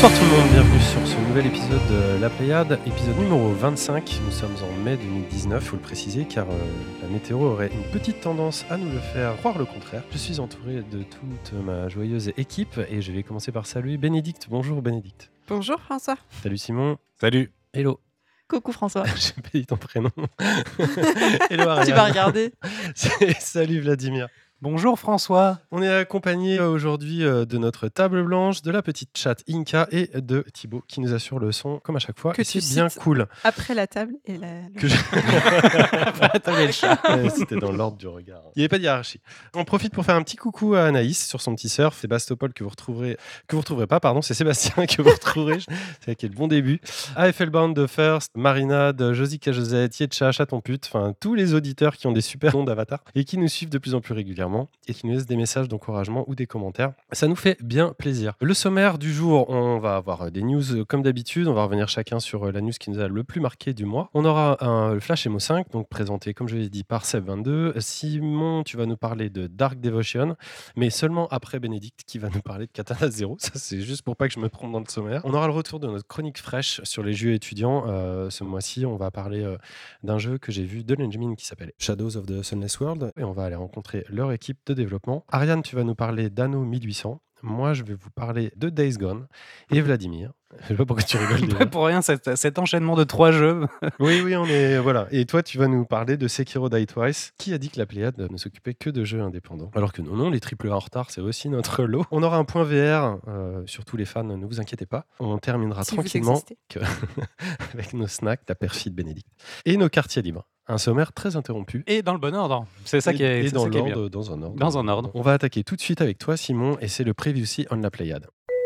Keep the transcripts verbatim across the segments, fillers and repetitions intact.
Bonsoir tout le monde, bienvenue sur ce nouvel épisode de La Pléiade, épisode numéro vingt-cinq. Nous sommes en mai deux mille dix-neuf, il faut le préciser, car euh, la météo aurait une petite tendance à nous le faire croire le contraire. Je suis entouré de toute ma joyeuse équipe et je vais commencer par saluer Bénédicte. Bonjour Bénédicte. Bonjour François. Salut Simon. Salut. Hello. Coucou François. J'ai pas dit ton prénom. Hello Ariane. Tu vas regarder. Salut Vladimir. Bonjour François. On est accompagné aujourd'hui de notre table blanche, de la petite chatte Inca et de Thibaut qui nous assure le son comme à chaque fois. Que et tu c'est bien cites cool. Après la table et la... le- Que je... Après la table et le chat. Ouais, c'était dans l'ordre du regard. Il n'y avait pas de hiérarchie. On profite pour faire un petit coucou à Anaïs sur son petit surf. Sébastopol que vous retrouverez, que vous retrouverez pas, pardon, c'est Sébastien que vous retrouverez. C'est avec le bon début. A F L Bound de First, Marinade, Josica Josette, Yetcha, Chaton Pute, enfin tous les auditeurs qui ont des super noms d'avatar et qui nous suivent de plus en plus régulièrement et qui nous laissent des messages d'encouragement ou des commentaires. Ça nous fait bien plaisir. Le sommaire du jour, on va avoir des news comme d'habitude. On va revenir chacun sur la news qui nous a le plus marqué du mois. On aura un, le Flash M O cinq, donc présenté, comme je l'ai dit, par Seb vingt-deux. Simon, tu vas nous parler de Dark Devotion, mais seulement après Bénédicte qui va nous parler de Katana Zero. Ça, c'est juste pour pas que je me trompe dans le sommaire. On aura le retour de notre chronique fraîche sur les jeux étudiants. Euh, ce mois-ci, on va parler euh, d'un jeu que j'ai vu de l'Engine qui s'appelle Shadows of the Sunless World et on va aller rencontrer leur équipe de développement. Ariane, tu vas nous parler d'Anno mille huit cents. Moi, je vais vous parler de Days Gone. Et Vladimir, je sais pas pourquoi tu rigoles déjà. Pas pour rien, cet, cet enchaînement de trois jeux. Oui, oui, on est... Voilà. Et toi, tu vas nous parler de Sekiro Die Twice. Qui a dit que la Pléiade ne s'occupait que de jeux indépendants? Alors que non, non, les triple A en retard, c'est aussi notre lot. On aura un point V R, euh, surtout les fans, ne vous inquiétez pas. On terminera Si vous tranquillement existez. que- avec nos snacks, ta perfide Bénédicte. Et nos quartiers libres. Un sommaire très interrompu. Et dans le bon ordre. C'est ça Et- qui est, et c'est dans ça qui est bien. l'ordre, dans un ordre. Dans un ordre. On va attaquer tout de suite avec toi, Simon, et c'est le Previously on la Pléiade.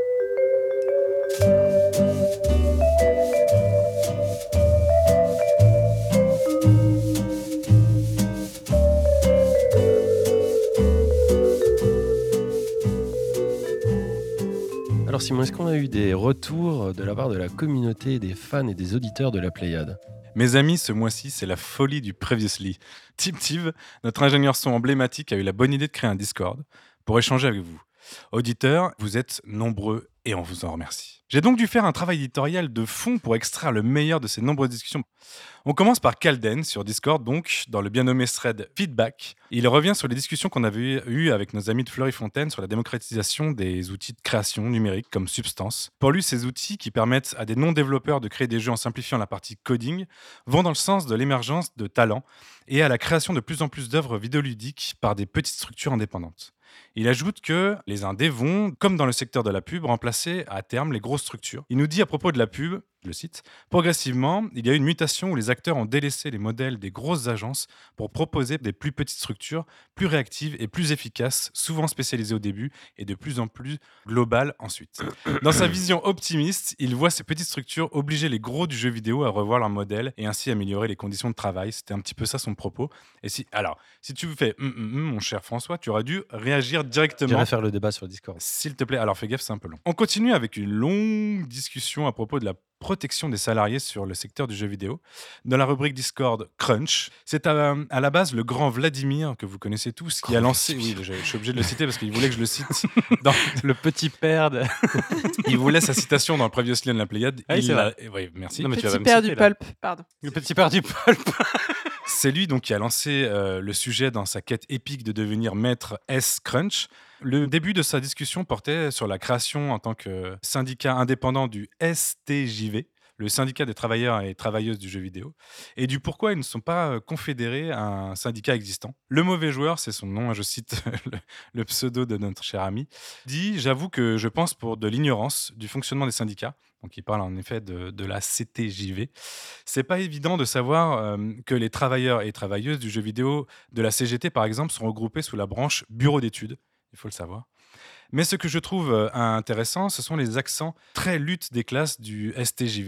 Alors Simon, est-ce qu'on a eu des retours de la part de la communauté, des fans et des auditeurs de la Pléiade? Mes amis, ce mois-ci, c'est la folie du Previously. Tiptive, notre ingénieur son emblématique, a eu la bonne idée de créer un Discord pour échanger avec vous. Auditeurs, vous êtes nombreux et on vous en remercie. J'ai donc dû faire un travail éditorial de fond pour extraire le meilleur de ces nombreuses discussions. On commence par Calden sur Discord, donc dans le bien nommé thread Feedback. Il revient sur les discussions qu'on avait eues avec nos amis de Fleury-Fontaine sur la démocratisation des outils de création numérique comme Substance. Pour lui, ces outils qui permettent à des non-développeurs de créer des jeux en simplifiant la partie coding vont dans le sens de l'émergence de talents et à la création de plus en plus d'œuvres vidéoludiques par des petites structures indépendantes. Il ajoute que les indés vont, comme dans le secteur de la pub, remplacer à terme les grosses structures. Il nous dit à propos de la pub, je le cite, « Progressivement, il y a eu une mutation où les acteurs ont délaissé les modèles des grosses agences pour proposer des plus petites structures, plus réactives et plus efficaces, souvent spécialisées au début et de plus en plus globales ensuite. » Dans sa vision optimiste, il voit ces petites structures obliger les gros du jeu vidéo à revoir leur modèle et ainsi améliorer les conditions de travail. C'était un petit peu ça son propos. Et si, alors, si tu fais hum, hum, hum, mon cher François, tu aurais dû réagir directement. J'irai faire le débat sur Discord. S'il te plaît, alors fais gaffe, c'est un peu long. On continue avec une longue discussion à propos de la protection des salariés sur le secteur du jeu vidéo. Dans la rubrique Discord Crunch, c'est à, à la base le grand Vladimir, que vous connaissez tous, qui a lancé... Oui, je, je suis obligé de le citer parce qu'il voulait que je le cite. Dans... Le petit père de... Il voulait sa citation dans le Previously on la Pléiade. Ah oui, Il c'est l'a- vrai. Oui, merci. Non, mais tu vas Petit me père citer, du là. pulp, pardon. Le petit père du pulp. C'est lui donc qui a lancé euh, le sujet dans sa quête épique de devenir maître S Crunch. Le début de sa discussion portait sur la création en tant que syndicat indépendant du S T J V, le syndicat des travailleurs et travailleuses du jeu vidéo, et du pourquoi ils ne sont pas euh, confédérés à un syndicat existant. Le mauvais joueur, c'est son nom, hein, je cite le, le pseudo de notre cher ami, dit « J'avoue que je pense pour de l'ignorance du fonctionnement des syndicats ». Donc il parle en effet de, de la C T J V. C'est pas évident de savoir euh, que les travailleurs et travailleuses du jeu vidéo de la C G T, par exemple, sont regroupés sous la branche bureau d'études. Il faut le savoir. Mais ce que je trouve euh, intéressant, ce sont les accents très lutte des classes du S T J V,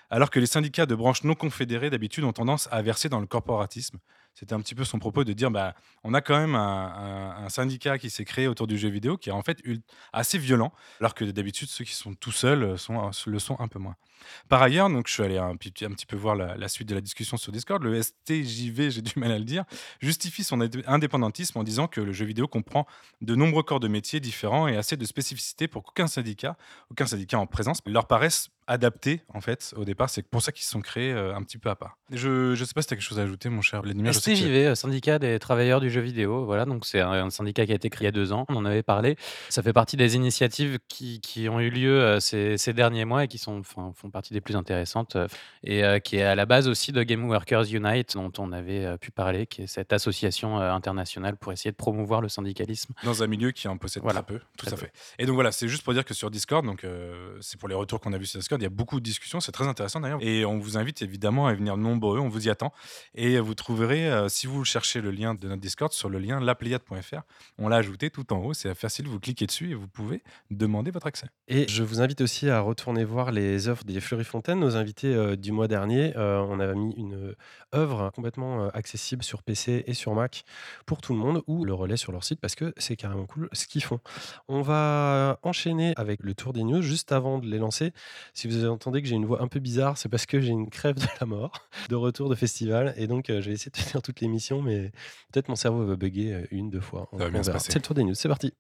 alors que les syndicats de branches non confédérées d'habitude ont tendance à verser dans le corporatisme. C'était un petit peu son propos de dire bah, on a quand même un, un- un syndicat qui s'est créé autour du jeu vidéo qui est en fait ul- assez violent, alors que d'habitude ceux qui sont tout seuls euh, sont, le sont un peu moins. Par ailleurs, donc, je suis allé un, petit- un petit peu voir la, la suite de la discussion sur Discord. Le S T J V, j'ai du mal à le dire, justifie son indé- indépendantisme en disant que le jeu vidéo comprend de nombreux corps de métiers différents et assez de spécificités pour qu'aucun syndicat, aucun syndicat en présence, leur paraisse adapté en fait au départ. C'est pour ça qu'ils se sont créés euh, un petit peu à part. Je ne sais pas si tu as quelque chose à ajouter, mon cher Vladimir. Je sais que tu- S T J V, euh, syndicat des travailleurs du jeu vidéo. Voilà, donc c'est un, un syndicat qui a été créé il y a deux ans. On en avait parlé. Ça fait partie des initiatives qui, qui ont eu lieu euh, ces, ces derniers mois et qui sont, enfin, font partie des plus intéressantes euh, et euh, qui est à la base aussi de Game Workers Unite, dont on avait euh, pu parler, qui est cette association euh, internationale pour essayer de promouvoir le syndicalisme. Dans un milieu qui en possède Voilà. très peu, tout Très à peu. fait. Et donc voilà, c'est juste pour dire que sur Discord, donc euh, c'est pour les retours qu'on a vus sur Discord, il y a beaucoup de discussions, c'est très intéressant d'ailleurs. Et on vous invite évidemment à venir nombreux, on vous y attend. Et vous trouverez, euh, si vous cherchez le lien de notre Discord, sur le lien la pléiade point f r. On l'a ajouté tout en haut, c'est facile, vous cliquez dessus et vous pouvez demander votre accès. Et je vous invite aussi à retourner voir les œuvres des Fleury-Fontaine, nos invités euh, du mois dernier. Euh, on avait mis une euh, œuvre complètement euh, accessible sur P C et sur Mac pour tout le monde, ou le relais sur leur site parce que c'est carrément cool ce qu'ils font. On va enchaîner avec le tour des news juste avant de les lancer. Si vous entendez que j'ai une voix un peu bizarre, c'est parce que j'ai une crève de la mort de retour de festival. Et donc, euh, je vais essayer de tenir toute l'émission, mais peut-être mon cerveau va bugger euh, une, deux fois. On, Ça va bien on se verra. passer. C'est le tour des news, c'est parti.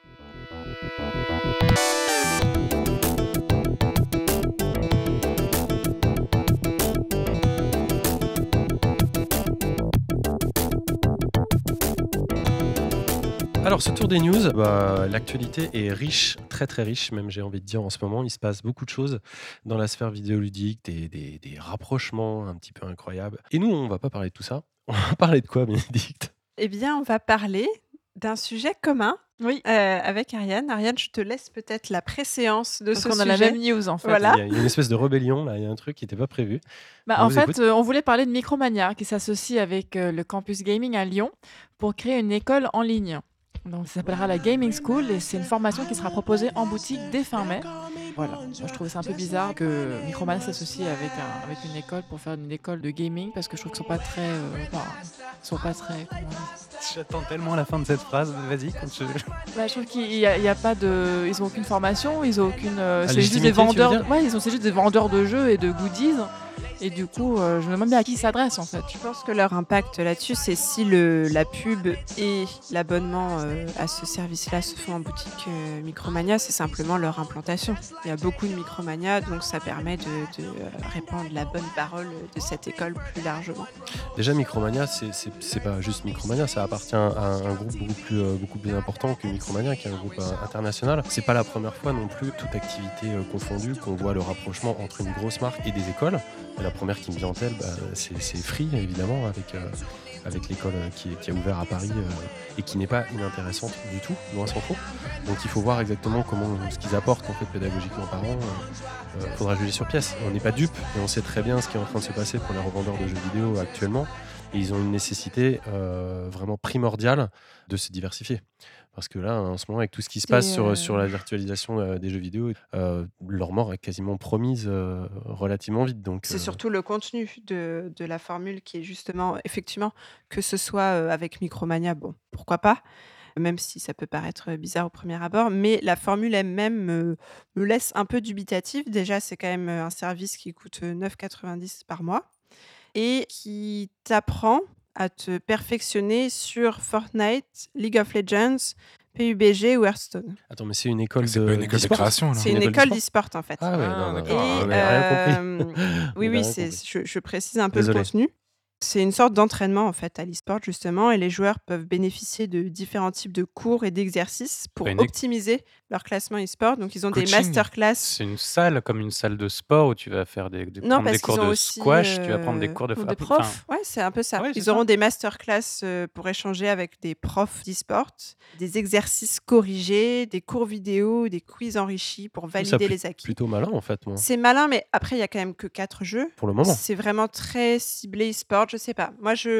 Alors, ce tour des news, bah, l'actualité est riche, très très riche, même j'ai envie de dire en ce moment. Il se passe beaucoup de choses dans la sphère vidéoludique, des, des, des rapprochements un petit peu incroyables. Et nous, on va pas parler de tout ça. On va parler de quoi, Bénédicte? Eh bien, on va parler d'un sujet commun Oui, euh, avec Ariane. Ariane, je te laisse peut-être la préséance de parce ce qu'on a sujet. la même news en fait. Voilà. Il y a il y a une espèce de rébellion, là, il y a un truc qui n'était pas prévu. Bah, On en vous fait, écoute. euh, on voulait parler de Micromania qui s'associe avec euh, le campus gaming à Lyon pour créer une école en ligne. Donc, ça s'appellera la Gaming School et c'est une formation qui sera proposée en boutique dès fin mai. Voilà, moi, je trouvais ça un peu bizarre que Micromania s'associe avec, un- avec une école pour faire une école de gaming parce que je trouve qu'ils sont pas très, euh, enfin, ils sont pas très. Comment dire. J'attends tellement la fin de cette phrase. Vas-y, continue. Bah, je trouve qu'il y a, il y a pas de, ils ont aucune formation, ils ont aucune. euh, Ah, c'est juste des légitimité, tu veux vendeurs. dire Ouais, ils ont c'est juste des vendeurs de jeux et de goodies. Et du coup, euh, je me demande bien à qui ils s'adressent en fait. Je pense que leur impact là-dessus, c'est si le, la pub et l'abonnement euh, à ce service-là se font en boutique euh, Micromania, c'est simplement leur implantation. Il y a beaucoup de Micromania, donc ça permet de, de, euh, répandre la bonne parole de cette école plus largement. Déjà, Micromania, c'est- c'est c'est pas juste Micromania, ça appartient à un, un groupe beaucoup plus, euh, beaucoup plus important que Micromania, qui est un groupe euh, international. C'est pas la première fois non plus, toute activité euh, confondue, qu'on voit le rapprochement entre une grosse marque et des écoles. Et la première qui me vient en tête, bah, c'est c'est Free, évidemment, avec, euh, avec l'école euh, qui, qui a ouvert à Paris euh, et qui n'est pas inintéressante du tout, loin s'en faut. Donc il faut voir exactement comment, ce qu'ils apportent en fait, pédagogiquement parlant. Il euh, faudra juger sur pièce. On n'est pas dupe et on sait très bien ce qui est en train de se passer pour les revendeurs de jeux vidéo actuellement. Et ils ont une nécessité euh, vraiment primordiale de se diversifier. Parce que là, en ce moment, avec tout ce qui se passe Et sur, euh, sur la virtualisation euh, des jeux vidéo, euh, leur mort est quasiment promise euh, relativement vite. Donc, C'est euh, surtout le contenu de, de la formule qui est justement, effectivement, que ce soit euh, avec Micromania, bon, pourquoi pas, même si ça peut paraître bizarre au premier abord, mais la formule elle-même me, me laisse un peu dubitative. Déjà, c'est quand même un service qui coûte neuf euros quatre-vingt-dix par mois et qui t'apprend à te perfectionner sur Fortnite, League of Legends, P U B G ou Hearthstone. Attends, mais c'est une école C'est de. pas une école de d'e-sport création, là. C'est une une école école d'e-sport d'e-sport en fait. Ah ouais, Ah, non, d'accord. non, Et on avait rien compris. euh, On oui, avait oui, rien c'est, compris. je, je précise un peu Désolé. le contenu. C'est une sorte d'entraînement en fait à l'e-sport justement, et les joueurs peuvent bénéficier de différents types de cours et d'exercices pour Une éc- optimiser leur classement e-sport. Donc ils ont des Coaching. masterclass. C'est une salle, comme une salle de sport où tu vas faire des, des- Non, prendre des parce cours qu'ils ont de aussi, squash, tu vas prendre des euh, cours de Ou ah, des enfin, profs. Ouais, c'est un peu ça. Ouais, c'est Ils ça. auront des masterclass euh, pour échanger avec des profs d'e-sport, des exercices corrigés, des cours vidéo, des quiz enrichis pour Ça, valider plu- les acquis. plutôt malin, en fait, moi, C'est malin, mais après, il y a quand même que quatre jeux. pour le moment. C'est vraiment très ciblé e-sport, je sais pas. Moi, je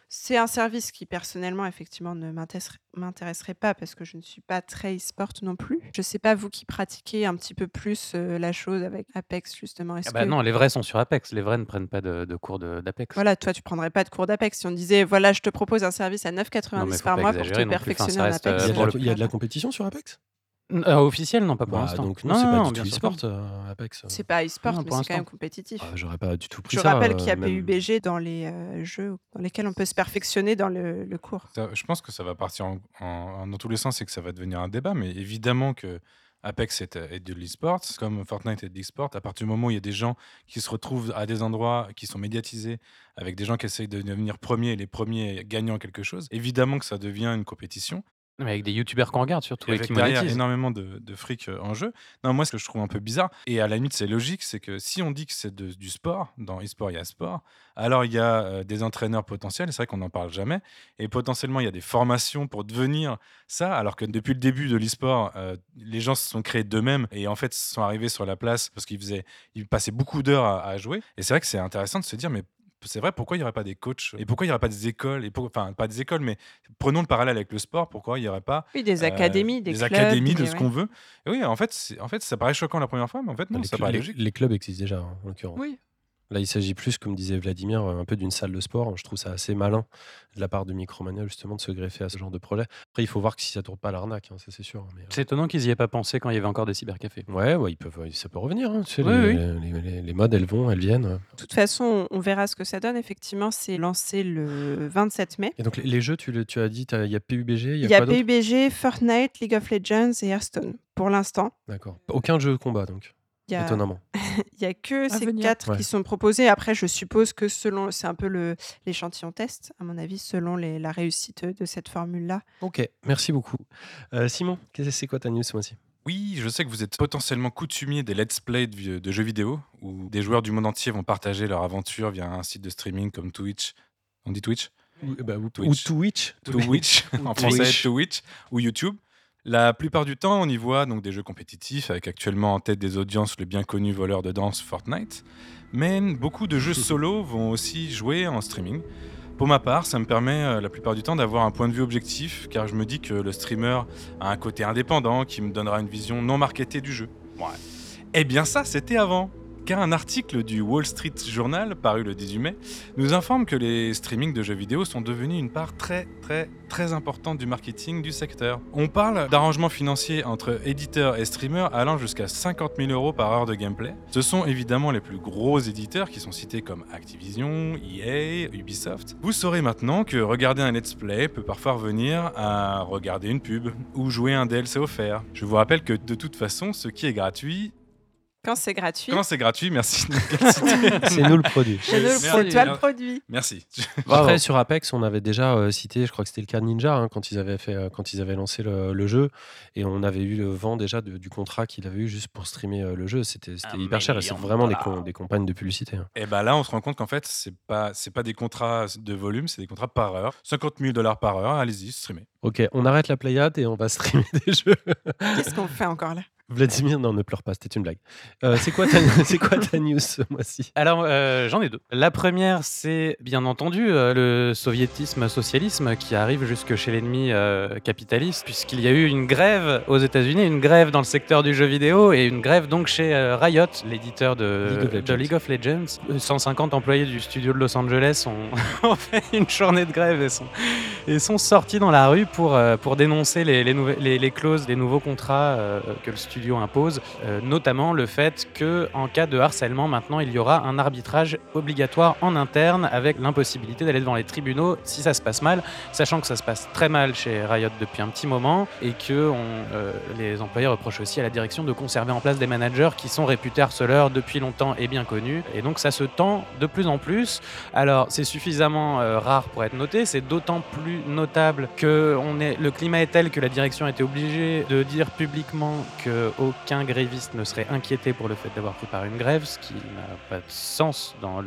C'est un service qui personnellement, effectivement, ne m'intésserait m'intéresserait pas parce que je ne suis pas très e-sport non plus. Je sais pas, vous qui pratiquez un petit peu plus, heu, la chose avec Apex justement, Ah est-ce bah que non, les vrais sont sur Apex. Les vrais ne prennent pas de de cours de d'Apex. voilà, toi tu prendrais pas de cours d'Apex. Si on disait: «Voilà, je te propose un service à neuf Non, mais quatre-vingt-dix faut par pas mois pour te exagérer non plus. Enfin, perfectionner ça en reste, Il y Apex», heu, a de pour la, le je il y a de la pourrais pas. compétition sur Apex? N heu, officiel, non, pas pour Bah, l'instant. donc non, Non, c'est non, pas non, du bien tout sûr que non. e-sport, euh, Apex. C'est pas e-sport, Non, mais pour c'est quand même l'instant. compétitif. Ah, j'aurais pas du tout pris Je ça, rappelle qu'il y euh, a même. P U B G dans les, heu, jeux dans lesquels on peut se perfectionner dans le le cours. Ça, je pense que ça va partir en- en- dans tous les sens et que ça va devenir un débat, mais évidemment que Apex est, est de l'e-sport, comme Fortnite est de l'e-sport. À partir du moment où il y a des gens qui se retrouvent à des endroits qui sont médiatisés, avec des gens qui essayent de devenir premiers et les premiers gagnant quelque chose, évidemment que ça devient une compétition. Non, mais avec des youtubeurs qu'on regarde surtout Et et avec qui derrière monétisent. énormément de, de fric euh, en jeu. Non, moi, ce que je trouve un peu bizarre, et à la limite, c'est logique, c'est que si on dit que c'est de- du sport, dans e-sport, il y a sport, alors il y a euh, des entraîneurs potentiels, et c'est vrai qu'on n'en parle jamais, et potentiellement, il y a des formations pour devenir ça, alors que depuis le début de l'e-sport, euh, les gens se sont créés d'eux-mêmes, et en fait, sont arrivés sur la place parce qu'ils faisaient, ils passaient beaucoup d'heures à, à jouer. Et c'est vrai que c'est intéressant de se dire, mais c'est vrai, pourquoi il n'y aurait pas des coachs et pourquoi il n'y aurait pas des écoles et pour- enfin pas des écoles, mais prenons le parallèle avec le sport, pourquoi il n'y aurait pas Oui, des euh, académies, des des clubs, académies de des ce ouais. qu'on veut. Et oui, en fait, c'est- en fait, ça paraît choquant la première fois, mais en fait, Bah, non, les, ça cl- paraît les- logique. les clubs existent déjà, hein, en l'occurrence. Oui. Là, il s'agit plus, comme disait Vladimir, un peu d'une salle de sport. Je trouve ça assez malin de la part de Micromania, justement, de se greffer à ce genre de projet. Après, il faut voir que si ça tourne pas à l'arnaque, hein, ça c'est sûr. Mais, euh, C'est étonnant qu'ils y aient pas pensé quand il y avait encore des cybercafés. ouais, ouais, ils peuvent, ouais, ça peut revenir. Hein, tu sais, Oui, les, oui. les- les- les modes, elles vont, elles viennent. De toute façon, on on verra ce que ça donne. Effectivement, c'est lancé le vingt-sept mai. Et donc, les, les jeux, tu, le- tu as dit, t'as- il y a P U B G, il y a Il y a quoi d'autre? P U B G, Fortnite, League of Legends et Hearthstone. Pour l'instant, D'accord. Aucun jeu de combat, donc, il y a étonnamment. il y a que À ces venir. quatre Ouais. qui sont proposés. Après, je suppose que selon c'est un peu le l'échantillon test, à mon avis, selon les la réussite de cette formule-là. Ok, merci beaucoup. Euh, Simon, qu'est-ce que c'est quoi ta news ce mois-ci? Oui, je sais que vous êtes potentiellement coutumier des let's play de, vi- de jeux vidéo, où des joueurs du monde entier vont partager leur aventure via un site de streaming comme Twitch. On dit Twitch Ou, bah, ou, Twitch. ou Twitch. Twitch, en français, Twitch. Twitch ou YouTube. La plupart du temps, on y voit donc des jeux compétitifs, avec actuellement en tête des audiences le bien connu voleur de danse Fortnite. Mais beaucoup de jeux solo vont aussi jouer en streaming. Pour ma part, ça me permet euh, la plupart du temps d'avoir un point de vue objectif, car je me dis que le streamer a un côté indépendant qui me donnera une vision non marketée du jeu. Ouais. Eh bien ça, c'était avant. Car un article du Wall Street Journal, paru le dix-huit mai, nous informe que les streamings de jeux vidéo sont devenus une part très très très importante du marketing du secteur. On parle d'arrangements financiers entre éditeurs et streamers allant jusqu'à cinquante mille euros par heure de gameplay. Ce sont évidemment les plus gros éditeurs qui sont cités comme Activision, E A, Ubisoft. Vous saurez maintenant que regarder un let's play peut parfois revenir à regarder une pub ou jouer un D L C offert. Je vous rappelle que de toute façon, ce qui est gratuit... Quand c'est gratuit, Comment c'est gratuit? Merci de me citer. C'est nous le produit. c'est nous le Merci. pro- toi le produit. Merci. Bravo. Après, sur Apex, on avait déjà euh, cité, je crois que c'était le cas de Ninja, hein, quand, ils avaient fait, euh, quand ils avaient lancé le, le jeu. Et on avait eu le vent déjà de- du contrat qu'il avait eu juste pour streamer euh, le jeu. C'était c'était Un hyper cher et c'est million de vraiment des, dollars. com- des campagnes de publicité. hein. Et bah là, on se rend compte qu'en fait, c'est pas, c'est pas des contrats de volume, c'est des contrats par heure. cinquante mille dollars par heure, allez-y, streamez. Ok, on arrête la Pléiade et on va streamer des jeux. Qu'est-ce qu'on fait encore là? Vladimir, non, ne pleure pas, c'était une blague. Euh, c'est quoi, ta- c'est quoi ta news ce mois-ci? Alors, euh, j'en ai deux. La première, c'est bien entendu euh, le soviétisme, socialisme qui arrive jusque chez l'ennemi euh, capitaliste, puisqu'il y a eu une grève aux États-Unis, une grève dans le secteur du jeu vidéo et une grève donc chez euh, Riot, l'éditeur de League of de Legends. League of Legends. Euh, cent cinquante employés du studio de Los Angeles ont, ont fait une journée de grève et sont, et sont sortis dans la rue pour, euh, pour dénoncer les, les, nouvel- les, les clauses des nouveaux contrats euh, que le studio impose, euh, notamment le fait que en cas de harcèlement, maintenant, il y aura un arbitrage obligatoire en interne avec l'impossibilité d'aller devant les tribunaux si ça se passe mal, sachant que ça se passe très mal chez Riot depuis un petit moment et que on, euh, les employés reprochent aussi à la direction de conserver en place des managers qui sont réputés harceleurs depuis longtemps et bien connus. Et donc ça se tend de plus en plus. Alors c'est suffisamment euh, rare pour être noté, c'est d'autant plus notable que on est, le climat est tel que la direction a été obligée de dire publiquement qu'aucun gréviste ne serait inquiété pour le fait d'avoir pris part à une grève, ce qui n'a pas de sens dans les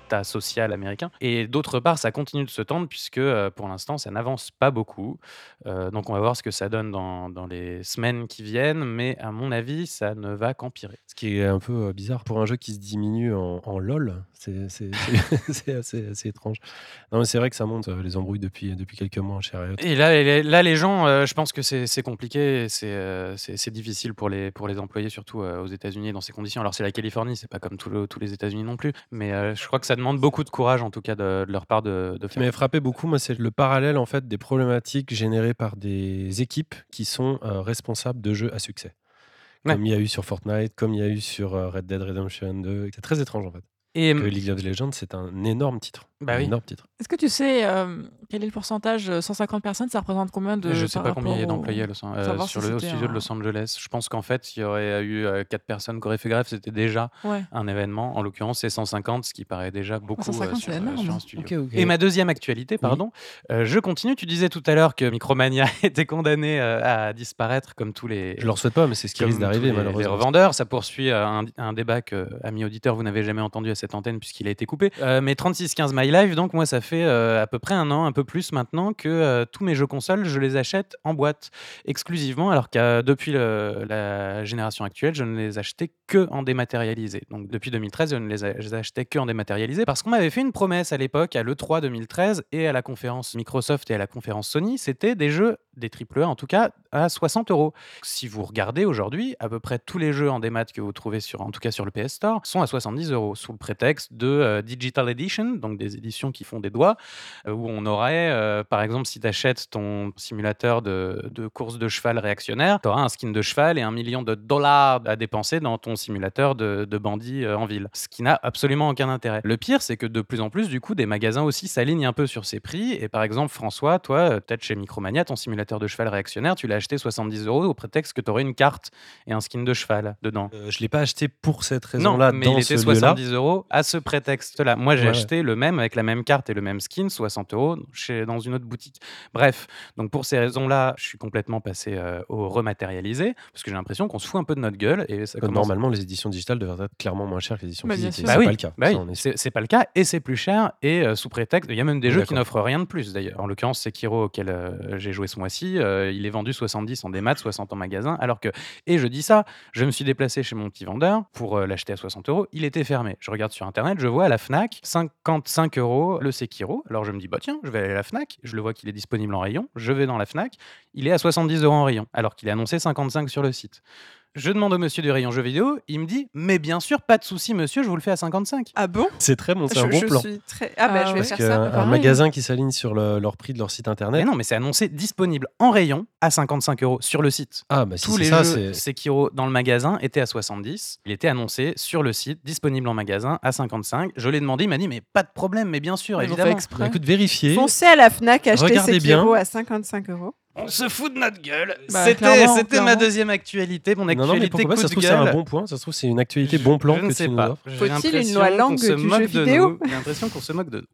l'état social américain. Et d'autre part, ça continue de se tendre puisque euh, pour l'instant, ça n'avance pas beaucoup. Euh, donc on va voir ce que ça donne dans, dans les semaines qui viennent, mais à mon avis, ça ne va qu'empirer. Ce qui est un peu euh, bizarre pour un jeu qui se diminue en, en LOL, c'est c'est- c'est- c'est assez, assez étrange. Non, mais c'est vrai que ça monte euh, les embrouilles depuis, depuis quelques mois chez Riot. Et là, les, là, les gens, euh, je pense que c'est c'est compliqué, et c'est euh, c'est c'est difficile pour les, pour les employés, surtout euh, aux États-Unis dans ces conditions. Alors c'est la Californie, c'est pas comme tout le- tous les États-Unis non plus, mais euh, je crois que ça demande beaucoup de courage en tout cas de, de leur part de, de Ce qui faire. m'avait frappé beaucoup, moi, c'est le parallèle en fait des problématiques générées par des équipes qui sont euh, responsables de jeux à succès. Ouais. Comme il y a eu sur Fortnite, comme il y a eu sur euh, Red Dead Redemption deux. C'est très étrange en fait. Et Que League of Legends, c'est un énorme titre. bah un oui. énorme titre. Est-ce que tu sais euh, quel est le pourcentage euh, cent cinquante personnes, ça représente combien de Je sais par pas combien il y a rapport au- d'employés à Los An- euh, savoir sur si le au c'était studio de un- Los Angeles. Je pense qu'en fait, il y aurait eu euh, quatre personnes qui auraient fait grève, c'était déjà Ouais. un événement. En l'occurrence, c'est cent cinquante, ce qui paraît déjà beaucoup cent cinquante, euh, sur, c'est euh, énorme. sur un studio. Ok, ok. Et ma deuxième actualité, pardon, euh, je continue. Tu disais tout à l'heure que Micromania était condamné euh, à disparaître comme tous les. Je leur souhaite pas, mais c'est ce qui comme risque tous d'arriver les- Les malheureusement. revendeurs, ça poursuit euh, un, un débat que, amis auditeurs, vous n'avez jamais entendu à cette antenne puisqu'il a été coupé. Euh, mais trente-six quinze My Life, donc moi, ça fait euh, à peu près un an, un peu plus maintenant, que euh, tous mes jeux consoles, je les achète en boîte exclusivement, alors que depuis le- la génération actuelle, je ne les achetais que en dématérialisé. Donc depuis deux mille treize, je ne les, a- je les achetais que en dématérialisé parce qu'on m'avait fait une promesse à l'époque, à l'E trois deux mille treize et à la conférence Microsoft et à la conférence Sony, c'était des jeux, des triple A en tout cas, à soixante euros. Si vous regardez aujourd'hui, à peu près tous les jeux en démat que vous trouvez sur, en tout cas sur le P S Store, sont à soixante-dix euros sous le prétexte de euh, Digital Edition, donc des éditions qui font des doigts, euh, où on aurait, euh, par exemple, si tu achètes ton simulateur de, de course de cheval réactionnaire, tu auras un skin de cheval et un million de dollars à dépenser dans ton simulateur de, de bandit euh, en ville. Ce qui n'a absolument aucun intérêt. Le pire, c'est que de plus en plus, du coup, des magasins aussi s'alignent un peu sur ces prix. Et par exemple, François, toi, euh, peut-être chez Micromania, ton simulateur de cheval réactionnaire, tu l'as acheté soixante-dix euros au prétexte que tu aurais une carte et un skin de cheval dedans. Euh, je l'ai pas acheté pour cette Non, raison-là mais dans il ce était lieu-là. soixante-dix euros à ce prétexte-là. Moi, j'ai Ouais, acheté le même avec la même carte et le même skin, soixante euros, chez, dans une autre boutique. Bref, donc pour ces raisons-là, je suis complètement passé euh, au rematérialisé parce que j'ai l'impression qu'on se fout un peu de notre gueule et ça Euh, commence. Normalement, les éditions digitales devraient être clairement moins chères que les éditions Bah, bien physiques. sûr. et Bah c'est oui, pas le cas. bah Ça, oui, on est sûr. c'est c'est pas le cas et c'est plus cher et euh, sous prétexte, il y a même des Oui, jeux qui d'accord. n'offrent rien de plus d'ailleurs. En l'occurrence, Sekiro auquel euh, j'ai joué ce mois-ci, euh, il est vendu soixante-dix en démat, soixante en magasin, alors que, et je dis ça, je me suis déplacé chez mon petit vendeur pour euh, l'acheter à soixante euros, il était fermé. Je regarde sur internet, je vois à la Fnac cinquante-cinq euros le Sekiro, alors je me dis bah tiens, je vais aller à la Fnac, je le vois qu'il est disponible en rayon, je vais dans la Fnac, il est à soixante-dix euros en rayon, alors qu'il est annoncé cinquante-cinq sur le site. Je demande au monsieur du rayon jeux vidéo, il me dit mais bien sûr, pas de souci monsieur, je vous le fais à cinquante-cinq. Ah bon? C'est très bon, c'est Je, un bon je plan. suis très. Ah bah Ah je vais ouais. Parce faire qu'un ça. un pareil. magasin qui s'aligne sur le- leur prix de leur site Mais internet. non, mais c'est annoncé disponible en rayon à cinquante-cinq euros sur le site. Ah, bah si Tous c'est les ça, jeux c'est. Sekiro dans le magasin étaient à soixante-dix. Il était annoncé sur le site, disponible en magasin à cinquante-cinq. Je l'ai demandé, il m'a dit mais pas de problème, mais bien sûr, Ils ont fait évidemment. Bah, exprès. écoute, vérifiez. Foncez à la Fnac, achetez Regardez Sekiro bien. à cinquante-cinq euros. On se fout de notre gueule. Bah, c'était clairement, c'était ma clairement. deuxième actualité, mon Non, non, mais actualité pourquoi pas? coup Ça de se trouve, c'est un gueule. bon point. Ça se trouve, c'est une actualité Je- bon plan je que ne tu sais nous pas. offres. J'ai Faut-il une l'impression loi qu'on langue se du moque jeu de vidéo nous. J'ai l'impression qu'on se moque de nous.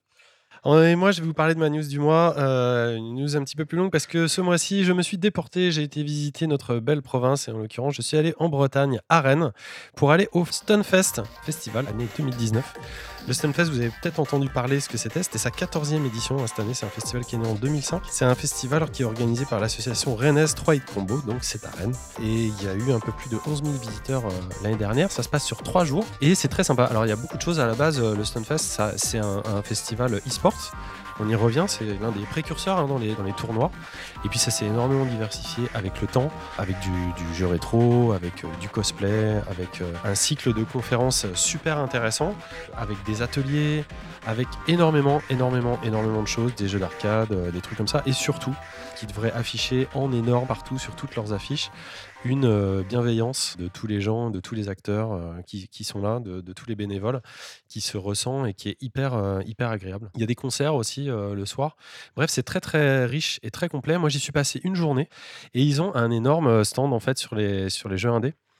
Et moi, je vais vous parler de ma news du mois, euh, une news un petit peu plus longue parce que ce mois-ci, je me suis déporté, j'ai été visiter notre belle province et en l'occurrence, je suis allé en Bretagne, à Rennes, pour aller au Stunfest Festival, année deux mille dix-neuf. Le Stunfest, vous avez peut-être entendu parler ce que c'était, c'était sa quatorzième édition hein, cette année, c'est un festival qui est né en deux mille cinq. C'est un festival qui est organisé par l'association rennaise trois hit combo, donc c'est à Rennes. Et il y a eu un peu plus de onze mille visiteurs euh, l'année dernière, ça se passe sur trois jours et c'est très sympa. Alors il y a beaucoup de choses à la base, euh, le Stunfest, ça, c'est un, un festival e-sport. On y revient, c'est l'un des précurseurs hein, dans, les, dans les tournois. Et puis ça s'est énormément diversifié avec le temps, avec du, du jeu rétro, avec euh, du cosplay, avec euh, un cycle de conférences super intéressant, avec des ateliers, avec énormément, énormément, énormément de choses, des jeux d'arcade, euh, des trucs comme ça. Et surtout, qui devraient afficher en énorme partout sur toutes leurs affiches une euh, bienveillance de tous les gens, de tous les acteurs euh, qui, qui sont là, de, de tous les bénévoles, qui se ressent et qui est hyper, euh, hyper agréable. Il y a des concerts aussi euh, le soir. Bref, c'est très très riche et très complet. Moi, j'y suis passé une journée et ils ont un énorme stand en fait sur les, sur les jeux indés.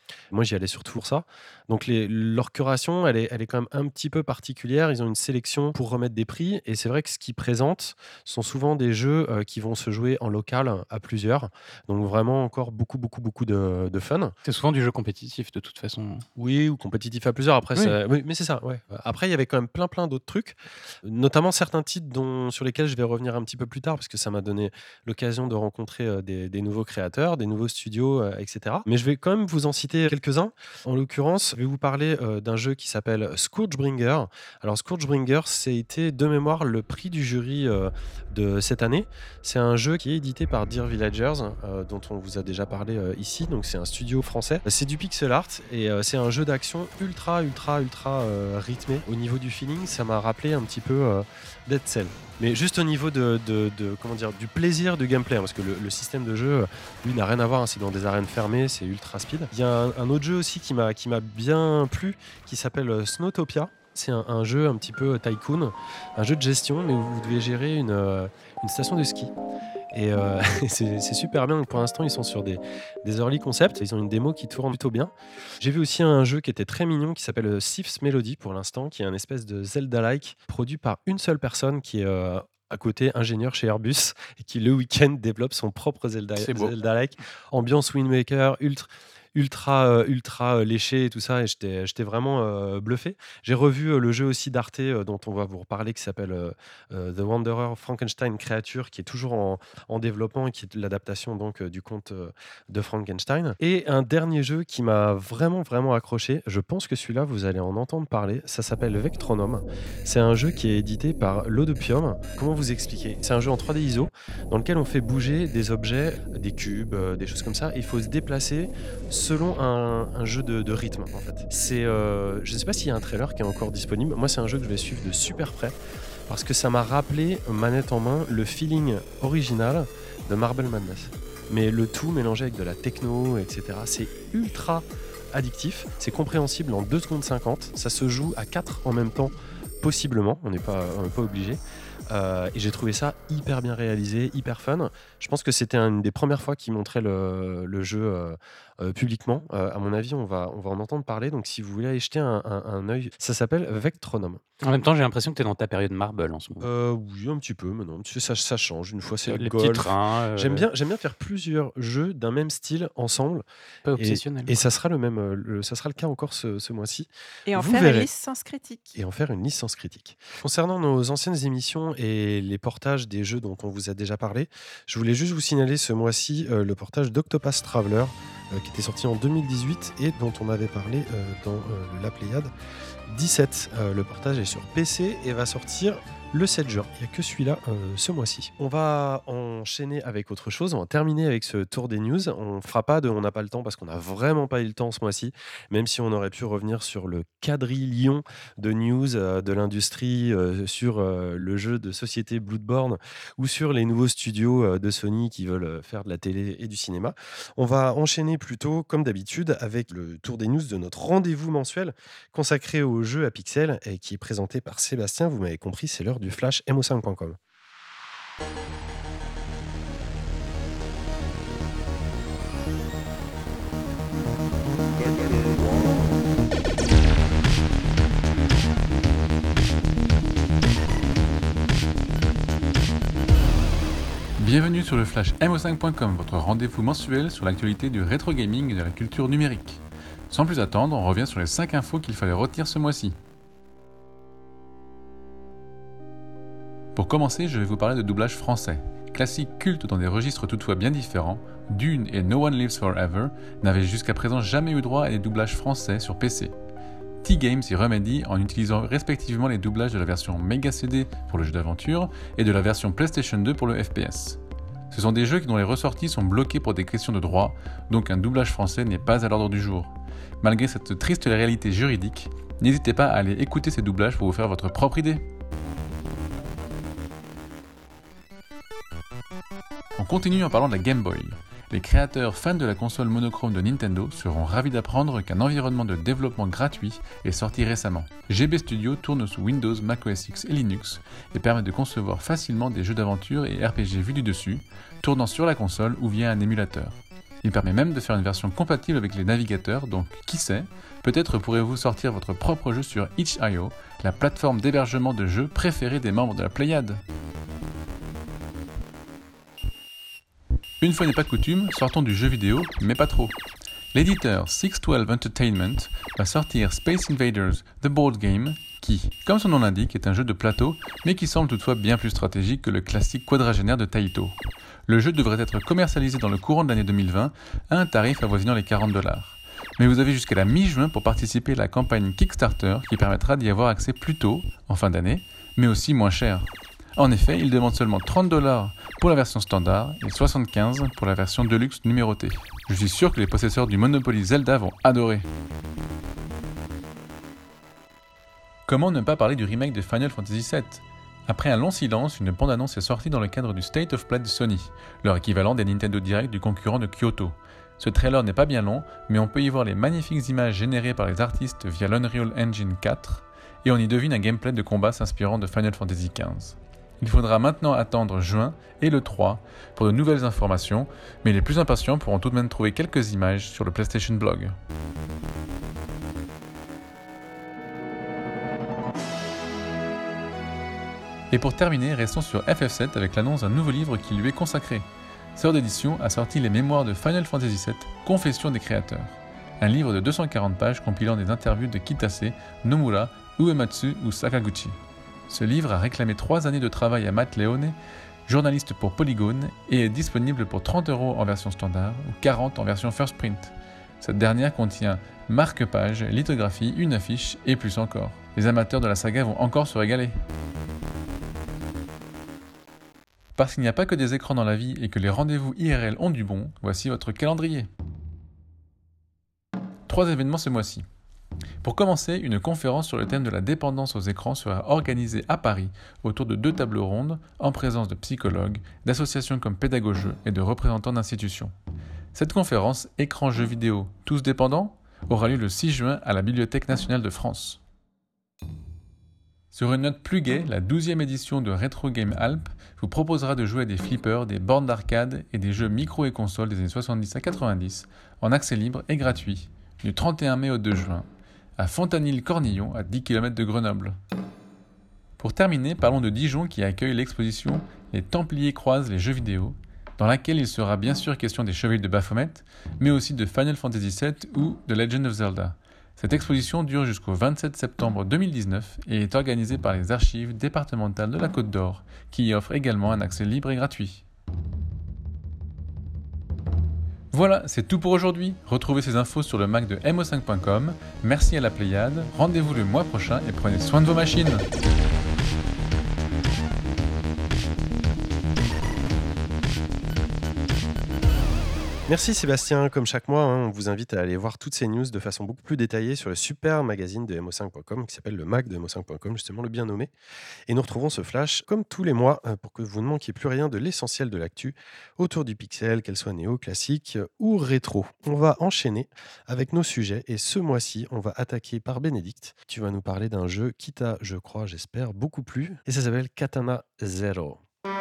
Moi, j'y allais surtout pour ça. Donc, les, leur curation, elle est, elle est quand même un petit peu particulière. Ils ont une sélection pour remettre des prix. Et c'est vrai que ce qu'ils présentent sont souvent des jeux euh, qui vont se jouer en local à plusieurs. Donc, vraiment, encore beaucoup, beaucoup, beaucoup de, de fun. C'est souvent du jeu compétitif, de toute façon. Oui, ou compétitif à plusieurs. Après, Oui. ça- oui, mais c'est ça. Ouais. Après, il y avait quand même plein, plein d'autres trucs, notamment certains titres dont, sur lesquels je vais revenir un petit peu plus tard, parce que ça m'a donné l'occasion de rencontrer euh, des, des nouveaux créateurs, des nouveaux studios, euh, et cetera. Mais je vais quand même vous en citer quelques-uns. En l'occurrence, je vais vous parler euh, d'un jeu qui s'appelle Scourgebringer. Alors, Scourgebringer, c'est été de mémoire le prix du jury euh, de cette année. C'est un jeu qui est édité par Dear Villagers, euh, dont on vous a déjà parlé euh, ici. Donc, c'est un studio français. C'est du pixel art et euh, c'est un jeu d'action ultra, ultra, ultra euh, rythmé. Au niveau du feeling, ça m'a rappelé un petit peu euh, Dead Cell. Mais juste au niveau de, de, de- comment dire, du plaisir du gameplay, hein, parce que le, le système de jeu, lui, n'a rien à voir. Hein, c'est dans des arènes fermées, c'est ultra speed. Il y a un, un autre jeu aussi qui m'a, qui m'a bien plu, qui s'appelle euh, Snowtopia. C'est un, un jeu un petit peu tycoon, un jeu de gestion, mais où vous devez gérer une, euh, une station de ski. Et euh, c'est, c'est super bien. Donc pour l'instant, ils sont sur des, des early concepts. Ils ont une démo qui tourne plutôt bien. J'ai vu aussi un jeu qui était très mignon qui s'appelle euh, Sif's Melody pour l'instant, qui est un espèce de Zelda-like produit par une seule personne qui est euh, à côté ingénieur chez Airbus et qui le week-end développe son propre Zelda, C'est beau. Zelda-like. Ambiance Wind Waker, ultra. ultra euh, ultra euh, léché et tout ça, et j'étais j'étais vraiment euh, bluffé. J'ai revu euh, le jeu aussi d'Arte euh, dont on va vous reparler, qui s'appelle euh, euh, The Wanderer Frankenstein Creature, qui est toujours en, en développement et qui est l'adaptation donc euh, du conte euh, de Frankenstein. Et un dernier jeu qui m'a vraiment vraiment accroché, je pense que celui-là vous allez en entendre parler, ça s'appelle Vectronome. C'est un jeu qui est édité par Lodopium. Comment vous expliquer? C'est un jeu en trois D I S O dans lequel on fait bouger des objets, des cubes, euh, des choses comme ça, et il faut se déplacer selon un, un jeu de, de rythme en fait. C'est, euh, je ne sais pas s'il y a un trailer qui est encore disponible. Moi, c'est un jeu que je vais suivre de super près parce que ça m'a rappelé, manette en main, le feeling original de Marble Madness. Mais le tout mélangé avec de la techno, et cetera. C'est ultra addictif, c'est compréhensible en deux secondes cinquante, ça se joue à quatre en même temps, possiblement, on n'est pas, on n'est pas obligé. Euh, et j'ai trouvé ça hyper bien réalisé, hyper fun. Je pense que c'était une des premières fois qu'ils montraient le, le jeu euh, euh, publiquement. Euh, à mon avis, on va, on va en entendre parler. Donc, si vous voulez aller jeter un, un, un œil, ça s'appelle Vectronome. En même temps, j'ai l'impression que tu es dans ta période Marble en ce moment. Euh, oui, un petit peu, mais non, tu sais, ça, ça change. Une fois, c'est le Les golf. petits trains. euh, J'aime bien, j'aime bien faire plusieurs jeux d'un même style ensemble. Pas Et, obsessionnel. et ça sera le même, euh, le, ça sera le cas encore ce, ce mois-ci. Et en Vous faire verrez. une licence critique. Et en faire une licence critique. Concernant nos anciennes émissions et les portages des jeux dont on vous a déjà parlé, je voulais juste vous signaler ce mois-ci euh, le portage d'Octopath Traveler euh, qui était sorti en deux mille dix-huit et dont on avait parlé euh, dans euh, la Pléiade dix-sept. Euh, le portage est sur P C et va sortir le sept juin. Il n'y a que celui-là euh, ce mois-ci. On va enchaîner avec autre chose. On va terminer avec ce tour des news. On ne fera pas de on n'a pas le temps parce qu'on n'a vraiment pas eu le temps ce mois-ci, même si on aurait pu revenir sur le quadrillion de news euh, de l'industrie, euh, sur euh, le jeu de société Bloodborne ou sur les nouveaux studios euh, de Sony qui veulent euh, faire de la télé et du cinéma. On va enchaîner plutôt, comme d'habitude, avec le tour des news de notre rendez-vous mensuel consacré au jeu à pixels et qui est présenté par Sébastien. Vous m'avez compris, c'est l'heure du flash M O cinq point com. Bienvenue sur le flash M O cinq point com, votre rendez-vous mensuel sur l'actualité du rétro gaming et de la culture numérique. Sans plus attendre, on revient sur les cinq infos qu'il fallait retenir ce mois-ci. Pour commencer, je vais vous parler de doublage français. Classique culte dans des registres toutefois bien différents, Dune et No One Lives Forever n'avaient jusqu'à présent jamais eu droit à des doublages français sur P C. T-Games y remédie en utilisant respectivement les doublages de la version Mega C D pour le jeu d'aventure et de la version PlayStation deux pour le F P S. Ce sont des jeux dont les ressorties sont bloquées pour des questions de droit, donc un doublage français n'est pas à l'ordre du jour. Malgré cette triste réalité juridique, n'hésitez pas à aller écouter ces doublages pour vous faire votre propre idée. On continue en parlant de la Game Boy. Les créateurs fans de la console monochrome de Nintendo seront ravis d'apprendre qu'un environnement de développement gratuit est sorti récemment. G B Studio tourne sous Windows, macOS X et Linux et permet de concevoir facilement des jeux d'aventure et R P G vus du dessus, tournant sur la console ou via un émulateur. Il permet même de faire une version compatible avec les navigateurs, donc qui sait, peut-être pourrez-vous sortir votre propre jeu sur itch point i o, la plateforme d'hébergement de jeux préférée des membres de la Pléiade. Une fois n'est pas coutume, sortons du jeu vidéo, mais pas trop. L'éditeur six douze Entertainment va sortir Space Invaders The Board Game, qui, comme son nom l'indique, est un jeu de plateau, mais qui semble toutefois bien plus stratégique que le classique quadragénaire de Taito. Le jeu devrait être commercialisé dans le courant de l'année deux mille vingt à un tarif avoisinant les quarante dollars. Mais vous avez jusqu'à la mi-juin pour participer à la campagne Kickstarter qui permettra d'y avoir accès plus tôt, en fin d'année, mais aussi moins cher. En effet, il demande seulement trente dollars pour la version standard et soixante-quinze dollars pour la version Deluxe numérotée. Je suis sûr que les possesseurs du Monopoly Zelda vont adorer. Comment ne pas parler du remake de Final Fantasy sept ? Après un long silence, une bande-annonce est sortie dans le cadre du State of Play de Sony, leur équivalent des Nintendo Direct du concurrent de Kyoto. Ce trailer n'est pas bien long, mais on peut y voir les magnifiques images générées par les artistes via l'Unreal Engine quatre, et on y devine un gameplay de combat s'inspirant de Final Fantasy quinze. Il faudra maintenant attendre juin et le trois pour de nouvelles informations, mais les plus impatients pourront tout de même trouver quelques images sur le PlayStation Blog. Et pour terminer, restons sur F F sept avec l'annonce d'un nouveau livre qui lui est consacré. Sœur d'édition a sorti les mémoires de Final Fantasy sept, Confession des créateurs. Un livre de deux cent quarante pages compilant des interviews de Kitase, Nomura, Uematsu ou Sakaguchi. Ce livre a réclamé trois années de travail à Matt Leone, journaliste pour Polygon, et est disponible pour trente euros en version standard ou quarante en version first print. Cette dernière contient marque-pages, lithographie, une affiche et plus encore. Les amateurs de la saga vont encore se régaler. Parce qu'il n'y a pas que des écrans dans la vie et que les rendez-vous I R L ont du bon, voici votre calendrier. Trois événements ce mois-ci. Pour commencer, une conférence sur le thème de la dépendance aux écrans sera organisée à Paris autour de deux tables rondes en présence de psychologues, d'associations comme Pédagogeux et de représentants d'institutions. Cette conférence, Écran jeux vidéo, tous dépendants, aura lieu le six juin à la Bibliothèque nationale de France. Sur une note plus gaie, la douzième édition de Retro Game Alp vous proposera de jouer à des flippers, des bornes d'arcade et des jeux micro et consoles des années soixante-dix à quatre-vingt-dix en accès libre et gratuit, du trente et un mai au deux juin, à Fontanille-Cornillon, à dix kilomètres de Grenoble. Pour terminer, parlons de Dijon qui accueille l'exposition Les Templiers croisent les jeux vidéo, dans laquelle il sera bien sûr question des Chevaliers de Baphomet, mais aussi de Final Fantasy sept ou de Legend of Zelda. Cette exposition dure jusqu'au vingt-sept septembre deux mille dix-neuf et est organisée par les archives départementales de la Côte d'Or, qui y offrent également un accès libre et gratuit. Voilà, c'est tout pour aujourd'hui. Retrouvez ces infos sur le Mac de M O cinq point com. Merci à la Pléiade, rendez-vous le mois prochain et prenez soin de vos machines. Merci Sébastien, comme chaque mois, hein, on vous invite à aller voir toutes ces news de façon beaucoup plus détaillée sur le super magazine de M O cinq point com qui s'appelle le Mac de M O cinq point com, justement le bien nommé. Et nous retrouvons ce flash comme tous les mois euh, pour que vous ne manquiez plus rien de l'essentiel de l'actu autour du pixel, qu'elle soit néo, classique euh, ou rétro. On va enchaîner avec nos sujets et ce mois-ci, on va attaquer par Bénédicte. Tu vas nous parler d'un jeu qui t'a, je crois, j'espère, beaucoup plu et ça s'appelle Katana Zero.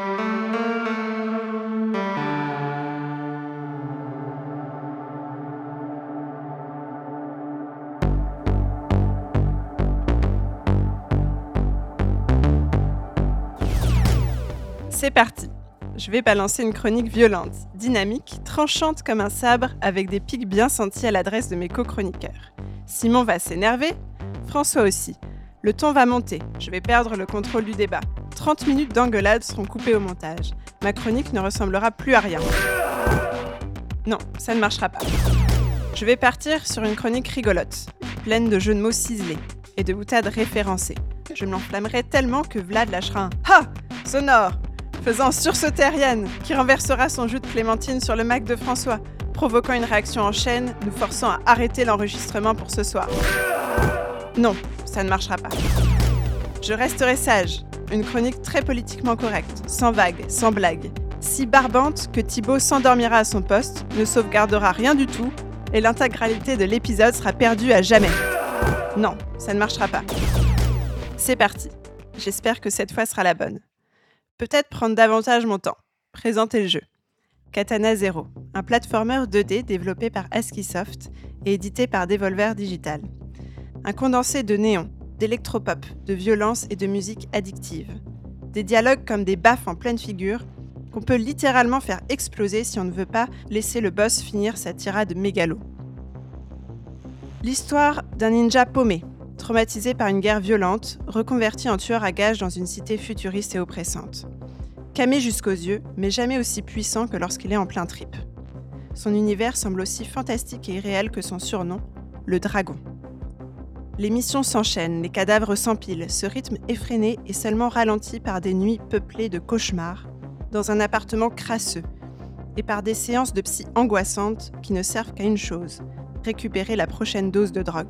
C'est parti. Je vais balancer une chronique violente, dynamique, tranchante comme un sabre, avec des pics bien sentis à l'adresse de mes co-chroniqueurs. Simon va s'énerver, François aussi. Le ton va monter, je vais perdre le contrôle du débat. trente minutes d'engueulade seront coupées au montage. Ma chronique ne ressemblera plus à rien. Non, ça ne marchera pas. Je vais partir sur une chronique rigolote, pleine de jeux de mots ciselés et de boutades référencées. Je me l'enflammerai tellement que Vlad lâchera un « Ha !» sonore, faisant sursauter Ariane, qui renversera son jus de clémentine sur le Mac de François, provoquant une réaction en chaîne, nous forçant à arrêter l'enregistrement pour ce soir. Non, ça ne marchera pas. Je resterai sage, une chronique très politiquement correcte, sans vagues, sans blagues, si barbante que Thibaut s'endormira à son poste, ne sauvegardera rien du tout, et l'intégralité de l'épisode sera perdue à jamais. Non, ça ne marchera pas. C'est parti. J'espère que cette fois sera la bonne. Peut-être prendre davantage mon temps, présenter le jeu. Katana Zero, un platformer deux D développé par Askisoft et édité par Devolver Digital. Un condensé de néon, d'électropop, de violence et de musique addictive. Des dialogues comme des baffes en pleine figure qu'on peut littéralement faire exploser si on ne veut pas laisser le boss finir sa tirade mégalo. L'histoire d'un ninja paumé, traumatisé par une guerre violente, reconverti en tueur à gages dans une cité futuriste et oppressante. Camé jusqu'aux yeux, mais jamais aussi puissant que lorsqu'il est en plein trip. Son univers semble aussi fantastique et irréel que son surnom, le dragon. Les missions s'enchaînent, les cadavres s'empilent, ce rythme effréné est seulement ralenti par des nuits peuplées de cauchemars, dans un appartement crasseux, et par des séances de psy angoissantes qui ne servent qu'à une chose, récupérer la prochaine dose de drogue.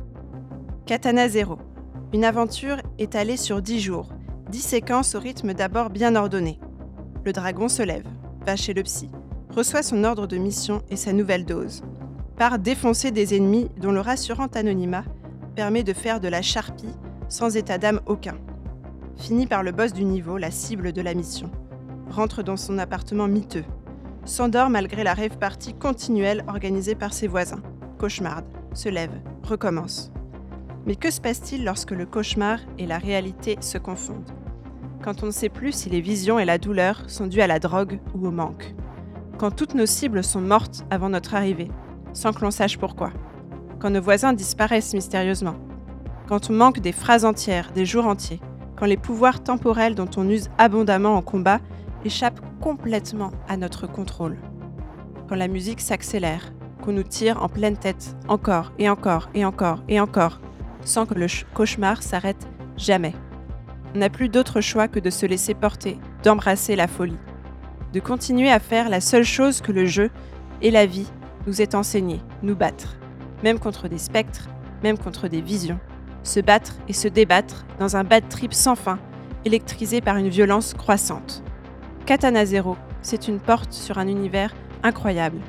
Katana Zero, une aventure étalée sur dix jours, dix séquences au rythme d'abord bien ordonné. Le dragon se lève, va chez le psy, reçoit son ordre de mission et sa nouvelle dose, part défoncer des ennemis dont le rassurant anonymat permet de faire de la charpie sans état d'âme aucun. Finit par le boss du niveau, la cible de la mission. Rentre dans son appartement miteux. S'endort malgré la rave party continuelle organisée par ses voisins. Cauchemarde, se lève, recommence. Mais que se passe-t-il lorsque le cauchemar et la réalité se confondent ? Quand on ne sait plus si les visions et la douleur sont dues à la drogue ou au manque. Quand toutes nos cibles sont mortes avant notre arrivée, sans que l'on sache pourquoi. Quand nos voisins disparaissent mystérieusement. Quand on manque des phrases entières, des jours entiers. Quand les pouvoirs temporels dont on use abondamment en combat échappent complètement à notre contrôle. Quand la musique s'accélère, qu'on nous tire en pleine tête, encore et encore et encore et encore, sans que le cauchemar s'arrête jamais. On n'a plus d'autre choix que de se laisser porter, d'embrasser la folie, de continuer à faire la seule chose que le jeu et la vie nous aient enseigné, nous battre, même contre des spectres, même contre des visions, se battre et se débattre dans un bad trip sans fin, électrisé par une violence croissante. Katana Zero, c'est une porte sur un univers incroyable,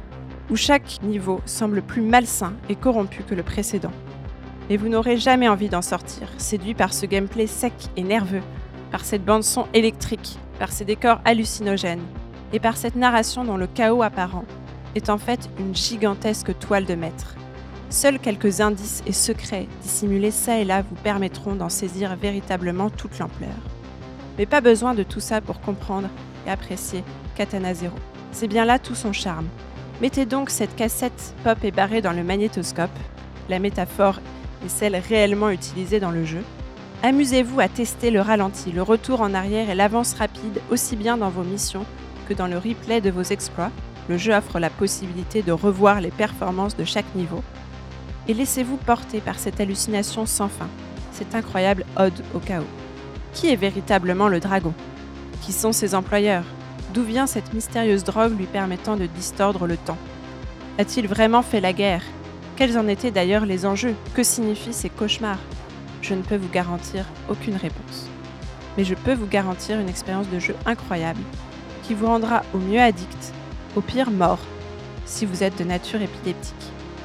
où chaque niveau semble plus malsain et corrompu que le précédent. Mais vous n'aurez jamais envie d'en sortir, séduit par ce gameplay sec et nerveux, par cette bande-son électrique, par ces décors hallucinogènes, et par cette narration dont le chaos apparent est en fait une gigantesque toile de maître. Seuls quelques indices et secrets dissimulés çà et là vous permettront d'en saisir véritablement toute l'ampleur. Mais pas besoin de tout ça pour comprendre et apprécier Katana Zero. C'est bien là tout son charme. Mettez donc cette cassette pop et barrée dans le magnétoscope, la métaphore est celle réellement utilisée dans le jeu. Amusez-vous à tester le ralenti, le retour en arrière et l'avance rapide aussi bien dans vos missions que dans le replay de vos exploits. Le jeu offre la possibilité de revoir les performances de chaque niveau. Et laissez-vous porter par cette hallucination sans fin, cette incroyable ode au chaos. Qui est véritablement le dragon ? Qui sont ses employeurs ? D'où vient cette mystérieuse drogue lui permettant de distordre le temps ? A-t-il vraiment fait la guerre ? Quels en étaient d'ailleurs les enjeux ? Que signifient ces cauchemars ? Je ne peux vous garantir aucune réponse. Mais je peux vous garantir une expérience de jeu incroyable, qui vous rendra au mieux addict, au pire mort, si vous êtes de nature épileptique.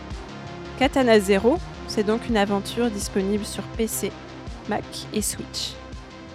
Katana Zero, c'est donc une aventure disponible sur P C, Mac et Switch. Foncez !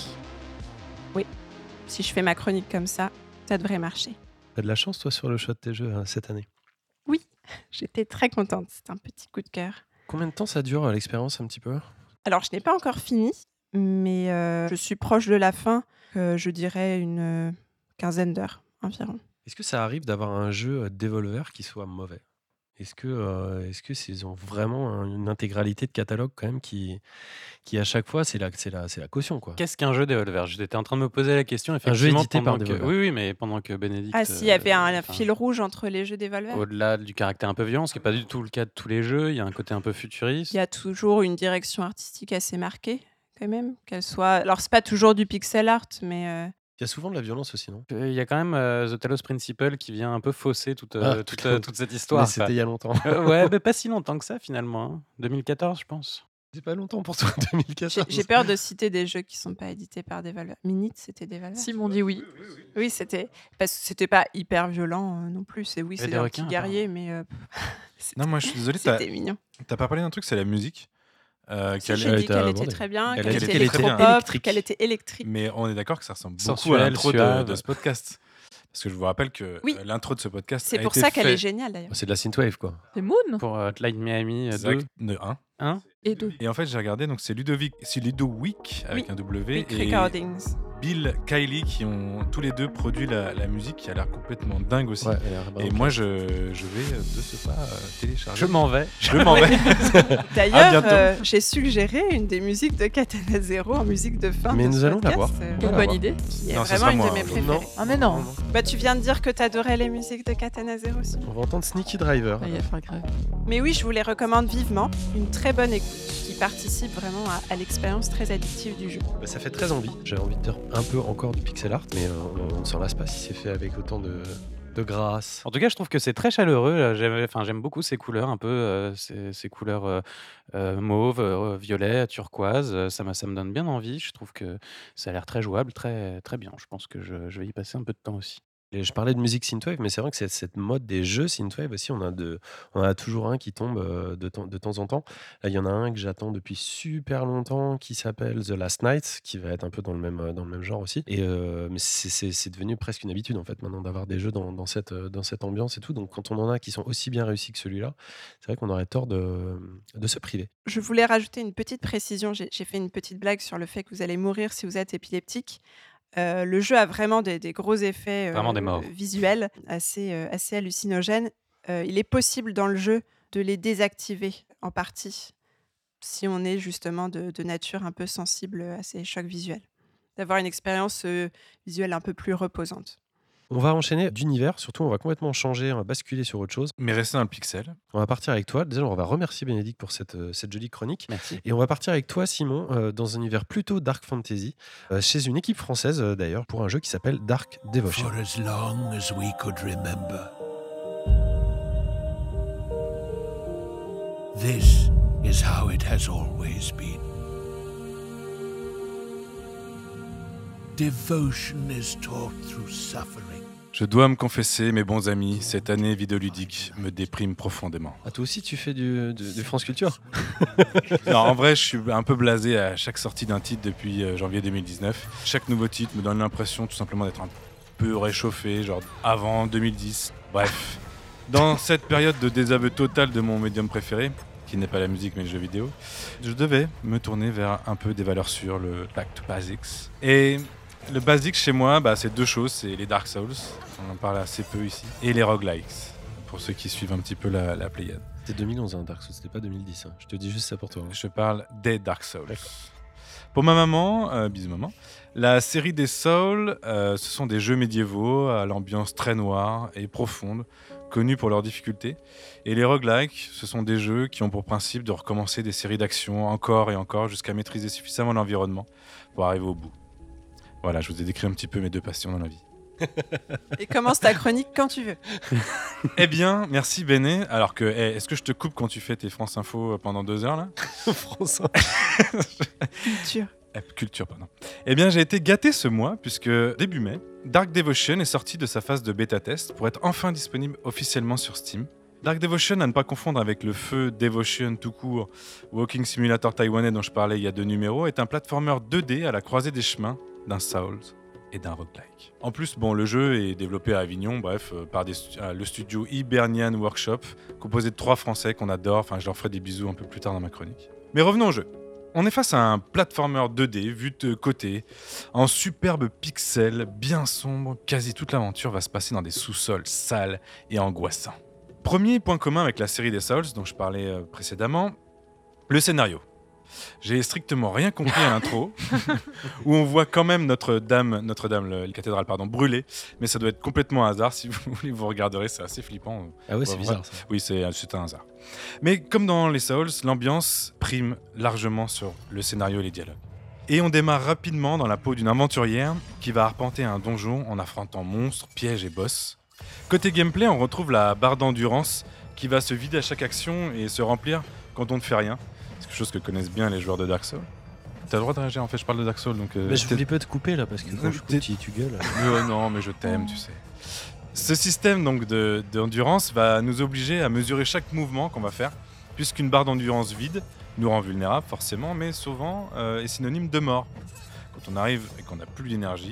Oui, si je fais ma chronique comme ça, ça devrait marcher. T'as de la chance, toi, sur le choix de tes jeux hein, cette année. Oui, j'étais très contente. C'est un petit coup de cœur. Combien de temps ça dure, euh, l'expérience, un petit peu ? Alors, je n'ai pas encore fini, mais euh, je suis proche de la fin. Euh, je dirais une euh, quinzaine d'heures environ. Est-ce que ça arrive d'avoir un jeu euh, Devolver qui soit mauvais ? Est-ce que, euh, est-ce que c'est- ils ont vraiment un- une intégralité de catalogue quand même qui, qui à chaque fois, c'est la, c'est la, c'est la caution, quoi. Qu'est-ce qu'un jeu Devolver? J'étais en train de me poser la question, jeu effectivement, édité par pendant que... Devolver. Oui, oui, mais pendant que Bénédicte... Ah, s'il y avait un, euh, un enfin, fil rouge entre les jeux Devolver. Au-delà du caractère un peu violent, ce qui n'est pas du tout le cas de tous les jeux, il y a un côté un peu futuriste. Il y a toujours une direction artistique assez marquée, quand même. Qu'elle soit... Alors, c'est pas toujours du pixel art, mais... euh, Il y a souvent de la violence aussi, non ? Euh, Il y a quand même euh, The Talos Principle qui vient un peu fausser toute, euh, Ah, toute, putain. euh, toute cette histoire. Mais c'était Enfin, il y a longtemps. euh, ouais, mais pas si longtemps que ça finalement. hein. deux mille quatorze, je pense. C'est pas longtemps pour toi, deux mille quatorze. J'ai j'ai peur de citer des jeux qui sont pas édités par Devolver. Minute, c'était Devolver. Simon dit oui. Oui, c'était parce que c'était pas hyper violent euh, non plus. C'est oui, Il y a c'est des un requins, petit guerrier, mais euh, c'était Non, moi je suis désolé, t'as c'était mignon. t'as pas parlé d'un truc, c'est la musique. euh, Si, qu'elle- j'ai elle dit était qu'elle abordée. était très bien, Elle qu'elle était était très bien. électropop, Électrique. qu'elle était électrique. Mais on est d'accord que ça ressemble beaucoup à Sensuelle, l'intro de, suave. de ce podcast. Parce que je vous rappelle que Oui. euh, l'intro de ce podcast C'est a pour été ça qu'elle fait est géniale d'ailleurs. C'est de la synthwave, quoi. C'est Moon Pour euh, Hotline Miami euh, Exact, deux. de un. un. et deux. Et en fait, j'ai regardé, donc c'est Ludovic, c'est Ludowick avec Oui. un W Quick et Recordings. Bill Kiley qui ont tous les deux produit la, la musique qui a l'air complètement dingue aussi. Ouais, elle a l'air Et vraiment moi, je, je vais euh, de ce pas euh, télécharger. Je m'en vais. Je m'en vais. D'ailleurs, bientôt. euh, j'ai suggéré une des musiques de Katana Zero en musique de fin. Mais de nous ce allons la podcast, voir. euh, Quelle Voilà, bonne voir. idée. qui est Non, ça vraiment sera une moi, de mes hein. préférées. Non. Ah mais non. Bah, tu viens de dire que t'adorais les musiques de Katana Zero aussi. On va entendre Sneaky Driver. Ah, il va faire grève. Mais oui, je vous les recommande vivement. Une très bonne écoute qui participe vraiment à, à l'expérience très addictive du jeu. Bah, ça fait très envie. J'ai envie de dire un peu encore du pixel art, mais euh, on, on ne s'en lasse pas si c'est fait avec autant de, de grâce. En tout cas, je trouve que c'est très chaleureux. là. J'aime, enfin, j'aime beaucoup ces couleurs, un peu euh, ces, ces couleurs euh, euh, mauve, euh, violet, turquoise. Euh, Ça, m'a- ça me donne bien envie. Je trouve que ça a l'air très jouable, très, très bien. Je pense que je, je vais y passer un peu de temps aussi. Et je parlais de musique synthwave, mais c'est vrai que c'est cette mode des jeux synthwave aussi. On a, de, on a toujours un qui tombe euh, de, temps- de temps en temps. Là, il y en a un que j'attends depuis super longtemps qui s'appelle The Last Night, qui va être un peu dans le même, euh, dans le même genre aussi. Et, euh, mais c'est- c'est c'est devenu presque une habitude en fait maintenant d'avoir des jeux dans, dans cette, euh, dans cette ambiance et tout. Donc quand on en a qui sont aussi bien réussis que celui-là, c'est vrai qu'on aurait tort de, de se priver. Je voulais rajouter une petite précision. J'ai j'ai fait une petite blague sur le fait que vous allez mourir si vous êtes épileptique. Euh, le jeu a vraiment des, des gros effets euh, Vraiment des morts. visuels assez, euh, assez hallucinogènes. Euh, il est possible dans le jeu de les désactiver en partie si on est justement de, de nature un peu sensible à ces chocs visuels. D'avoir une expérience euh, visuelle un peu plus reposante. On va enchaîner d'univers, surtout on va complètement changer, on va basculer sur autre chose. Mais restez dans le pixel. On va partir avec toi. Déjà, on va remercier Bénédicte pour cette, euh, cette jolie chronique. Merci. Et on va partir avec toi, Simon, euh, dans un univers plutôt dark fantasy, euh, chez une équipe française euh, d'ailleurs, pour un jeu qui s'appelle Dark Devotion. For as long as we could remember. This is how it has always been. Devotion is taught through suffering. Je dois me confesser, mes bons amis, cette année vidéoludique me déprime profondément. Ah, toi aussi, tu fais du, du, du France Culture. Non, en vrai, je suis un peu blasé à chaque sortie d'un titre depuis euh, janvier deux mille dix-neuf. Chaque nouveau titre me donne l'impression tout simplement d'être un peu réchauffé, genre avant deux mille dix. Bref, dans cette période de désaveu total de mon médium préféré, qui n'est pas la musique mais le jeu vidéo, je devais me tourner vers un peu des valeurs sûres, le back to basics. Et le basic chez moi, bah, c'est deux choses, c'est les Dark Souls, on en parle assez peu ici, et les roguelikes, pour ceux qui suivent un petit peu la, la Pléiade. C'était deux mille onze, hein, Dark Souls, c'était pas deux mille dix. Hein. Je te dis juste ça pour toi. Hein. Je parle des Dark Souls. Pour ma maman, euh, bisous maman, la série des Souls, euh, ce sont des jeux médiévaux à l'ambiance très noire et profonde, connus pour leur difficulté. Et les roguelikes, ce sont des jeux qui ont pour principe de recommencer des séries d'actions encore et encore jusqu'à maîtriser suffisamment l'environnement pour arriver au bout. Voilà, je vous ai décrit un petit peu mes deux passions dans la vie. Et commence ta chronique quand tu veux. Eh bien, merci Béné. Alors que, eh, est-ce que je te coupe quand tu fais tes France Info pendant deux heures là? France. Culture. Eh, Culture, pardon. Eh bien, j'ai été gâté ce mois puisque début mai, Dark Devotion est sorti de sa phase de bêta test pour être enfin disponible officiellement sur Steam. Dark Devotion, à ne pas confondre avec le feu Devotion tout court, Walking Simulator taïwanais dont je parlais il y a deux numéros, est un platformer deux D à la croisée des chemins d'un Souls et d'un roguelike. En plus, bon, le jeu est développé à Avignon, bref, euh, par des stu- euh, le studio Hibernian Workshop, composé de trois Français qu'on adore, enfin je leur ferai des bisous un peu plus tard dans ma chronique. Mais revenons au jeu. On est face à un platformer deux D, vu de côté, en superbe pixels, bien sombre. Quasi toute l'aventure va se passer dans des sous-sols sales et angoissants. Premier point commun avec la série des Souls, dont je parlais euh, précédemment, le scénario. J'ai strictement rien compris à l'intro, où on voit quand même Notre-Dame, Notre-Dame, le, la cathédrale, pardon, brûlée, mais ça doit être complètement un hasard. Si vous voulez, vous regarderez, c'est assez flippant. Ah ouais, c'est Ouais, bizarre ça. Oui, c'est, c'est un hasard. Mais comme dans les Souls, l'ambiance prime largement sur le scénario et les dialogues. Et on démarre rapidement dans la peau d'une aventurière qui va arpenter un donjon en affrontant monstres, pièges et boss. Côté gameplay, on retrouve la barre d'endurance qui va se vider à chaque action et se remplir quand on ne fait rien. C'est quelque chose que connaissent bien les joueurs de Dark Souls. T'as le droit de réagir, en fait, je parle de Dark Souls, donc... euh, Mais je t'es- voulais pas te couper là parce que quand Non, je coupe, t'es- tu, tu gueules. Oh non, mais je t'aime, tu sais. Ce système donc de, d'endurance va nous obliger à mesurer chaque mouvement qu'on va faire, puisqu'une barre d'endurance vide nous rend vulnérables forcément, mais souvent euh, est synonyme de mort. Quand on arrive et qu'on n'a plus d'énergie,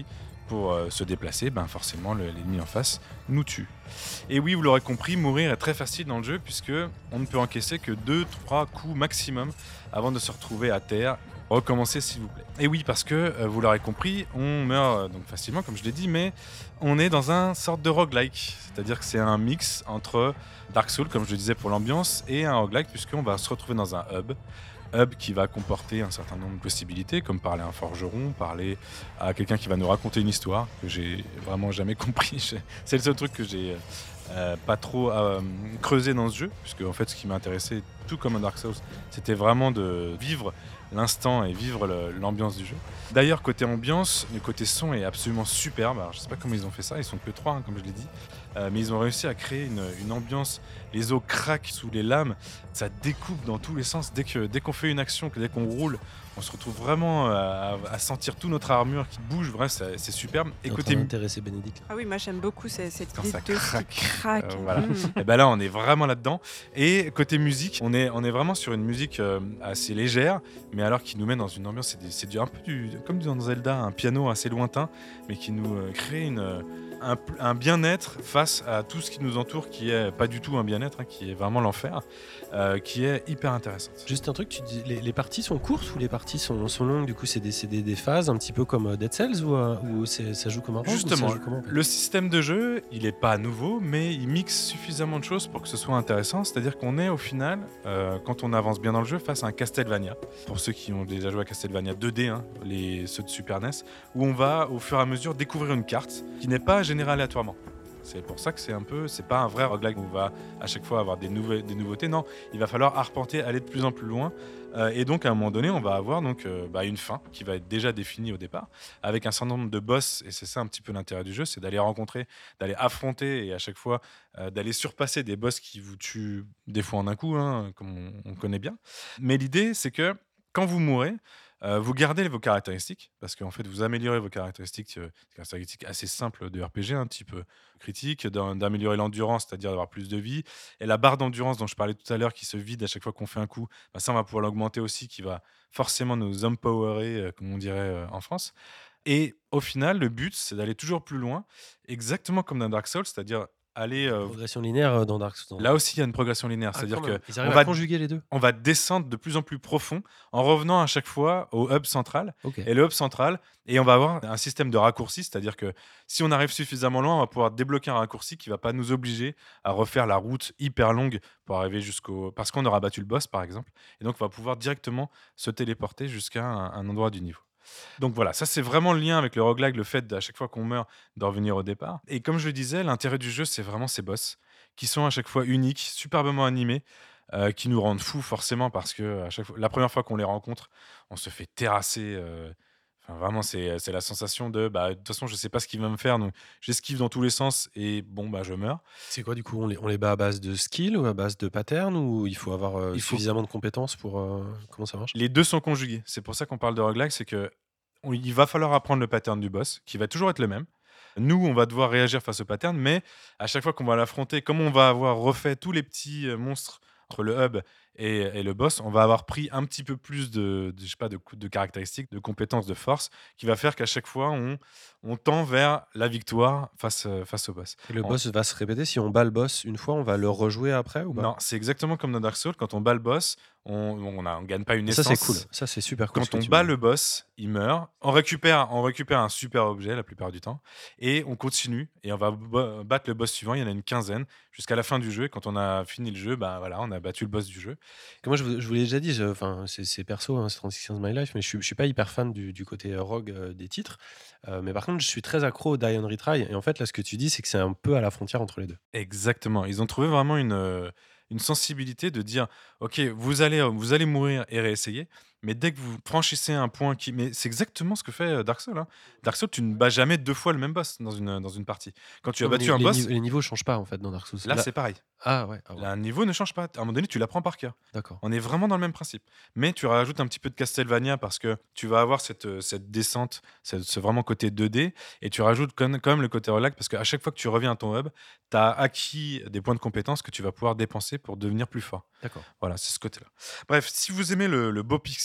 pour euh, se déplacer, ben forcément le- l'ennemi en face nous tue. Et oui, vous l'aurez compris, mourir est très facile dans le jeu puisque on ne peut encaisser que deux trois coups maximum avant de se retrouver à terre. Recommencez s'il vous plaît. Et oui, parce que euh, vous l'aurez compris, on meurt euh, donc facilement comme je l'ai dit, mais on est dans un sorte de roguelike, c'est-à-dire que c'est un mix entre Dark Souls comme je le disais pour l'ambiance et un roguelike puisqu'on va se retrouver dans un hub. Hub qui va comporter un certain nombre de possibilités, comme parler à un forgeron, parler à quelqu'un qui va nous raconter une histoire que j'ai vraiment jamais compris. J'ai- C'est le seul truc que j'ai euh, pas trop euh, creusé dans ce jeu, puisque en fait ce qui m'intéressait, tout comme un Dark Souls, c'était vraiment de vivre l'instant et vivre le- l'ambiance du jeu. D'ailleurs, côté ambiance, le côté son est absolument superbe. Alors, je sais pas comment ils ont fait ça, ils sont que trois, hein, comme je l'ai dit. Euh, mais ils ont réussi à créer une, une ambiance. Les os craquent sous les lames, ça découpe dans tous les sens. Dès que dès qu'on fait une action, que dès qu'on roule, on se retrouve vraiment à, à sentir toute notre armure qui bouge. Bref, c'est c'est superbe. Et T'es en côté train d'intéresser Bénédicte. Ah oui, moi j'aime beaucoup ce- cette Quand idée ça de craque, qui craque. euh, voilà. Mm. Et ben là, on est vraiment là-dedans. Et côté musique, on est, on est vraiment sur une musique euh, assez légère, mais alors qui nous met dans une ambiance, c'est, des- c'est du, un peu du, comme dans Zelda, un piano assez lointain, mais qui nous euh, crée une, euh, un, pl- un bien-être face à tout ce qui nous entoure, qui est pas du tout un bien-être, hein, qui est vraiment l'enfer, euh, qui est hyper intéressante. Juste un truc, tu dis, les, les parties sont courtes ou les parties sont, sont longues? Du coup, c'est des, c'est des, des phases un petit peu comme euh, Dead Cells ou, euh, ou c'est- ça joue comme un rogue, ou ça Justement, joue comment, en fait le système de jeu, il est pas nouveau, mais il mixe suffisamment de choses pour que ce soit intéressant. C'est-à-dire qu'on est au final, euh, quand on avance bien dans le jeu, face à un Castlevania. Pour ceux qui ont déjà joué à Castlevania deux D, hein, les, ceux de Super N E S, où on va au fur et à mesure découvrir une carte qui n'est pas générée aléatoirement. C'est pour ça que c'est un peu, c'est pas un vrai roguelike où on va à chaque fois avoir des, nouvel- des nouveautés. Non, il va falloir arpenter, aller de plus en plus loin. Euh, et donc à un moment donné, on va avoir donc euh, bah, une fin qui va être déjà définie au départ, avec un certain nombre de boss. Et c'est ça un petit peu l'intérêt du jeu, c'est d'aller rencontrer, d'aller affronter et à chaque fois euh, d'aller surpasser des boss qui vous tuent des fois en un coup, hein, comme on, on connaît bien. Mais l'idée, c'est que quand vous mourrez, euh, vous gardez vos caractéristiques, parce qu'en fait, vous améliorez vos caractéristiques, euh, des caractéristiques assez simples de R P G, un type euh, critique, d'un- d'améliorer l'endurance, c'est-à-dire d'avoir plus de vie. Et la barre d'endurance dont je parlais tout à l'heure, qui se vide à chaque fois qu'on fait un coup, bah, ça, on va pouvoir l'augmenter aussi, qui va forcément nous empowerer, euh, comme on dirait euh, en France. Et au final, le but, c'est d'aller toujours plus loin, exactement comme dans Dark Souls, c'est-à-dire aller... euh, Progression linéaire euh, dans Dark Souls. là aussi, il y a une progression linéaire, Ah, c'est-à-dire quand que même. Ils on arrivent va à conjuguer les deux. on va descendre de plus en plus profond en revenant à chaque fois au hub central. Ok. Et le hub central, et on va avoir un système de raccourci, c'est-à-dire que si on arrive suffisamment loin, on va pouvoir débloquer un raccourci qui va pas nous obliger à refaire la route hyper longue pour arriver jusqu'au... Parce qu'on aura battu le boss, par exemple. Et donc, on va pouvoir directement se téléporter jusqu'à un, un endroit du niveau. Donc voilà, ça c'est vraiment le lien avec le roguelike, le fait d'à chaque fois qu'on meurt, de revenir au départ. Et comme je le disais, l'intérêt du jeu, c'est vraiment ces boss, qui sont à chaque fois uniques, superbement animés, euh, qui nous rendent fous forcément parce que à chaque fois, la première fois qu'on les rencontre, on se fait terrasser. euh, Enfin, vraiment, c'est c'est la sensation de bah, de toute façon, je sais pas ce qu'il va me faire, donc j'esquive dans tous les sens et bon, bah, je meurs. C'est quoi du coup on les, on les bat à base de skill ou à base de pattern ou il faut avoir euh, Il faut- suffisamment de compétences pour... euh, comment ça marche? Les deux sont conjugués. C'est pour ça qu'on parle de roguelike, c'est que on- il va falloir apprendre le pattern du boss, qui va toujours être le même. Nous, on va devoir réagir face au pattern, mais à chaque fois qu'on va l'affronter, comme on va avoir refait tous les petits euh, monstres entre le hub et, et le boss, on va avoir pris un petit peu plus de, de, je sais pas, de, cou- de caractéristiques, de compétences, de force, qui va faire qu'à chaque fois, on, on tend vers la victoire face, euh, face au boss. Et le En- boss va se répéter. Si on bat le boss une fois, on va le rejouer après ou pas? Non, c'est exactement comme dans Dark Souls, quand on bat le boss, on on a- on gagne pas une Et ça essence. c'est cool. Ça c'est super cool. ce Quand que on tu bat me dis. le boss, il meurt. On récupère, on récupère un super objet la plupart du temps. Et on continue. Et on va bo- battre le boss suivant. Il y en a une quinzaine jusqu'à la fin du jeu. Et quand on a fini le jeu, bah voilà, on a battu le boss du jeu. Que moi, je, vous je vous l'ai déjà dit, je- enfin, c'est c'est perso, hein, c'est trente-six Years of My Life, mais je suis, je suis pas hyper fan du, du côté euh, rogue euh, des titres. Euh, mais par contre, je suis très accro au Die and Retry. Et en fait, là, ce que tu dis, c'est que c'est un peu à la frontière entre les deux. Exactement. Ils ont trouvé vraiment une, euh, une sensibilité de dire, ok, vous allez, euh, vous allez mourir et réessayer. Mais dès que vous franchissez un point qui... Mais c'est exactement ce que fait euh, Dark Souls. hein. Dark Souls, tu ne bats jamais deux fois le même boss dans une, dans une partie. Quand tu as Non, mais battu les, un les boss, niveaux- les niveaux changent pas en fait dans Dark Souls. là, c'est pareil. Ah ouais, ah ouais, Là, un niveau ne change pas. À un moment donné, tu l'apprends par cœur. d'accord. On est vraiment dans le même principe. Mais tu rajoutes un petit peu de Castlevania parce que tu vas avoir cette, euh, cette descente, ce, ce vraiment côté deux D, et tu rajoutes quand même, quand même le côté relax parce qu'à chaque fois que tu reviens à ton hub, tu as acquis des points de compétence que tu vas pouvoir dépenser pour devenir plus fort. D'accord. Voilà, c'est ce côté-là. Bref, si vous aimez le, le beau pixel,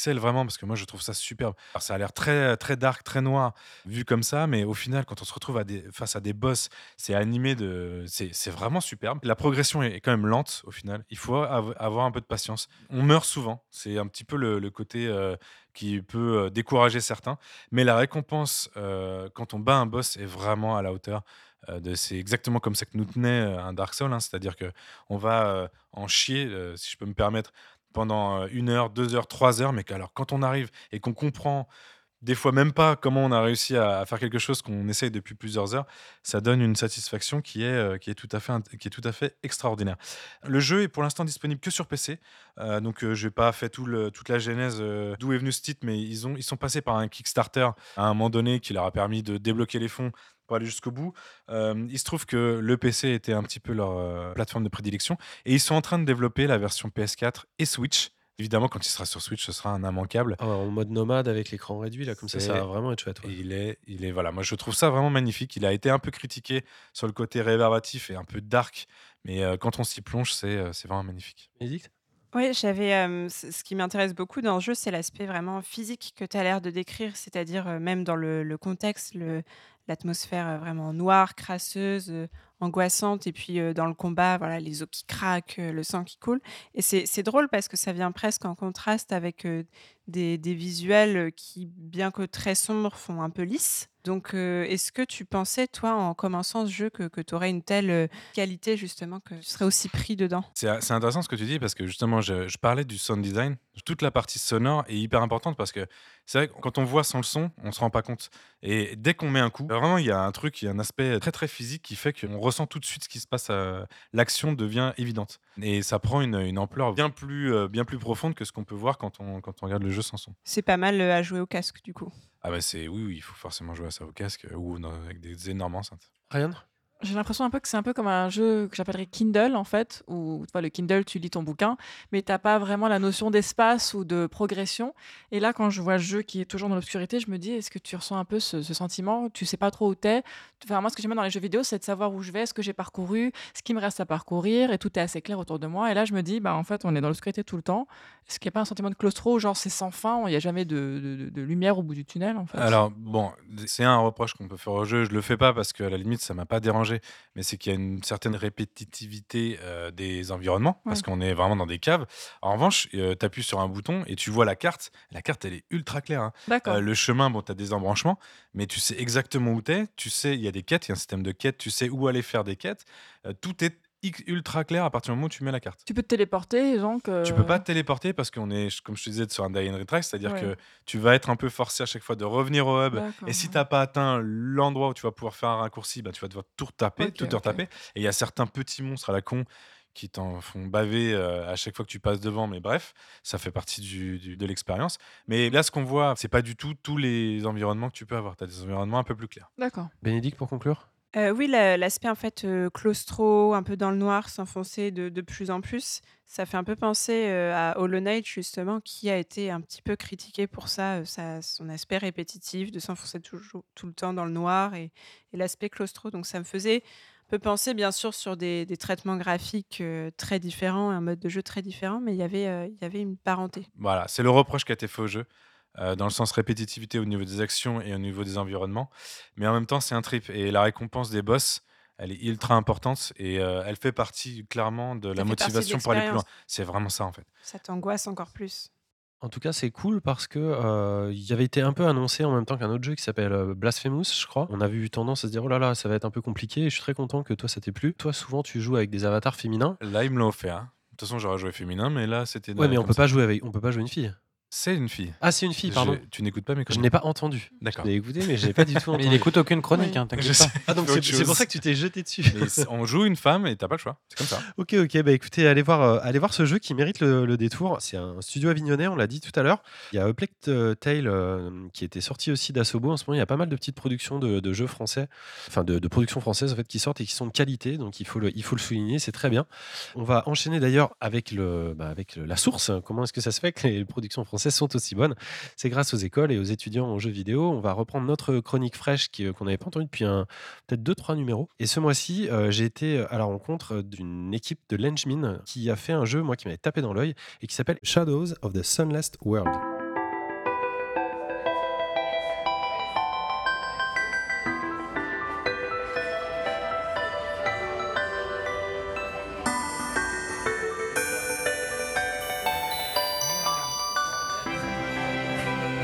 pixels vraiment, parce que moi je trouve ça superbe. Alors, ça a l'air très, très dark, très noir vu comme ça, mais au final, quand on se retrouve à des, face à des boss, c'est animé de. C'est c'est vraiment superbe. La progression est, est quand même lente au final. Il faut av- avoir un peu de patience. On meurt souvent. C'est un petit peu le, le côté euh, qui peut euh, décourager certains. Mais la récompense euh, quand on bat un boss est vraiment à la hauteur. Euh, de- c'est exactement comme ça que nous tenait euh, un Dark Souls, hein. C'est-à-dire que on va euh, en chier, euh, si je peux me permettre, pendant euh, une heure, deux heures, trois heures, mais qu'alors quand on arrive et qu'on comprend des fois même pas comment on a réussi à, à faire quelque chose qu'on essaye depuis plusieurs heures, ça donne une satisfaction qui est, euh, qui est, tout, à fait, int- qui est tout à fait extraordinaire. Le jeu est pour l'instant disponible que sur P C, euh, donc euh, je n'ai pas fait tout le- toute la genèse euh, d'où est venu ce titre, mais ils, ont, ils sont passés par un Kickstarter à un moment donné qui leur a permis de débloquer les fonds pour aller jusqu'au bout. Euh, il se trouve que le P C était un petit peu leur euh, plateforme de prédilection et ils sont en train de développer la version P S quatre et Switch. Évidemment, quand il sera sur Switch, ce sera un immanquable. Ah, en mode nomade avec l'écran réduit, là, comme ça, ça C'est- va vraiment être chouette. Et Ouais. il est, il est, voilà, moi je trouve ça vraiment magnifique. Il a été un peu critiqué sur le côté réverbatif et un peu dark, mais euh, quand on s'y plonge, c'est euh, c'est vraiment magnifique. Bénédicte? Oui, j'avais, hem, ce ce qui m'intéresse beaucoup dans le jeu, c'est l'aspect vraiment physique que tu as l'air de décrire, c'est-à-dire, heu, même dans le le contexte, le l'atmosphère, heu, vraiment noire, crasseuse, heu, angoissante et puis, heu, dans le combat, voilà, les os qui craquent, heu, le sang qui coule et c'est c'est drôle parce que ça vient presque en contraste avec, heu, des des visuels, heu, qui, bien que très sombres, font un peu lisse. Donc, heu, est-ce que tu pensais, toi, en commençant ce jeu, que que tu aurais une telle, heu, qualité justement, que tu serais aussi pris dedans? C'est c'est intéressant ce que tu dis parce que justement, je, je parlais du sound design. Toute la partie sonore est hyper importante parce que c'est vrai que quand on voit sans le son, on se rend pas compte. Et dès qu'on met un coup, vraiment, il y a un truc, il y a un aspect très très physique qui fait qu'on ressent tout de suite ce qui se passe. à- L'action devient évidente. Et ça prend une, une ampleur bien plus, euh, bien plus profonde que ce qu'on peut voir quand on, quand on regarde le jeu sans son. C'est pas mal, heu, à jouer au casque, du coup? Ah bah c'est oui, oui, il faut forcément jouer à ça au casque euh, ou dans- avec des énormes enceintes. Ryan? J'ai l'impression un peu que c'est un peu comme un jeu que j'appellerais Kindle en fait, où tu vois, le Kindle, tu lis ton bouquin, mais t'as pas vraiment la notion d'espace ou de progression. Et là, quand je vois le jeu qui est toujours dans l'obscurité, je me dis, est-ce que tu ressens un peu ce, ce sentiment? Tu sais pas trop où t'es. Enfin, moi, ce que j'aime bien dans les jeux vidéo, c'est de savoir où je vais, ce que j'ai parcouru, ce qui me reste à parcourir, et tout est assez clair autour de moi. Et là, je me dis, bah en fait, on est dans l'obscurité tout le temps. Est-ce qu'il n'y a pas un sentiment de claustro, genre c'est sans fin, il n'y a jamais de, de- de- de lumière au bout du tunnel en fait? Alors bon, c'est un reproche qu'on peut faire au jeu. Je le fais pas parce qu'à la limite ça m'a pas dérangé, mais c'est qu'il y a une certaine répétitivité euh, des environnements parce Ouais. qu'on est vraiment dans des caves. En revanche, tu appuies sur un bouton et tu vois la carte. La carte elle est ultra claire, hein. D'accord. Euh, le chemin, bon, tu as des embranchements, mais tu sais exactement où tu es. Tu sais, il y a des quêtes, il y a un système de quêtes. Tu sais où aller faire des quêtes. Euh, tout est x- ultra clair à partir du moment où tu mets la carte. Tu peux te téléporter, donc. Tu peux pas euh, te téléporter parce qu'on est, comme je te disais, sur un die and retract, c'est-à-dire Ouais. que tu vas être un peu forcé à chaque fois de revenir au hub. D'accord, Et si ouais. t'as pas atteint l'endroit où tu vas pouvoir faire un raccourci, bah, tu vas devoir tout retaper, Ok, tout te ok. retaper. Et il y a certains petits monstres à la con qui t'en font baver euh, à chaque fois que tu passes devant. Mais bref, ça fait partie du, du- de l'expérience. Mais là, ce qu'on voit, c'est pas du tout tous les environnements que tu peux avoir. Tu as des environnements un peu plus clairs. D'accord. Bénédicte, pour conclure? Heu, oui, la l'aspect en fait, heu, claustro, un peu dans le noir, s'enfoncer de de plus en plus, ça fait un peu penser, heu, à Hollow Knight justement, qui a été un petit peu critiqué pour ça, heu, sa son aspect répétitif, de s'enfoncer toujours tout le temps dans le noir et et l'aspect claustro. Donc ça me faisait un peu penser bien sûr sur des des traitements graphiques, heu, très différents, un mode de jeu très différent, mais il y avait, heu, il y avait une parenté. Voilà, c'est le reproche qui a été fait au jeu, euh, dans le sens répétitivité au niveau des actions et au niveau des environnements. Mais en même temps, c'est un trip. Et la récompense des boss, elle est ultra importante et euh, elle fait partie clairement de la Ça fait partie de motivation pour aller plus loin. l'expérience. C'est vraiment ça en fait. Ça t'angoisse encore plus. En tout cas, c'est cool parce que euh, il avait été un peu annoncé en même temps qu'un autre jeu qui s'appelle euh, Blasphemous, je crois. On avait eu tendance à se dire oh là là, ça va être un peu compliqué. Et je suis très content que toi, ça t'ait plu. Toi, souvent, tu joues avec des avatars féminins. Là, ils me l'ont offert, hein. De toute façon, j'aurais joué féminin, mais là, c'était Ouais, mais on comme peut ça. pas jouer avec, on peut pas jouer une fille. C'est une fille. Ah, c'est une fille, pardon. Je- Tu n'écoutes pas mes Je chroniques. n'ai pas entendu. D'accord. Je l'ai écouté, mais j'ai pas du tout Mais entendu. il écoute aucune chronique, Oui. hein, Je t'inquiète sais. pas. Ah, donc Fais c'est autre c'est pour chose. ça que tu t'es jeté dessus. Mais c'est- on joue une femme et t'as pas le choix. C'est comme ça. Ok, ok, bah écoutez, allez voir, euh, allez voir ce jeu qui mérite le, le détour. C'est un studio avignonnais, on l'a dit tout à l'heure. Il y a Uplect euh, Tale euh, qui était sorti aussi d'Asobo. En ce moment, il y a pas mal de petites productions de, de jeux français, enfin de, de productions françaises en fait, qui sortent et qui sont de qualité. Donc il faut le, il faut le souligner, c'est très bien. On va enchaîner d'ailleurs avec, le, bah, avec le- la source. Comment est-ce que ça se fait que les productions françaises sont aussi bonnes? C'est grâce aux écoles et aux étudiants en jeux vidéo. On va reprendre notre chronique fraîche qui, euh, qu'on n'avait pas entendue depuis un, peut-être deux trois numéros. Et ce mois-ci, euh, j'ai été à la rencontre d'une équipe de Lenchmin qui a fait un jeu, moi, qui m'avait tapé dans l'œil et qui s'appelle Shadows of the Sunless World.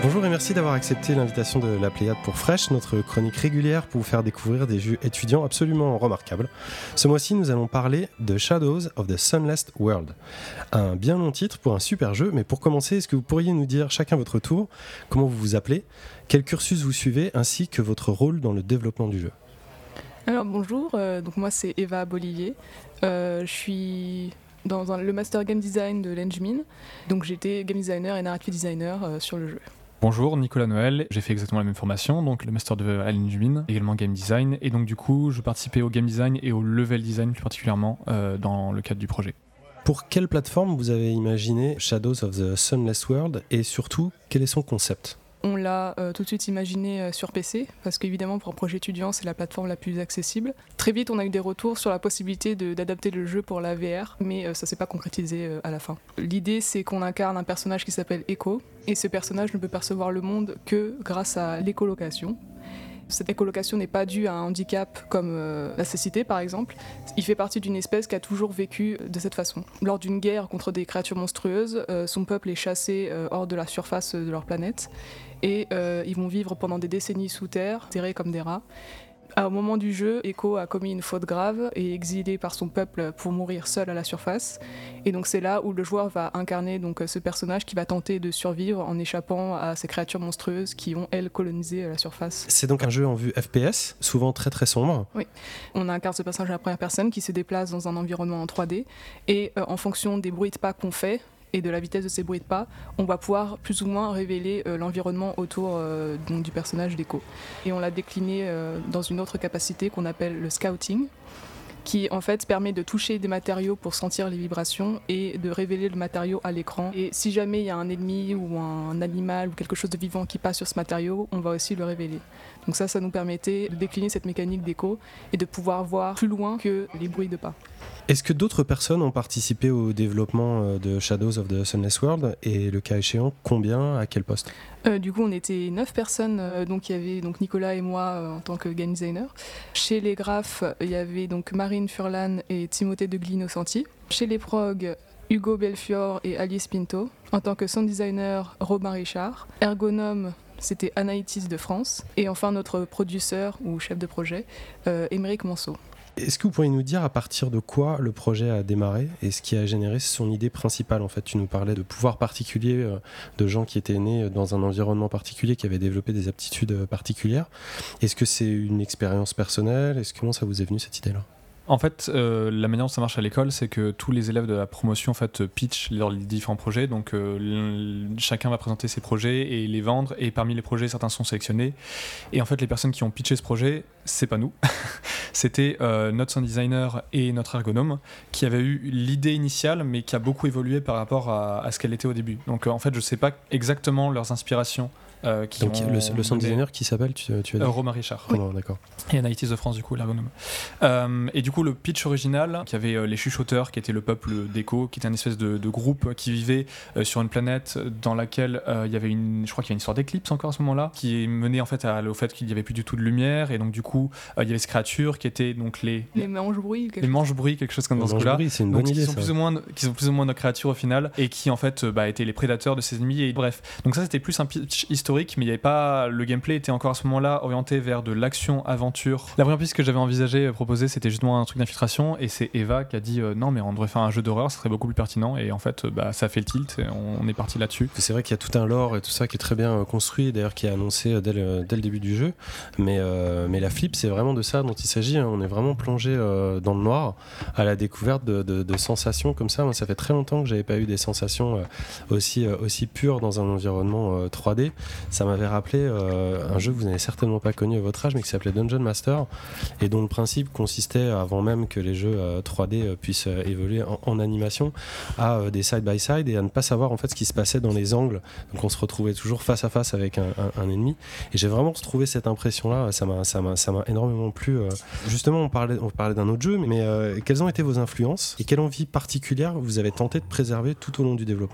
Bonjour et merci d'avoir accepté l'invitation de la Pléiade pour Fresh, notre chronique régulière pour vous faire découvrir des jeux étudiants absolument remarquables. Ce mois-ci, nous allons parler de Shadows of the Sunless World. Un bien long titre pour un super jeu, mais pour commencer, est-ce que vous pourriez nous dire chacun votre tour comment vous vous appelez, quel cursus vous suivez, ainsi que votre rôle dans le développement du jeu? Alors bonjour, euh, donc moi c'est Eva Bolivier, euh, je suis dans un- le master game design de l'Engmin, donc j'étais game designer et narrative designer euh, sur le jeu. Bonjour, Nicolas Noël, j'ai fait exactement la même formation, donc le master de Alengmin, également game design, et donc du coup je participais au game design et au level design plus particulièrement euh, dans le cadre du projet. Pour quelle plateforme vous avez imaginé Shadows of the Sunless World et surtout, quel est son concept? On l'a euh, tout de suite imaginé euh, sur P C, parce qu'évidemment pour un projet étudiant c'est la plateforme la plus accessible. Très vite on a eu des retours sur la possibilité de- d'adapter le jeu pour la V R, mais euh, ça s'est pas concrétisé euh, à la fin. L'idée c'est qu'on incarne un personnage qui s'appelle Echo, et ce personnage ne peut percevoir le monde que grâce à l'écolocation. Cette écolocation n'est pas due à un handicap comme euh, la cécité par exemple. Il fait partie d'une espèce qui a toujours vécu de cette façon. Lors d'une guerre contre des créatures monstrueuses, euh, son peuple est chassé euh, hors de la surface de leur planète et euh, ils vont vivre pendant des décennies sous terre, terrés comme des rats. Au moment du jeu, Echo a commis une faute grave et est exilé par son peuple pour mourir seul à la surface. Et donc c'est là où le joueur va incarner donc ce personnage qui va tenter de survivre en échappant à ces créatures monstrueuses qui ont elles colonisé la surface. C'est donc un jeu en vue F P S, souvent très très sombre. On incarne ce personnage à la première personne qui se déplace dans un environnement en trois D et euh, en fonction des bruits de pas qu'on fait et de la vitesse de ces bruits de pas, on va pouvoir plus ou moins révéler euh, l'environnement autour euh, donc, du personnage d'Echo. Et on l'a décliné euh, dans une autre capacité qu'on appelle le scouting, qui en fait permet de toucher des matériaux pour sentir les vibrations et de révéler le matériau à l'écran. Et si jamais il y a un ennemi ou un animal ou quelque chose de vivant qui passe sur ce matériau, on va aussi le révéler. Donc ça, ça nous permettait de décliner cette mécanique d'écho et de pouvoir voir plus loin que les bruits de pas. Est-ce que d'autres personnes ont participé au développement euh, de Shadows of the Sunless World et le cas échéant, combien, à quel poste? Euh, du coup, on était neuf personnes, euh, donc il y avait donc Nicolas et moi euh, en tant que game designer. Chez les graphes, il y avait donc Marine Furlan et Timothée de Glino-Santi. Chez les prog, Hugo Belfior et Alice Pinto. En tant que sound designer, Robin Richard. Ergonome, c'était Anaïtis de France. Et enfin, notre producteur ou chef de projet, euh, Émeric Manceau. Est-ce que vous pourriez nous dire à partir de quoi le projet a démarré et ce qui a généré son idée principale? En fait, tu nous parlais de pouvoirs particuliers, euh, de gens qui étaient nés dans un environnement particulier, qui avaient développé des aptitudes euh, particulières. Est-ce que c'est une expérience personnelle? Est-ce que comment ça vous est venu cette idée-là? En fait, euh, la manière dont ça marche à l'école, c'est que tous les élèves de la promotion en fait, pitchent leurs différents projets. Donc, euh, l- chacun va présenter ses projets et les vendre. Et parmi les projets, certains sont sélectionnés. Et en fait, les personnes qui ont pitché ce projet, c'est pas nous. C'était euh, notre sound designer et notre ergonome qui avaient eu l'idée initiale, mais qui a beaucoup évolué par rapport à, à ce qu'elle était au début. Donc, euh, en fait, je sais pas exactement leurs inspirations. Euh, qui Donc ont le, le sound donné- designer qui s'appelle, tu, tu as dit Euh, Romain Richard. Romain, d'accord. Et Anaïtis de France, du coup, l'ergonome. Euh, et du coup, le pitch original, qui avait euh, les chuchoteurs, qui était le peuple d'Echo, qui était un espèce de, de groupe qui vivait euh, sur une planète dans laquelle euh, il y avait une, je crois qu'il y avait une histoire d'éclipse encore à ce moment-là, qui menait en fait à- au fait qu'il n'y avait plus du tout de lumière, et donc du coup, euh, il y avait ces créatures qui étaient donc les, Les manches-bruits, quelque les manches-bruits, quelque chose comme dans ce Mange coup-là. brie, c'est une Donc, bonne qui idée sont, ça. plus ou moins, qui sont plus ou moins nos créatures au final et qui en fait euh, bah, étaient les prédateurs de ses ennemis et bref. Donc ça c'était plus un pitch historique, mais il y avait pas le gameplay était encore à ce moment-là orienté vers de l'action aventure. La première piste que j'avais envisagé euh, proposer c'était justement un truc d'infiltration et c'est Eva qui a dit euh, non mais on devrait faire un jeu d'horreur, ça serait beaucoup plus pertinent et en fait euh, bah, ça a fait le tilt et on, on est parti là-dessus. C'est vrai qu'il y a tout un lore et tout ça qui est très bien euh, construit, et d'ailleurs qui est annoncé euh, dès le, dès le début du jeu. Mais, euh, mais la flip, c'est vraiment de ça dont il s'agit. Hein. On est vraiment plongé euh, dans le noir à la découverte de, de, de sensations comme ça. Moi, ça fait très longtemps que j'avais pas eu des sensations euh, aussi, euh, aussi pures dans un environnement euh, trois D. Ça m'avait rappelé euh, un jeu que vous n'avez certainement pas connu à votre âge, mais qui s'appelait Dungeon Master, et dont le principe consistait, avant même que les jeux euh, trois D euh, puissent euh, évoluer en, en animation, à euh, des side-by-side et à ne pas savoir en fait ce qui se passait dans les angles. Donc on se retrouvait toujours face à face avec un, un, un ennemi. Et j'ai vraiment retrouvé cette impression-là. Ça m'a, ça m'a, ça m'a énormément plu. Euh. Justement, on parlait, on parlait d'un autre jeu, mais euh, quelles ont été vos influences et quelle envie particulière vous avez tenté de préserver tout au long du développement?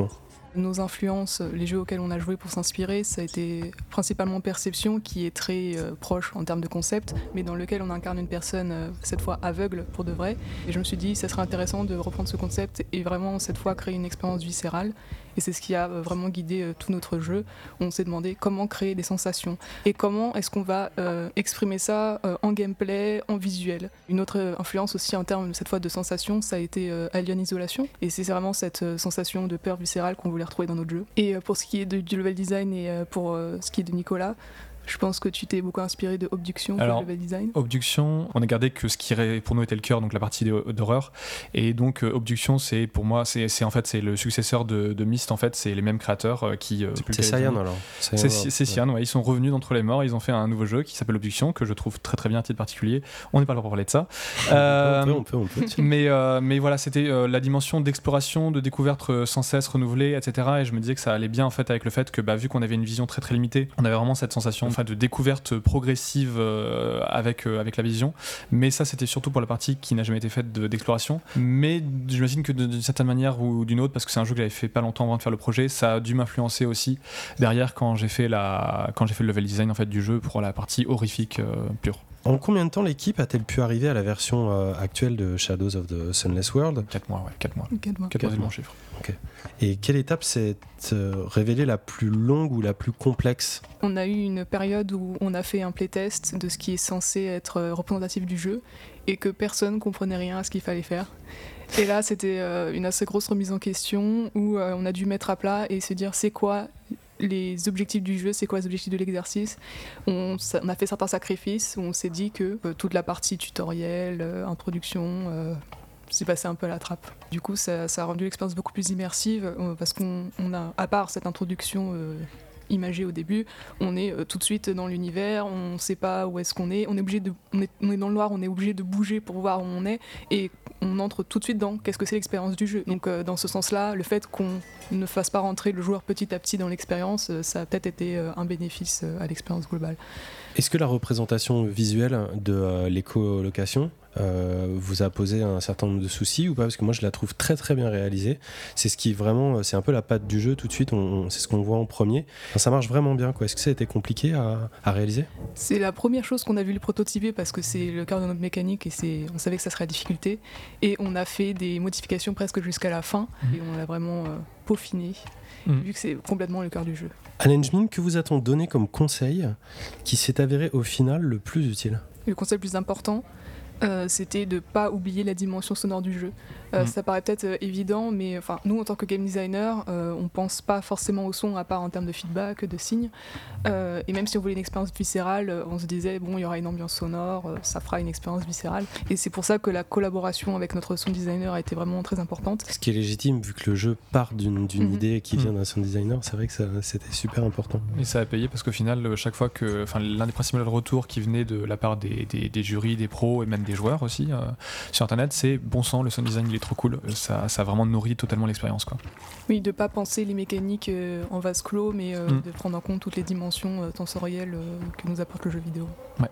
Nos influences, les jeux auxquels on a joué pour s'inspirer, ça a été principalement Perception, qui est très euh, proche en termes de concept, mais dans lequel on incarne une personne, euh, cette fois aveugle pour de vrai. Et je me suis dit, ça serait intéressant de reprendre ce concept et vraiment, cette fois, créer une expérience viscérale. Et c'est ce qui a euh, vraiment guidé euh, tout notre jeu. On s'est demandé comment créer des sensations et comment est-ce qu'on va euh, exprimer ça euh, en gameplay, en visuel. Une autre euh, influence aussi en termes, cette fois, de sensations, ça a été euh, Alien Isolation. Et c'est vraiment cette euh, sensation de peur viscérale qu'on voulait retrouver dans notre jeu. Et euh, pour ce qui est de, du level design et euh, pour euh, ce qui est de Nicolas, je pense que tu t'es beaucoup inspiré de Obduction Alors, pour le level design. Obduction, on a gardé que ce qui pour nous était le cœur, donc la partie d'horreur. Et donc euh, Obduction, c'est pour moi, c'est, c'est en fait c'est le successeur de, de Myst. En fait, c'est les mêmes créateurs euh, qui. Euh, c'est Cyan alors. C'est, c'est Cyan, ouais. Ils sont revenus d'entre les morts. Ils ont fait un nouveau jeu qui s'appelle Obduction, que je trouve très très bien, un titre particulier. On n'est pas là pour parler de ça. Euh, on peut, on peut, on peut. Mais euh, mais voilà, c'était euh, la dimension d'exploration, de découverte euh, sans cesse renouvelée, et cetera. Et je me disais que ça allait bien en fait avec le fait que bah, vu qu'on avait une vision très très limitée, on avait vraiment cette sensation en fait, de découverte progressive euh, avec, euh, avec la vision, mais ça c'était surtout pour la partie qui n'a jamais été faite de, d'exploration, mais j'imagine que d'une certaine manière ou d'une autre, parce que c'est un jeu que j'avais fait pas longtemps avant de faire le projet, ça a dû m'influencer aussi derrière quand j'ai fait, la, quand j'ai fait le level design en fait, du jeu pour la partie horrifique euh, pure. En combien de temps l'équipe a-t-elle pu arriver à la version euh, actuelle de Shadows of the Sunless World ? quatre mois, ouais, quatre mois. quatre mois. quatre mois, c'est mon chiffre. Okay. Et quelle étape s'est euh, révélée la plus longue ou la plus complexe ? On a eu une période où on a fait un playtest de ce qui est censé être représentatif du jeu et que personne ne comprenait rien à ce qu'il fallait faire. Et là, c'était euh, une assez grosse remise en question où euh, on a dû mettre à plat et se dire c'est quoi les objectifs du jeu, c'est quoi les objectifs de l'exercice. On, on a fait certains sacrifices où on s'est dit que euh, toute la partie tutoriel, euh, introduction, euh, c'est passé un peu à la trappe. Du coup, ça, ça a rendu l'expérience beaucoup plus immersive euh, parce qu'on on a, à part cette introduction euh, imagée au début, on est euh, tout de suite dans l'univers, on ne sait pas où est-ce qu'on est, on est obligé de, on est, on est dans le noir, on est obligé de bouger pour voir où on est et on entre tout de suite dans qu'est-ce que c'est l'expérience du jeu. Donc euh, dans ce sens-là, le fait qu'on ne fasse pas rentrer le joueur petit à petit dans l'expérience, euh, ça a peut-être été euh, un bénéfice euh, à l'expérience globale. Est-ce que la représentation visuelle de euh, l'écolocation euh, vous a posé un certain nombre de soucis ou pas ? Parce que moi je la trouve très très bien réalisée. C'est ce qui vraiment, c'est un peu la patte du jeu tout de suite, on, on, c'est ce qu'on voit en premier. Enfin, ça marche vraiment bien, quoi. Est-ce que ça a été compliqué à, à réaliser ? C'est la première chose qu'on a vu le prototyper parce que c'est le cœur de notre mécanique et c'est, on savait que ça serait la difficulté. Et on a fait des modifications presque jusqu'à la fin mmh. et on l'a vraiment euh, peaufiné. Mmh. Vu que c'est complètement le cœur du jeu. À l'Engine, que vous a-t-on donné comme conseil qui s'est avéré au final le plus utile ? Le conseil le plus important, euh, c'était de ne pas oublier la dimension sonore du jeu. Euh, mmh. Ça paraît peut-être euh, évident, mais enfin, nous, en tant que game designer, euh, on ne pense pas forcément au son à part en termes de feedback, de signes. Euh, et même si on voulait une expérience viscérale, euh, on se disait, bon, il y aura une ambiance sonore, euh, ça fera une expérience viscérale. Et c'est pour ça que la collaboration avec notre sound designer a été vraiment très importante. Ce qui est légitime, vu que le jeu part d'une, d'une mmh. idée qui vient mmh. d'un sound designer, c'est vrai que ça, c'était super important. Et ça a payé parce qu'au final, chaque fois que, enfin, l'un des principaux retours qui venait de la part des, des, des jurys, des pros et même des joueurs aussi, euh, sur Internet, c'est bon sang, le sound design, il est trop cool. Ça, ça a vraiment nourri totalement l'expérience, quoi. Oui, de ne pas penser les mécaniques euh, en vase clos, mais euh, mmh. de prendre en compte toutes les dimensions euh, sensorielles euh, que nous apporte le jeu vidéo. Ouais.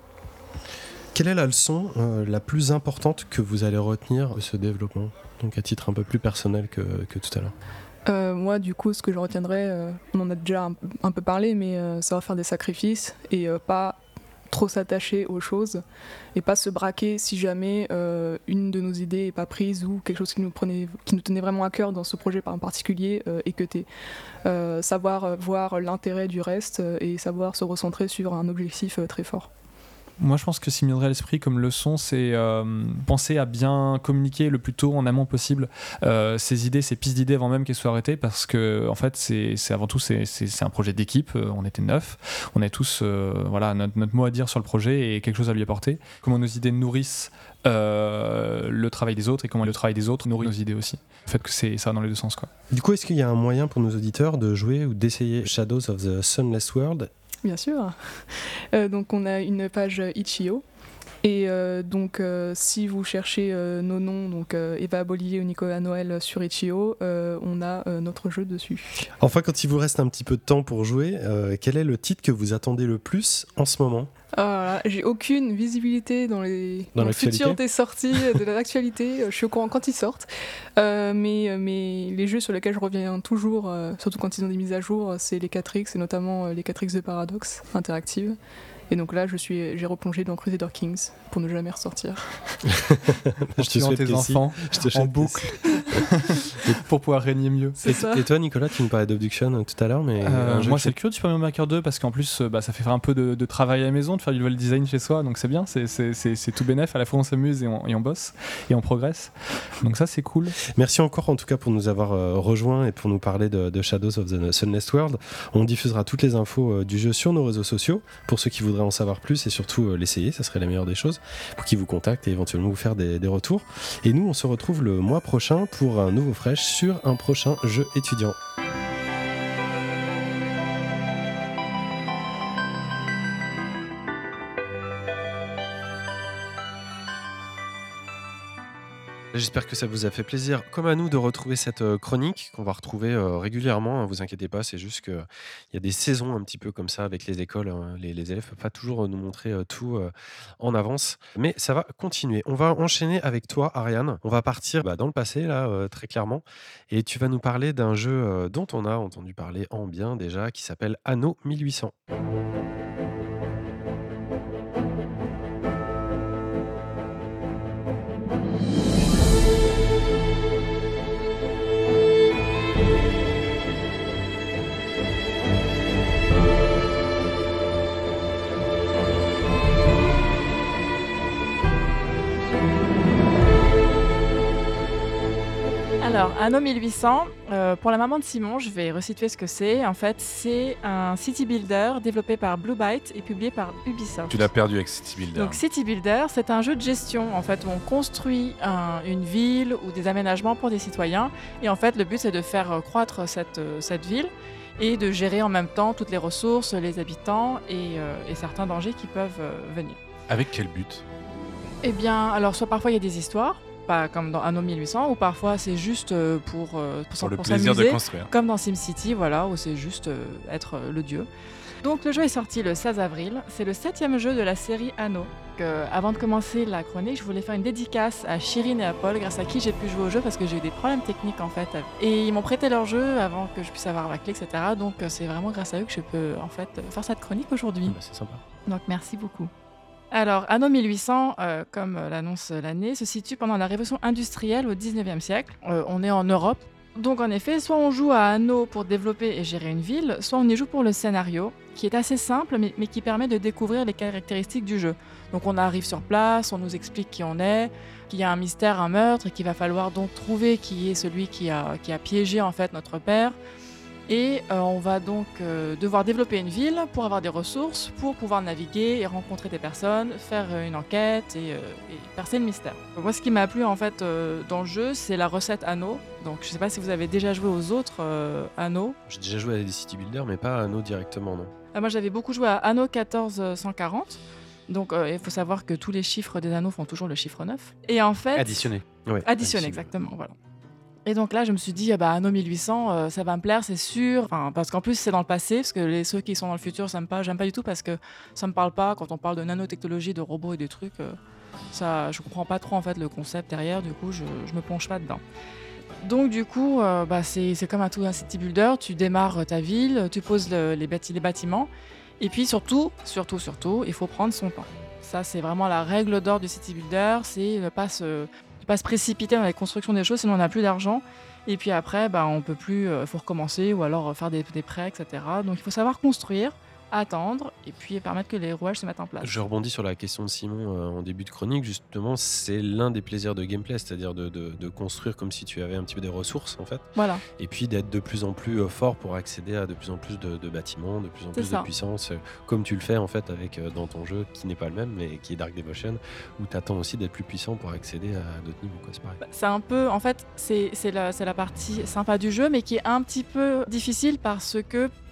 Quelle est la leçon euh, la plus importante que vous allez retenir de ce développement ? Donc à titre un peu plus personnel que, que tout à l'heure. Euh, moi, du coup, ce que je retiendrai, euh, on en a déjà un, un peu parlé, mais euh, ça va faire des sacrifices et euh, pas trop s'attacher aux choses et pas se braquer si jamais euh, une de nos idées est pas prise ou quelque chose qui nous prenait, qui nous tenait vraiment à cœur dans ce projet en particulier euh, est cuté. Euh, savoir voir l'intérêt du reste et savoir se recentrer sur un objectif euh, très fort. Moi, je pense que ce qui me viendrait à l'esprit comme leçon, c'est euh, penser à bien communiquer le plus tôt en amont possible euh, ces idées, ces pistes d'idées avant même qu'elles soient arrêtées, parce que en fait, c'est, c'est avant tout c'est, c'est, c'est un projet d'équipe. Euh, on était neuf, on avait tous euh, voilà notre, notre mot à dire sur le projet et quelque chose à lui apporter. Comment nos idées nourrissent euh, le travail des autres et comment le travail des autres nourrit nos idées aussi. Le fait que c'est ça va dans les deux sens, quoi. Du coup, est-ce qu'il y a un moyen pour nos auditeurs de jouer ou d'essayer Shadows of the Sunless World ? Bien sûr. Euh, donc on a une page itch point io Et euh, donc, euh, si vous cherchez euh, nos noms, donc euh, Eva Bollier ou Nicolas Noël sur itch point io, euh, on a euh, notre jeu dessus. Enfin, quand il vous reste un petit peu de temps pour jouer, euh, quel est le titre que vous attendez le plus en ce moment ? Ah, j'ai aucune visibilité dans, les, Dans dans le l'actualité futur des sorties de l'actualité. Je suis au courant quand ils sortent. Euh, mais, mais les jeux sur lesquels je reviens toujours, euh, surtout quand ils ont des mises à jour, c'est les quatre X et notamment euh, les quatre X de Paradox Interactive. Et donc là, je suis, j'ai replongé dans Crusader Kings pour ne jamais ressortir. Je te souhaite tes que si. enfants Je te en souhaite que boucle si. pour pouvoir régner mieux. C'est Et, ça. et toi, Nicolas, tu me parlais d'Obduction euh, tout à l'heure, mais Euh, un jeu moi, que c'est le curieux du Super Mario Maker deux parce qu'en plus, euh, bah, ça fait faire un peu de, de travail à la maison, de faire du level design chez soi, donc c'est bien, c'est, c'est, c'est, c'est tout bénef. À la fois, on s'amuse et on, et on bosse et on progresse. Donc ça, c'est cool. Merci encore en tout cas pour nous avoir euh, rejoints et pour nous parler de, de Shadows of the Sunless World. On diffusera toutes les infos euh, du jeu sur nos réseaux sociaux pour ceux qui voudraient en savoir plus et surtout euh, l'essayer, ça serait la meilleure des choses, pour qu'ils vous contactent et éventuellement vous faire des, des retours. Et nous, on se retrouve le mois prochain pour un nouveau Fresh sur un prochain jeu étudiant. J'espère que ça vous a fait plaisir, comme à nous, de retrouver cette euh, chronique qu'on va retrouver euh, régulièrement. Hein, vous inquiétez pas, c'est juste qu'il y a des saisons un petit peu comme ça avec les écoles. Hein, les, les élèves ne peuvent pas toujours euh, nous montrer euh, tout euh, en avance, mais ça va continuer. On va enchaîner avec toi, Ariane. On va partir bah, dans le passé, là, euh, très clairement, et tu vas nous parler d'un jeu euh, dont on a entendu parler en bien déjà, qui s'appelle Anno mille huit cents. Alors, Anno mille huit cents, euh, pour la maman de Simon, je vais resituer ce que c'est. En fait, c'est un city builder développé par Blue Byte et publié par Ubisoft. Tu l'as perdu avec City Builder. Donc City Builder, c'est un jeu de gestion en fait où on construit un- une ville ou des aménagements pour des citoyens et en fait le but c'est de faire euh, croître cette, euh, cette ville et de gérer en même temps toutes les ressources, les habitants et, euh, et certains dangers qui peuvent euh, venir. Avec quel but ? Eh bien, alors soit parfois il y a des histoires, pas comme dans Anno mille huit cents, ou parfois c'est juste euh, pour, euh, pour, Pour le pour plaisir de s'amuser, construire. comme dans SimCity, voilà, où c'est juste euh, être euh, le dieu. Donc le jeu est sorti le seize avril, c'est le septième jeu de la série Anno. Donc, euh, avant de commencer la chronique, je voulais faire une dédicace à Chirine et à Paul, grâce à qui j'ai pu jouer au jeu parce que j'ai eu des problèmes techniques en fait. Et ils m'ont prêté leur jeu avant que je puisse avoir la clé, et cetera. Donc euh, c'est vraiment grâce à eux que je peux en fait faire cette chronique aujourd'hui. Bah, c'est sympa. Donc merci beaucoup. Alors, Anno mille huit cents, euh, comme euh, l'annonce l'année, se situe pendant la révolution industrielle au dix-neuvième siècle. Euh, on est en Europe. Donc en effet, soit on joue à Anno pour développer et gérer une ville, soit on y joue pour le scénario, qui est assez simple, mais, mais qui permet de découvrir les caractéristiques du jeu. Donc on arrive sur place, on nous explique qui on est, qu'il y a un mystère, un meurtre, et qu'il va falloir donc trouver qui est celui qui a, qui a piégé en fait notre père. Et euh, on va donc euh, devoir développer une ville pour avoir des ressources, pour pouvoir naviguer et rencontrer des personnes, faire euh, une enquête et, euh, et percer le mystère. Donc, moi, ce qui m'a plu en fait euh, dans le jeu, c'est la recette Anno. Donc, je sais pas si vous avez déjà joué aux autres euh, Anno. J'ai déjà joué à des city builders, mais pas à Anno directement, non. Ah, moi, j'avais beaucoup joué à Anno quatorze cent quarante. Donc, euh, il faut savoir que tous les chiffres des anneaux font toujours le chiffre neuf. Et en fait, Additionné. Ouais, additionné, exactement, voilà. Et donc là, je me suis dit, ah bah, Anno mille huit cents, euh, ça va me plaire, c'est sûr. Enfin, parce qu'en plus, c'est dans le passé, parce que les, ceux qui sont dans le futur, ça me pas, j'aime pas du tout, parce que ça me parle pas. Quand on parle de nanotechnologie, de robots et des trucs, euh, ça, je comprends pas trop en fait le concept derrière. Du coup, je, je me plonge pas dedans. Donc du coup, euh, bah, c'est, c'est comme un tout un city builder. Tu démarres ta ville, tu poses le- les, bâti- les bâtiments, et puis surtout, surtout, surtout, il faut prendre son temps. Ça, c'est vraiment la règle d'or du city builder, c'est ne pas se, ne pas se précipiter dans la construction des choses, sinon on n'a plus d'argent. Et puis après, bah, on peut plus, il faut recommencer ou alors euh, faire des, des prêts, et cetera. Donc il faut savoir construire, attendre et puis permettre que les rouages se mettent en place. Je rebondis sur la question de Simon euh, en début de chronique. Justement, c'est l'un des plaisirs de gameplay, c'est-à-dire de, de- de construire comme si tu avais un petit peu des ressources, en fait, Voilà. et puis d'être de plus en plus euh, fort pour accéder à de plus en plus de, de bâtiments, de plus en C'est plus ça. de puissance, euh, comme tu le fais en fait avec euh, dans ton jeu qui n'est pas le même, mais qui est Dark Devotion, où tu attends aussi d'être plus puissant pour accéder à d'autres niveaux. Quoi, c'est pareil. Bah, C'est un peu, en fait, c'est, c'est, la, c'est la partie sympa du jeu, mais qui est un petit peu difficile parce que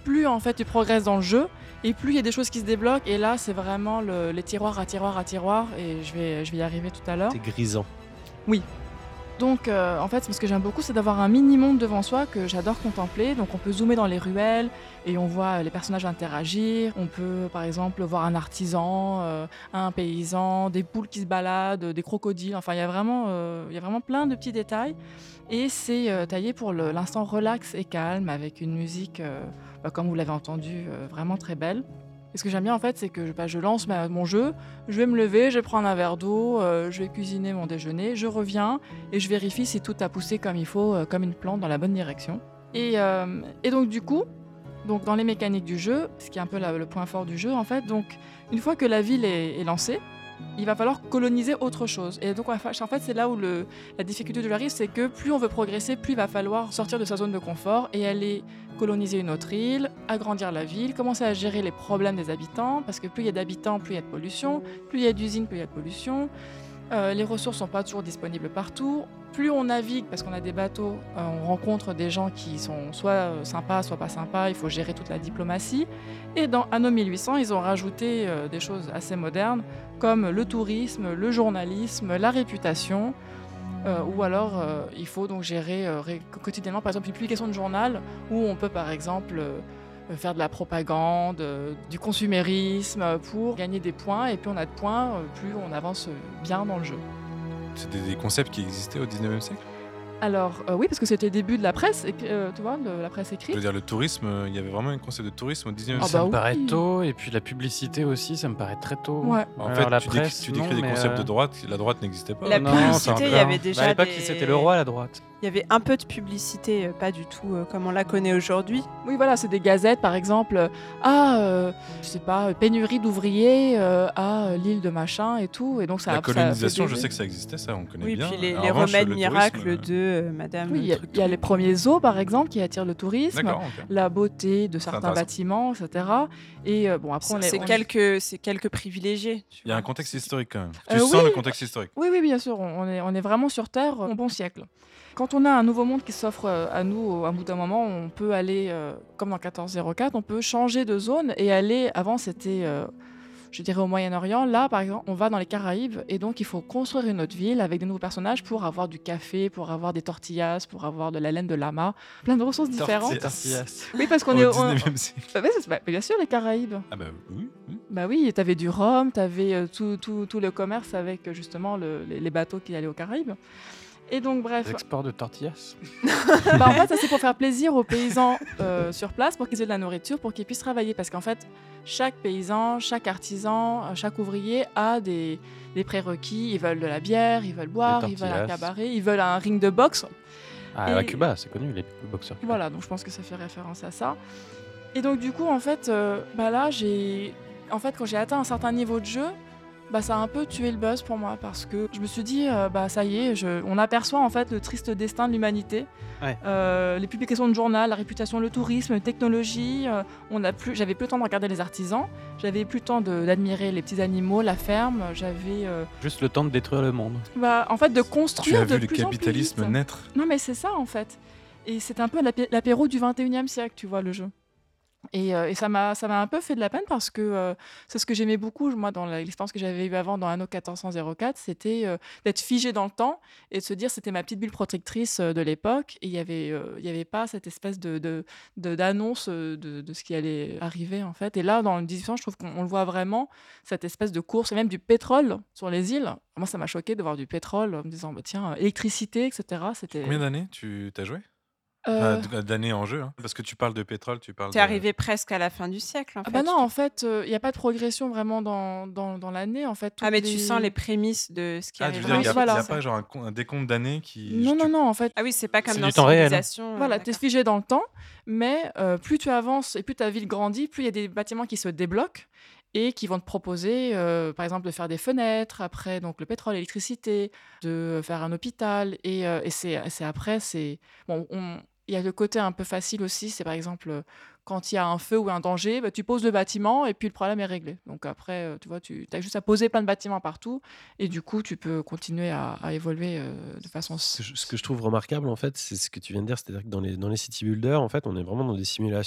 plus en fait tu progresses dans le jeu et plus il y a des choses qui se débloquent. Et là, c'est vraiment le, les tiroirs à tiroirs à tiroirs. Et je vais, je vais y arriver tout à l'heure. C'est grisant. Oui. Donc, euh, en fait, ce que j'aime beaucoup, c'est d'avoir un mini-monde devant soi que j'adore contempler. Donc, on peut zoomer dans les ruelles et on voit les personnages interagir. On peut, par exemple, voir un artisan, euh, un paysan, des poules qui se baladent, des crocodiles. Enfin, il y a vraiment, euh, il y a vraiment plein de petits détails. Et c'est euh, taillé pour le- l'instant relax et calme avec une musique, euh, bah, comme vous l'avez entendu, euh, vraiment très belle. Et ce que j'aime bien en fait, c'est que bah, je lance ma- mon jeu, je vais me lever, je vais prendre un verre d'eau, euh, je vais cuisiner mon déjeuner, je reviens et je vérifie si tout a poussé comme il faut, euh, comme une plante dans la bonne direction. Et, euh, et donc du coup, donc dans les mécaniques du jeu, ce qui est un peu la- le point fort du jeu en fait, donc une fois que la ville est, est lancée, il va falloir coloniser autre chose. Et donc en fait, c'est là où le, la difficulté du jeu arrive, c'est que plus on veut progresser, plus il va falloir sortir de sa zone de confort et aller coloniser une autre île, agrandir la ville, commencer à gérer les problèmes des habitants, parce que plus il y a d'habitants, plus il y a de pollution, plus il y a d'usines, plus il y a de pollution. Euh, les ressources sont pas toujours disponibles partout. Plus on navigue, parce qu'on a des bateaux, euh, on rencontre des gens qui sont soit euh, sympas, soit pas sympas, il faut gérer toute la diplomatie. Et dans Anno mille huit cents, ils ont rajouté euh, des choses assez modernes, comme le tourisme, le journalisme, la réputation, euh, ou alors euh, il faut donc gérer euh, ré- quotidiennement, par exemple, une publication de journal, où on peut par exemple euh, euh, faire de la propagande, euh, du consumérisme, euh, pour gagner des points, et plus on a de points, euh, plus on avance euh, bien dans le jeu. C'est des, des concepts qui existaient au dix-neuvième siècle. Alors euh, oui, parce que c'était le début de la presse, écri- euh, tu vois, de la presse Je écrite. veux dire, le tourisme, euh, il y avait vraiment un concept de tourisme au dix-neuvième Ah siècle. bah Ça me paraît oui. tôt, et puis la publicité aussi, ça me paraît très tôt. Ouais. En Alors, fait, la tu, décris- presse, tu décris non, des mais, concepts euh, de droite, la droite n'existait pas. La Non, publicité, c'est il y encore- avait Bah, déjà à l'époque, des- c'était le roi, la droite. Il y avait un peu de publicité, euh, pas du tout euh, comme on la connaît aujourd'hui. Oui, voilà, c'est des gazettes, par exemple. euh, Ah, euh, je sais pas, pénurie d'ouvriers euh, à euh, l'île de machin et tout. Et donc ça. La ça a fait colonisation, je baiser. sais que ça existait, ça, on connaît Oui, bien. puis les, En les revanche, remèdes le miracles tourisme, de euh, Madame. Oui, il y a, truc, il y a truc. les premiers zoos, par exemple, qui attirent le tourisme, D'accord, ok. la beauté de certains intéressant. bâtiments, et cetera. Et euh, bon, après, on C'est les. c'est on les- quelques, c'est quelques privilégiés. tu Il y a vois. un contexte historique quand même. Tu Euh, sens oui. le contexte historique. Oui, oui, bien sûr, on on est, on est vraiment sur Terre euh, au bon siècle. Quand on a un nouveau monde qui s'offre euh, à nous, à bout d'un moment, on peut aller, euh, comme dans quatorze zéro quatre, on peut changer de zone et aller, avant c'était, euh, je dirais au Moyen-Orient, là par exemple, on va dans les Caraïbes et donc il faut construire une autre ville avec des nouveaux personnages pour avoir du café, pour avoir des tortillas, pour avoir de la laine de lama, plein de ressources différentes. Tortillas. Oui, parce qu'on Au est... on- dix-neuvième siècle. Bah, ouais, c'est- bah, bien sûr, les Caraïbes. Ah bah oui. oui. Bah oui, t'avais du rhum, t'avais euh, tout, tout, tout le commerce avec euh, justement le- les, les bateaux qui allaient aux Caraïbes. Et donc bref, L'export de tortillas. bah, en fait ça c'est pour faire plaisir aux paysans euh, sur place, pour qu'ils aient de la nourriture, pour qu'ils puissent travailler. Parce qu'en fait, chaque paysan, chaque artisan, euh, chaque ouvrier a des, des prérequis. Ils veulent de la bière, ils veulent boire, Des ils veulent un tortillas. cabaret, ils veulent un ring de boxe. Ah, Et- à Cuba, c'est connu, les boxeurs. cubains. Voilà, donc je pense que ça fait référence à ça. Et donc du coup, en fait, euh, bah là, j'ai, en fait, quand j'ai atteint un certain niveau de jeu, bah ça a un peu tué le buzz pour moi parce que je me suis dit, euh, bah ça y est, je- on aperçoit en fait le triste destin de l'humanité. Ouais. Euh, les publications de journal, la réputation, le tourisme, la technologie. euh, on a plus, j'avais plus le temps de regarder les artisans, j'avais plus le temps de- d'admirer les petits animaux, la ferme. J'avais, euh, Juste le temps de détruire le monde. bah, en fait, de Tu construire as de vu le plus en plus capitalisme vite. naître. Non, mais c'est ça en fait. Et c'est un peu l'apé- l'apéro du vingt et unième siècle, tu vois, le jeu. Et, euh, et ça m'a ça m'a un peu fait de la peine parce que euh, c'est ce que j'aimais beaucoup, moi, dans la- l'expérience que j'avais eue avant dans Anno quatorze zéro quatre, c'était euh, d'être figé dans le temps et de se dire c'était ma petite bulle protectrice euh, de l'époque. Et il n'y avait, euh, il y avait pas cette espèce de, de, de- d'annonce euh, de, de ce qui allait arriver, en fait. Et là, dans le dix-huit cents, je trouve qu'on on le voit vraiment, cette espèce de course, et même du pétrole sur les îles. Moi, ça m'a choqué de voir du pétrole, en me disant, bah, tiens, euh, électricité, et cetera. C'était... Combien d'années tu t'as joué Euh, Enfin, d- d'années en jeu, hein. Parce que tu parles de pétrole, tu parles T'es de... arrivé presque à la fin du siècle, en Ah fait. bah non, en fait, il n'y a pas de progression vraiment dans, dans, dans l'année. En fait, Ah, toutes mais tu sens les prémices de ce qui Ah, tu arrive. veux dire, il n'y a, Voilà. il y a pas genre un, con- un décompte d'années qui... Non, tu- non, non, en fait, Ah oui, c'est pas comme C'est dans du temps réel, hein. Civilisation. euh, voilà, tu es d'accord. figé dans le temps, mais euh, plus tu avances et plus ta ville grandit, plus il y a des bâtiments qui se débloquent et qui vont te proposer, euh, par exemple, de faire des fenêtres, après donc le pétrole, l'électricité, de faire un hôpital. Et, euh, et c'est c'est après, c'est... Bon, on- il y a le côté un peu facile aussi, c'est par exemple, euh, quand il y a un feu ou un danger, bah, tu poses le bâtiment et puis le problème est réglé. Donc après, euh, tu vois, tu as juste à poser plein de bâtiments partout et du coup, tu peux continuer à, à évoluer euh, de façon... Ce que, je, ce que je trouve remarquable, en fait, c'est ce que tu viens de dire, c'est-à-dire que dans les, dans les city builders, en fait, on est vraiment dans des simulations.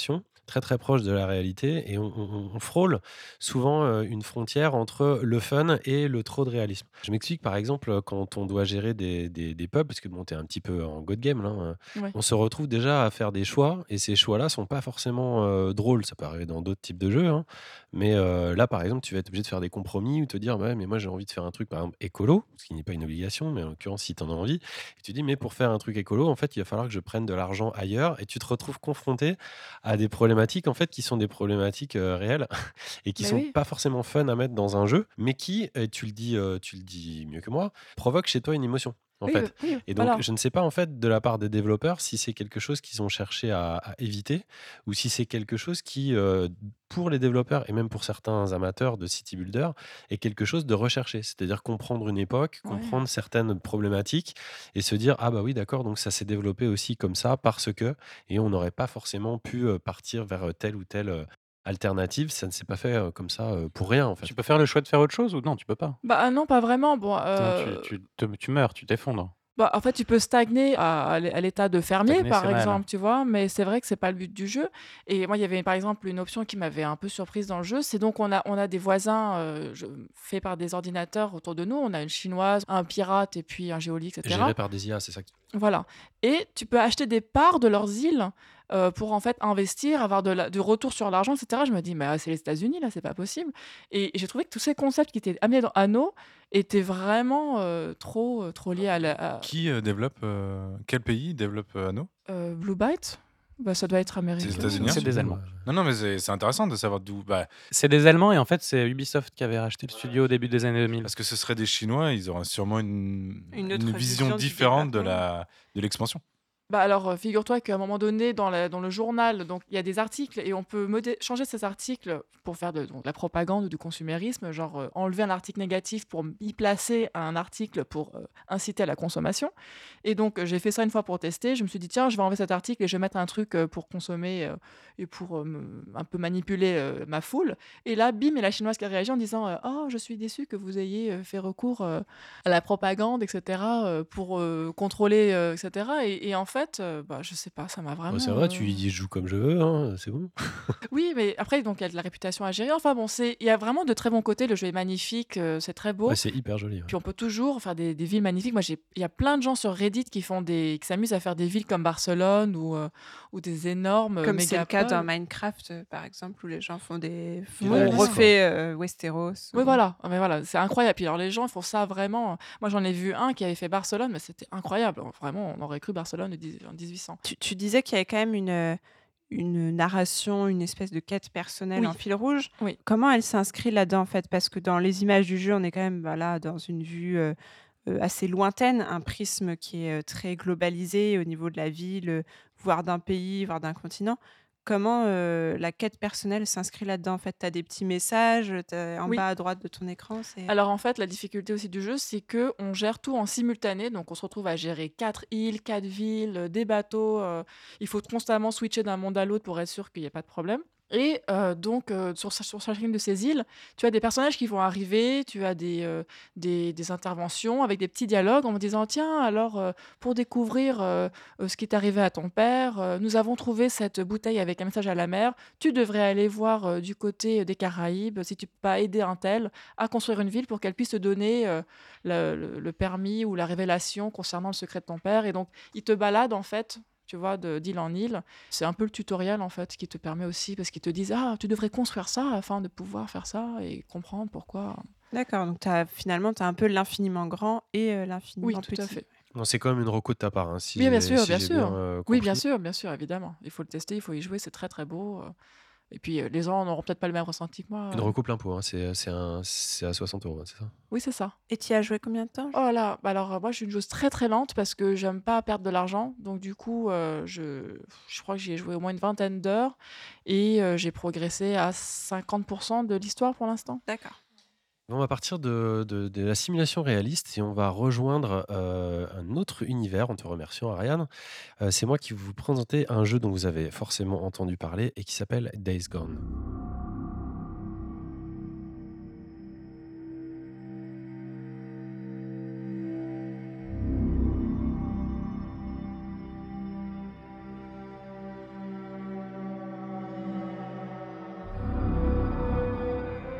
très très proche de la réalité et on, on- on frôle souvent euh, une frontière entre le fun et le trop de réalisme. Je m'explique par exemple quand on doit gérer des, des, des pubs, parce que bon, t'es un petit peu en god game là, hein, Ouais. on se retrouve déjà à faire des choix et ces choix-là sont pas forcément euh, drôles. Ça peut arriver dans d'autres types de jeux, hein, mais euh, là par exemple, tu vas être obligé de faire des compromis ou te dire, ouais, mais moi j'ai envie de faire un truc par exemple écolo, ce qui n'est pas une obligation, mais en l'occurrence si tu en as envie, et tu dis, mais pour faire un truc écolo, en fait, il va falloir que je prenne de l'argent ailleurs et tu te retrouves confronté à des problématiques en fait qui sont des problématiques euh, réelles et qui Mais sont oui. pas forcément fun à mettre dans un jeu, mais qui, et tu le dis, euh, tu le dis mieux que moi, provoquent chez toi une émotion. En Oui, fait. oui, Et donc, voilà. je ne sais pas en fait de la part des développeurs si c'est quelque chose qu'ils ont cherché à, à éviter ou si c'est quelque chose qui, euh, pour les développeurs et même pour certains amateurs de city builder, est quelque chose de recherché. C'est-à-dire comprendre une époque, Ouais. comprendre certaines problématiques et se dire ah bah oui d'accord, donc ça s'est développé aussi comme ça parce que, et on n'aurait pas forcément pu euh, partir vers euh, telle ou telle euh, alternative. Ça ne s'est pas fait euh, comme ça euh, pour rien en fait. Tu peux faire le choix de faire autre chose ou non, tu peux pas. Bah ah non, pas vraiment. Bon, Sinon, tu, euh, tu, te- tu meurs, tu t'effondres. bah, en fait, tu peux stagner à, à l'é- à l'état de fermier, Stagner, par c'est mal. exemple, tu vois, mais c'est vrai que c'est pas le but du jeu. Et moi, il y avait par exemple une option qui m'avait un peu surprise dans le jeu, c'est donc on a, on a des voisins euh, je- faits par des ordinateurs autour de nous. On a une chinoise, un pirate et puis un géolique, et cetera. Géré par des I A, c'est ça que tu... Voilà. Et tu peux acheter des parts de leurs îles euh, pour en fait investir, avoir de la- du retour sur l'argent, et cetera. Je me dis, mais ah, c'est les États-Unis là, c'est pas possible. Et, et j'ai trouvé que tous ces concepts qui étaient amenés dans Anno étaient vraiment euh, trop, euh, trop liés à, la, à- Qui euh, développe euh, Quel pays développe euh, Anno? euh, Blue Byte. Bah, ça doit être C'est américain. les États-Unis, C'est hein? des Allemands. Non, non, mais c'est c'est intéressant de savoir d'où. Bah, C'est des Allemands et en fait, c'est Ubisoft qui avait racheté le studio au début des années deux mille. parce que ce serait des Chinois, ils auraient sûrement une, Une autre une vision vision du différente de développement. la de l'expansion. Bah alors, euh, figure-toi qu'à un moment donné, dans, la- dans le journal, donc il y a des articles et on peut modé- changer ces articles pour faire de, donc, de la propagande ou du consumérisme, genre euh, enlever un article négatif pour y placer un article pour euh, inciter à la consommation. Et donc, euh, j'ai fait ça une fois pour tester. Je me suis dit, tiens, je vais enlever cet article et je vais mettre un truc euh, pour consommer euh, et pour euh, me- un peu manipuler euh, ma foule. Et là, bim, et la chinoise qui a réagi en disant, euh, oh, je suis déçue que vous ayez euh, fait recours euh, à la propagande, et cetera, euh, pour euh, contrôler, euh, et cetera. Et, et en fait, euh, bah, je sais pas, ça m'a vraiment. Ouais, c'est vrai, euh, tu y dis je joue comme je veux, hein, c'est bon. Oui, mais après, donc il y a de la réputation à gérer. Enfin bon, c'est, il y a vraiment de très bons côtés. Le jeu est magnifique, euh, c'est très beau. Ouais, c'est hyper joli. Ouais. Puis on peut toujours faire des, des villes magnifiques. Moi, j'ai, il y a plein de gens sur Reddit qui font des, qui s'amusent à faire des villes comme Barcelone ou, euh, ou des énormes Comme c'est le cas dans mégapoles. Minecraft, euh, par exemple, où les gens font des. Ils On réalisent, refait euh, Westeros. Oui, ou- voilà. Ah, mais voilà, c'est incroyable. Puis alors les gens ils font ça vraiment. Moi, j'en ai vu un qui avait fait Barcelone, mais c'était incroyable. Vraiment, on aurait cru Barcelone en dix- en mille huit cents. Tu, tu disais qu'il y avait quand même une, euh, une narration, une espèce de quête personnelle Oui. en fil rouge. Oui. Comment elle s'inscrit là-dedans, en fait? Parce que dans les images du jeu, on est quand même voilà, dans une vue euh, euh, assez lointaine, un prisme qui est euh, très globalisé au niveau de la ville, euh, voire d'un pays, voire d'un continent. Comment euh, la quête personnelle s'inscrit là-dedans? En fait, tu as des petits messages t'as- en Oui. bas à droite de ton écran. C'est... Alors en fait, la difficulté aussi du jeu, c'est que on gère tout en simultané. Donc on se retrouve à gérer quatre îles, quatre villes, euh, des bateaux. euh, il faut constamment switcher d'un monde à l'autre pour être sûr qu'il n'y ait pas de problème. Et euh, donc euh, sur, sa- sur chacune de ces îles, tu as des personnages qui vont arriver, tu as des, euh, des, des interventions avec des petits dialogues en me disant tiens alors euh, pour découvrir euh, euh, ce qui est arrivé à ton père, euh, nous avons trouvé cette bouteille avec un message à la mer. Tu devrais aller voir euh, du côté des Caraïbes si tu peux pas aider un tel à construire une ville pour qu'elle puisse te donner euh, le, le- le permis ou la révélation concernant le secret de ton père. Et donc, il te balade, en fait, tu vois, de- d'île en île. C'est un peu le tutoriel, en fait, qui te permet aussi, parce qu'ils te disent, ah, tu devrais construire ça afin de pouvoir faire ça et comprendre pourquoi. D'accord, donc t'as, finalement, tu as un peu l'infiniment grand et euh, l'infiniment Oui, petit. tout à fait. Non, c'est quand même une reco de ta part, hein, si Oui, bien j'ai sûr, si bien j'ai sûr. bien euh, Oui, bien compris. sûr, bien sûr, évidemment. Il faut le tester, il faut y jouer, c'est très, très beau. euh. Et puis, euh, les gens n'auront peut-être pas le même ressenti que moi. Une euh. reco plein pot, hein, c'est c'est un- c'est à soixante euros, hein, c'est ça? Oui, c'est ça. Et tu y as joué combien de temps? Oh là, bah alors euh, moi je suis une joueuse très très lente parce que j'aime pas perdre de l'argent. Donc du coup, euh, je, je crois que j'y ai joué au moins une vingtaine d'heures et euh, j'ai progressé à cinquante pour cent de l'histoire pour l'instant. D'accord. On va partir de, de- de la simulation réaliste et on va rejoindre euh, un autre univers en te remerciant, Ariane. Euh, c'est moi qui vais vous présenter un jeu dont vous avez forcément entendu parler et qui s'appelle Days Gone.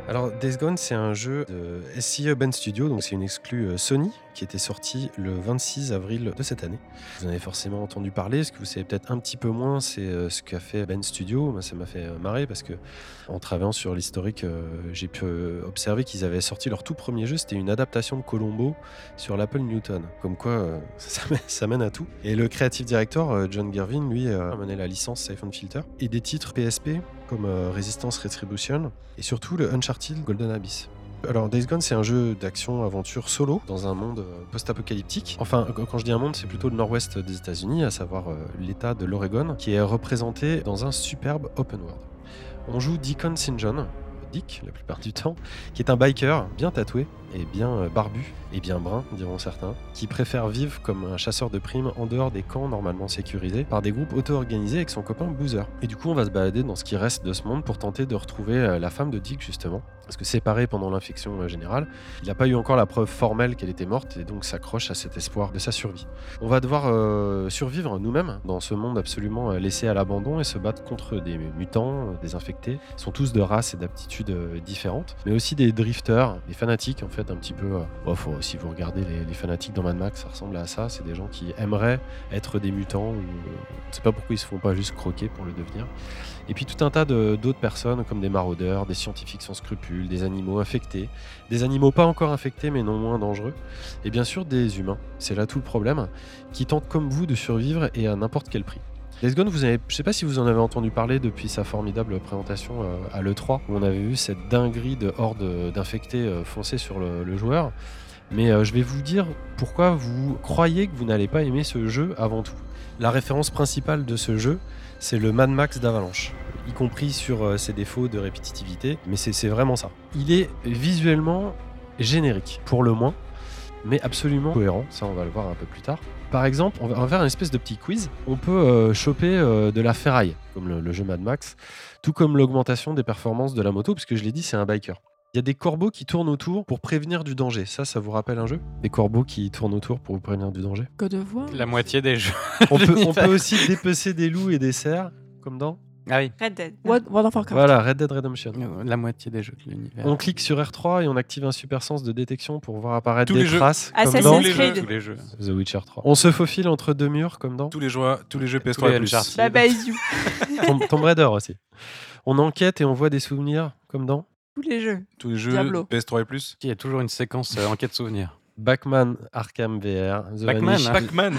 Alors Days Gone, c'est un jeu de S C E Ben Studio, donc c'est une exclue euh, Sony qui était sortie le vingt-six avril de cette année. Vous en avez forcément entendu parler, ce que vous savez peut-être un petit peu moins, c'est euh, ce qu'a fait Ben Studio. Moi, ça m'a fait euh, marrer parce que en travaillant sur l'historique, euh, j'ai pu euh, observer qu'ils avaient sorti leur tout premier jeu, c'était une adaptation de Colombo sur l'Apple Newton. Comme quoi, euh, ça, mène, ça mène à tout. Et le creative director, euh, John Gervin, lui, euh, a mené la licence Siphon Filter et des titres P S P comme euh, Resistance Retribution et surtout le Uncharted Golden Abyss. Alors Days Gone, c'est un jeu d'action-aventure solo dans un monde euh, post-apocalyptique. Enfin, quand je dis un monde, c'est plutôt le nord-ouest des États-Unis, à savoir euh, l'État de l'Oregon, qui est représenté dans un superbe open world. On joue Deacon Saint John, Dick la plupart du temps, qui est un biker bien tatoué et bien euh, barbu et bien brun, diront certains, qui préfère vivre comme un chasseur de primes en dehors des camps normalement sécurisés par des groupes auto-organisés avec son copain Boozer. Et du coup, on va se balader dans ce qui reste de ce monde pour tenter de retrouver euh, la femme de Dick, justement. Parce que séparé pendant l'infection euh, générale, il n'a pas eu encore la preuve formelle qu'elle était morte et donc s'accroche à cet espoir de sa survie. On va devoir euh, survivre nous-mêmes dans ce monde absolument euh, laissé à l'abandon et se battre contre des mutants, euh, des infectés. Ils sont tous de races et d'aptitudes euh, différentes, mais aussi des drifters, des fanatiques en fait un petit peu... Euh, oh, faut, si vous regardez les, les fanatiques dans Mad Max, ça ressemble à ça. C'est des gens qui aimeraient être des mutants ou euh, on ne sait pas pourquoi ils se font pas juste croquer pour le devenir. Et puis tout un tas de, d'autres personnes comme des maraudeurs, des scientifiques sans scrupules, des animaux infectés, des animaux pas encore infectés mais non moins dangereux, et bien sûr des humains, c'est là tout le problème, qui tentent comme vous de survivre et à n'importe quel prix. Days Gone, vous avez, je sais pas si vous en avez entendu parler depuis sa formidable présentation euh, à l'E trois, où on avait vu cette dinguerie de horde d'infectés euh, foncer sur le, le joueur, mais euh, je vais vous dire pourquoi vous croyez que vous n'allez pas aimer ce jeu avant tout. La référence principale de ce jeu, c'est le Mad Max d'Avalanche, y compris sur euh, ses défauts de répétitivité, mais c'est, c'est vraiment ça. Il est visuellement générique, pour le moins, mais absolument cohérent, ça on va le voir un peu plus tard. Par exemple, on va faire une espèce de petit quiz. On peut euh, choper euh, de la ferraille, comme le, le jeu Mad Max, tout comme l'augmentation des performances de la moto, puisque je l'ai dit, c'est un biker. Il y a des corbeaux qui tournent autour pour prévenir du danger. Ça, ça vous rappelle un jeu ? Des corbeaux qui tournent autour pour vous prévenir du danger ? God of War. La moitié des jeux. On peut, on peut aussi dépecer des loups et des cerfs, comme dans Ah oui. Red Dead. What, World of Warcraft. Voilà, Red Dead Redemption. La moitié des jeux de l'univers. On clique sur R trois et on active un super sens de détection pour voir apparaître Tous des les jeux. traces, comme Assassin's dans Tous les Creed. jeux. Tous les jeux. The Witcher trois. On se faufile entre deux murs, comme dans Tous les jeux, tous les jeux P S Tous trois les et plus. Uncharted. Bye bye you. Tomb, Tomb Raider aussi. On enquête et on voit des souvenirs, comme dans Tous les jeux. Tous les jeux Diablo. P S trois et plus. Il y a toujours une séquence euh, enquête souvenir. Batman Arkham V R. The Batman, Vanish- hein. Pac-Man.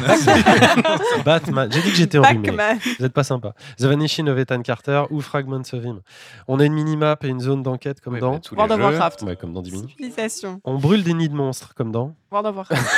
Batman. J'ai dit que j'étais en remake. Pac-Man. Vous êtes pas sympa. The Vanishing of Ethan Carter ou Fragments of Him. On a une minimap et une zone d'enquête comme Oui, dans. bah, tous les World of jeux. Warcraft. Ouais, comme dans dix minutes. Civilisation. On brûle des nids de monstres comme dans. World of Warcraft.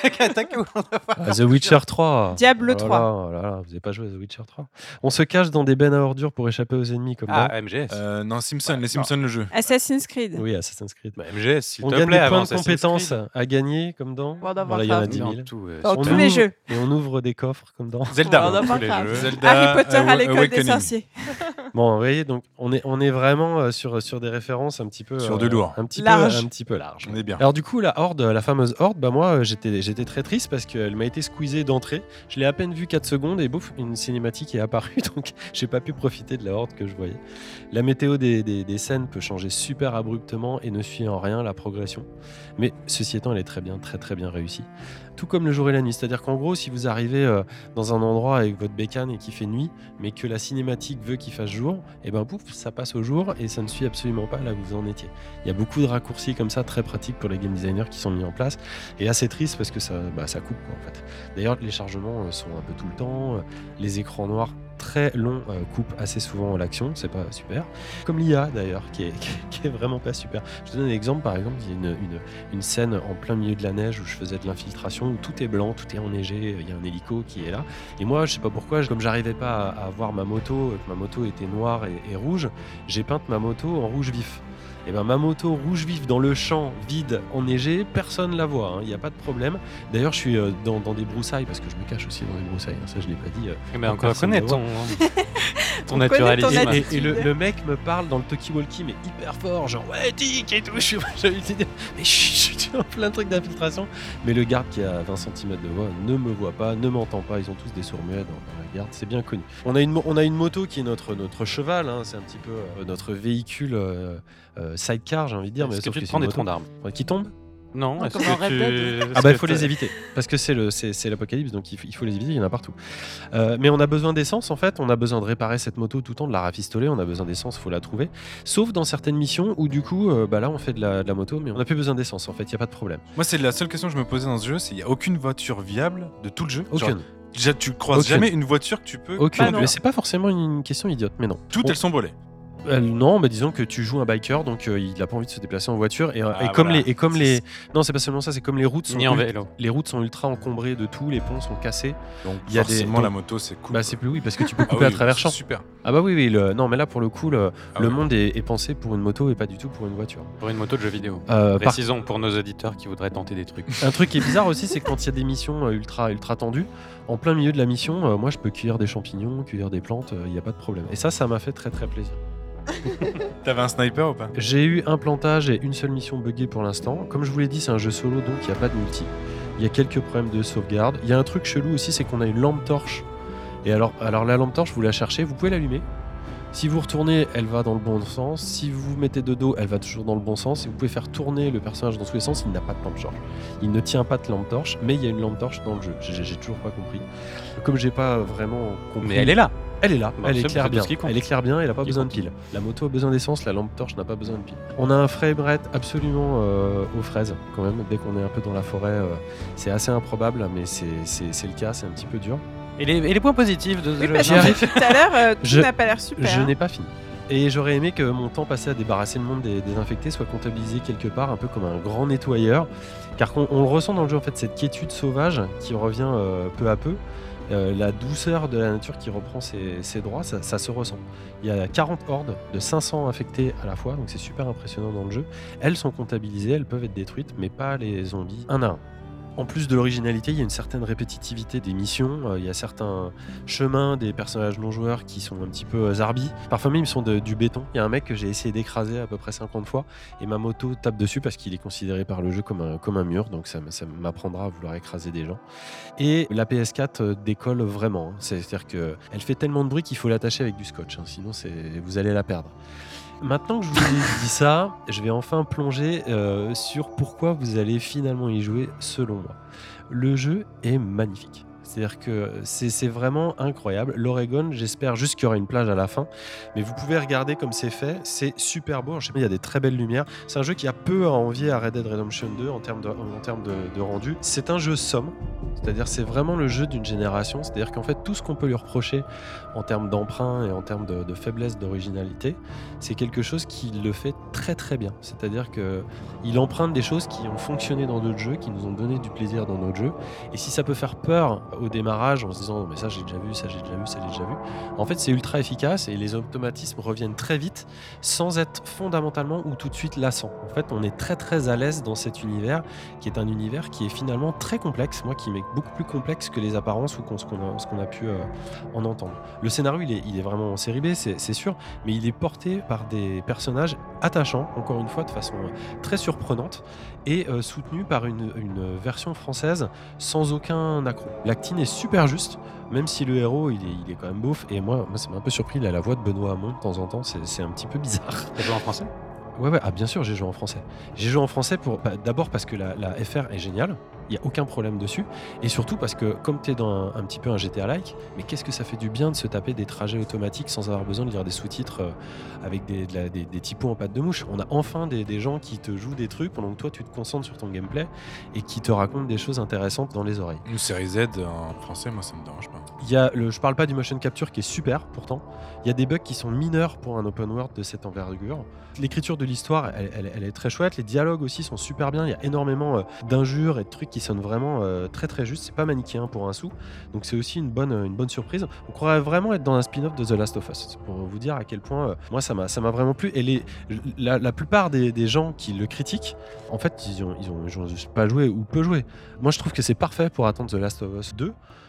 Ah, The Witcher trois. Diablo Oh là trois. là, oh là là, vous n'avez pas joué à The Witcher trois. On se cache dans des bennes à ordures pour échapper aux ennemis comme Ah, dans. M G S. Euh, non, Simpson, les Simpsons, le jeu. Assassin's Creed. Oui, Assassin's Creed. Bah, M G S, s'il On te gagne plaît, des points avant de Assassin's compétences Creed. à gagner comme dans. World of Voilà, il y en a Warcraft. dix Dans mille. tout, euh, Dans On tous ouvre- les jeux. Et on ouvre des coffres comme dans. Zelda, World of dans tous les Warcraft. jeux. Zelda, Harry Potter euh, à l'école des Awakening. sorciers. Bon, vous voyez, donc on est, on est vraiment euh, sur, sur des références un petit peu. Sur euh, du lourd. Un petit Large. peu, un petit peu large. On est bien. Alors du coup, la horde, la fameuse horde, bah moi, euh, j'étais, j'étais très triste parce qu'elle m'a été squeezée d'entrée. Je l'ai à peine vue quatre secondes et bouf, une cinématique est apparue, donc j'ai pas pu profiter de la horde que je voyais. La météo des, des, des scènes peut changer super abruptement et ne suit en rien la progression. Mais ceci étant, elle est très bien, très très bien réussie. Tout comme le jour et la nuit, c'est-à-dire qu'en gros, si vous arrivez euh, dans un endroit avec votre bécane et qu'il fait nuit, mais que la cinématique veut qu'il fasse jour, et ben pouf, ça passe au jour et ça ne suit absolument pas là où vous en étiez. Il y a beaucoup de raccourcis comme ça, très pratiques pour les game designers qui sont mis en place, et assez triste parce que ça, bah, ça coupe quoi, en fait. D'ailleurs, les chargements euh, sont un peu tout le temps, euh, les écrans noirs très longs euh, coupent assez souvent l'action, c'est pas super. Comme l'I A d'ailleurs, qui est, qui est vraiment pas super. Je te donne un exemple, par exemple, il y a une, une, une scène en plein milieu de la neige où je faisais de l'infiltration, où tout est blanc, tout est enneigé, il y a un hélico qui est là. Et moi, je sais pas pourquoi, comme j'arrivais pas à, à voir ma moto, que ma moto était noire et, et rouge, j'ai peint ma moto en rouge vif. Et ben ma moto rouge vif dans le champ vide enneigé, personne la voit, il n'y a pas de problème. D'ailleurs, je suis euh, dans, dans des broussailles, parce que je me cache aussi dans des broussailles, hein, ça je l'ai pas dit. Euh, Eh ben, on personne connaît ne ton. Ton On connaît ton naturalisme. Et, attitude. et le, le mec me parle dans le talkie-walkie, mais hyper fort, genre ouais, tic et tout. Je suis, j'ai envie de dire, mais chut, je suis en plein truc d'infiltration. Mais le garde qui a vingt centimètres de voix ne me voit pas, ne m'entend pas. Ils ont tous des sourds muets dans, dans la garde, c'est bien connu. On a une, mo- on a une moto qui est notre, notre cheval, hein, c'est un petit peu euh, notre véhicule euh, euh, sidecar, j'ai envie de dire. Mais Est-ce que sauf tu que te c'est prends une des moto. troncs d'arbres? Ouais, qui tombe. Non, Non, est-ce comme dans que Red tu... Dead. est-ce Ah bah il que faut t'as- les éviter parce que c'est le c'est, c'est l'apocalypse, donc il faut, il faut les éviter, il y en a partout. Euh, mais on a besoin d'essence en fait, on a besoin de réparer cette moto tout le temps, de la rafistoler, on a besoin d'essence, faut la trouver. Sauf dans certaines missions où du coup euh, bah là on fait de la, de la moto mais on n'a plus besoin d'essence en fait, il y a pas de problème. Moi, c'est la seule question que je me posais dans ce jeu, c'est qu'il n'y a aucune voiture viable de tout le jeu. Genre, Aucune. déjà, tu croises Aucune. jamais une voiture que tu peux Aucune. Bah non. Mais c'est pas forcément une, une question idiote, mais non. Toutes On- elles sont volées. Euh, non, mais disons que tu joues un biker, donc euh, il a pas envie de se déplacer en voiture et, euh, Ah, et comme voilà. les et comme les non c'est pas seulement ça, c'est comme les routes sont Ni en ul- vélo. les routes sont ultra encombrées de tout, les ponts sont cassés. Donc, Il y a des- forcément, donc- la moto, c'est cool. Bah c'est plus oui parce que tu peux Ah couper oui, à travers c'est champs. Super. Ah bah oui oui le... non mais là pour le coup le, Ah le ouais. monde est, est pensé pour une moto et pas du tout pour une voiture. Pour une moto de jeu vidéo. Euh, par- Précisons pour nos auditeurs qui voudraient tenter des trucs. Un truc qui est bizarre aussi, c'est que quand il y a des missions euh, ultra ultra tendues, en plein milieu de la mission, euh, moi je peux cueillir des champignons, cueillir des plantes, il n'y a pas de problème. Et ça, ça m'a fait très très plaisir. T'avais un sniper ou pas? J'ai eu un plantage et une seule mission buggée pour l'instant. Comme je vous l'ai dit, c'est un jeu solo, donc il n'y a pas de multi. Il y a quelques problèmes de sauvegarde. Il y a un truc chelou aussi, c'est qu'on a une lampe torche. Et alors, alors la lampe torche, vous la cherchez, vous pouvez l'allumer. Si vous retournez, elle va dans le bon sens. Si vous vous mettez de dos, elle va toujours dans le bon sens. Et vous pouvez faire tourner le personnage dans tous les sens. Il n'a pas de lampe torche. Il ne tient pas de lampe torche, mais il y a une lampe torche dans le jeu. J'ai, j'ai toujours pas compris. Comme j'ai pas vraiment compris. Mais elle est là. Elle est là, Bon, elle c'est- éclaire c'est tout bien. ce qui compte. Elle éclaire bien, elle n'a pas Qui besoin de compte. pile. La moto a besoin d'essence, la lampe torche n'a pas besoin de pile. On a un framerate absolument euh, aux fraises quand même. Dès qu'on est un peu dans la forêt, euh, c'est assez improbable, mais c'est, c'est, c'est le cas, c'est un petit peu dur. Et les, et les points positifs de ce Oui, jeu? parce J'y que arrive. tout à l'heure, euh, tout Je- n'a pas l'air super. Je hein. n'ai pas fini. Et j'aurais aimé que mon temps passé à débarrasser le monde des, des infectés soit comptabilisé quelque part, un peu comme un grand nettoyeur. Car on, on le ressent dans le jeu, en fait, cette quiétude sauvage qui revient euh, peu à peu. Euh, la douceur de la nature qui reprend ses, ses droits, ça, ça se ressent. Il y a quarante hordes de cinq cents infectés à la fois, donc c'est super impressionnant dans le jeu. Elles sont comptabilisées, elles peuvent être détruites, mais pas les zombies un à un. En plus de l'originalité, il y a une certaine répétitivité des missions. Euh, il y a certains chemins des personnages non joueurs qui sont un petit peu euh, zarbi. Parfois même, ils sont de- du béton. Il y a un mec que j'ai essayé d'écraser à peu près cinquante fois et ma moto tape dessus parce qu'il est considéré par le jeu comme un, comme un mur. Donc ça, m- ça m'apprendra à vouloir écraser des gens. Et la P S quatre euh, décolle vraiment. hein. C'est-à-dire qu'elle fait tellement de bruit qu'il faut l'attacher avec du scotch. hein. Sinon, c'est, vous allez la perdre. Maintenant que je vous ai dit ça, je vais enfin plonger euh, sur pourquoi vous allez finalement y jouer selon moi. Le jeu est magnifique. C'est-à-dire que c'est, c'est vraiment incroyable. L'Oregon, j'espère juste qu'il y aura une plage à la fin. Mais vous pouvez regarder comme c'est fait. C'est super beau. Je sais pas, il y a des très belles lumières. C'est un jeu qui a peu à envier à Red Dead Redemption deux en termes de, en termes de, de rendu. C'est un jeu somme. C'est-à-dire c'est vraiment le jeu d'une génération. C'est-à-dire qu'en fait, tout ce qu'on peut lui reprocher en termes d'emprunt et en termes de, de faiblesse d'originalité, c'est quelque chose qui le fait très très bien. C'est-à-dire qu'il emprunte des choses qui ont fonctionné dans d'autres jeux, qui nous ont donné du plaisir dans d'autres jeux. Et si ça peut faire peur au démarrage en se disant mais ça j'ai déjà vu, ça j'ai déjà vu, ça j'ai déjà vu, en fait c'est ultra efficace et les automatismes reviennent très vite sans être fondamentalement ou tout de suite lassant. En fait on est très très à l'aise dans cet univers qui est un univers qui est finalement très complexe, moi qui m'est beaucoup plus complexe que les apparences ou qu'on- ce qu'on a, ce qu'on a pu euh, en entendre. Le scénario il est, il est vraiment en série B, c'est, c'est sûr, mais il est porté par des personnages attachants, encore une fois de façon euh, très surprenante et euh, soutenu par une, une version française sans aucun accroc. L'acting est super juste, même si le héros il est, il est quand même beauf. Et moi, moi ça m'a un peu surpris, il a la voix de Benoît Hamon de temps en temps, c'est, c'est un petit peu bizarre. T'as joué en français? Ouais, ouais, ah, bien sûr, j'ai joué en français. J'ai joué en français pour, bah, d'abord parce que la, la F R est géniale, il n'y a aucun problème dessus, et surtout parce que comme tu es dans un, un petit peu un G T A-like, mais qu'est-ce que ça fait du bien de se taper des trajets automatiques sans avoir besoin de lire des sous-titres euh, avec des, de la- des, des typos en pâte de mouche. On a enfin des, des gens qui te jouent des trucs pendant que toi tu te concentres sur ton gameplay et qui te racontent des choses intéressantes dans les oreilles. Une série Z en français, moi ça me dérange pas. Il y a le, je parle pas du motion capture qui est super pourtant. Il y a des bugs qui sont mineurs pour un open world de cette envergure. L'écriture de l'histoire, elle, elle- elle est très chouette. Les dialogues aussi sont super bien. Il y a énormément euh, d'injures et de trucs qui sonnent vraiment euh, très très justes. C'est pas manichéen pour un sou. Donc c'est aussi une bonne, une bonne surprise. On croirait vraiment être dans un spin-off de The Last of Us. C'est pour vous dire à quel point euh, moi ça m'a, ça m'a vraiment plu. Et les, la, la plupart des, des gens qui le critiquent, en fait, ils ont, ils ont, ils ont juste pas joué ou peu joué. Moi je trouve que c'est parfait pour attendre The Last of Us deux.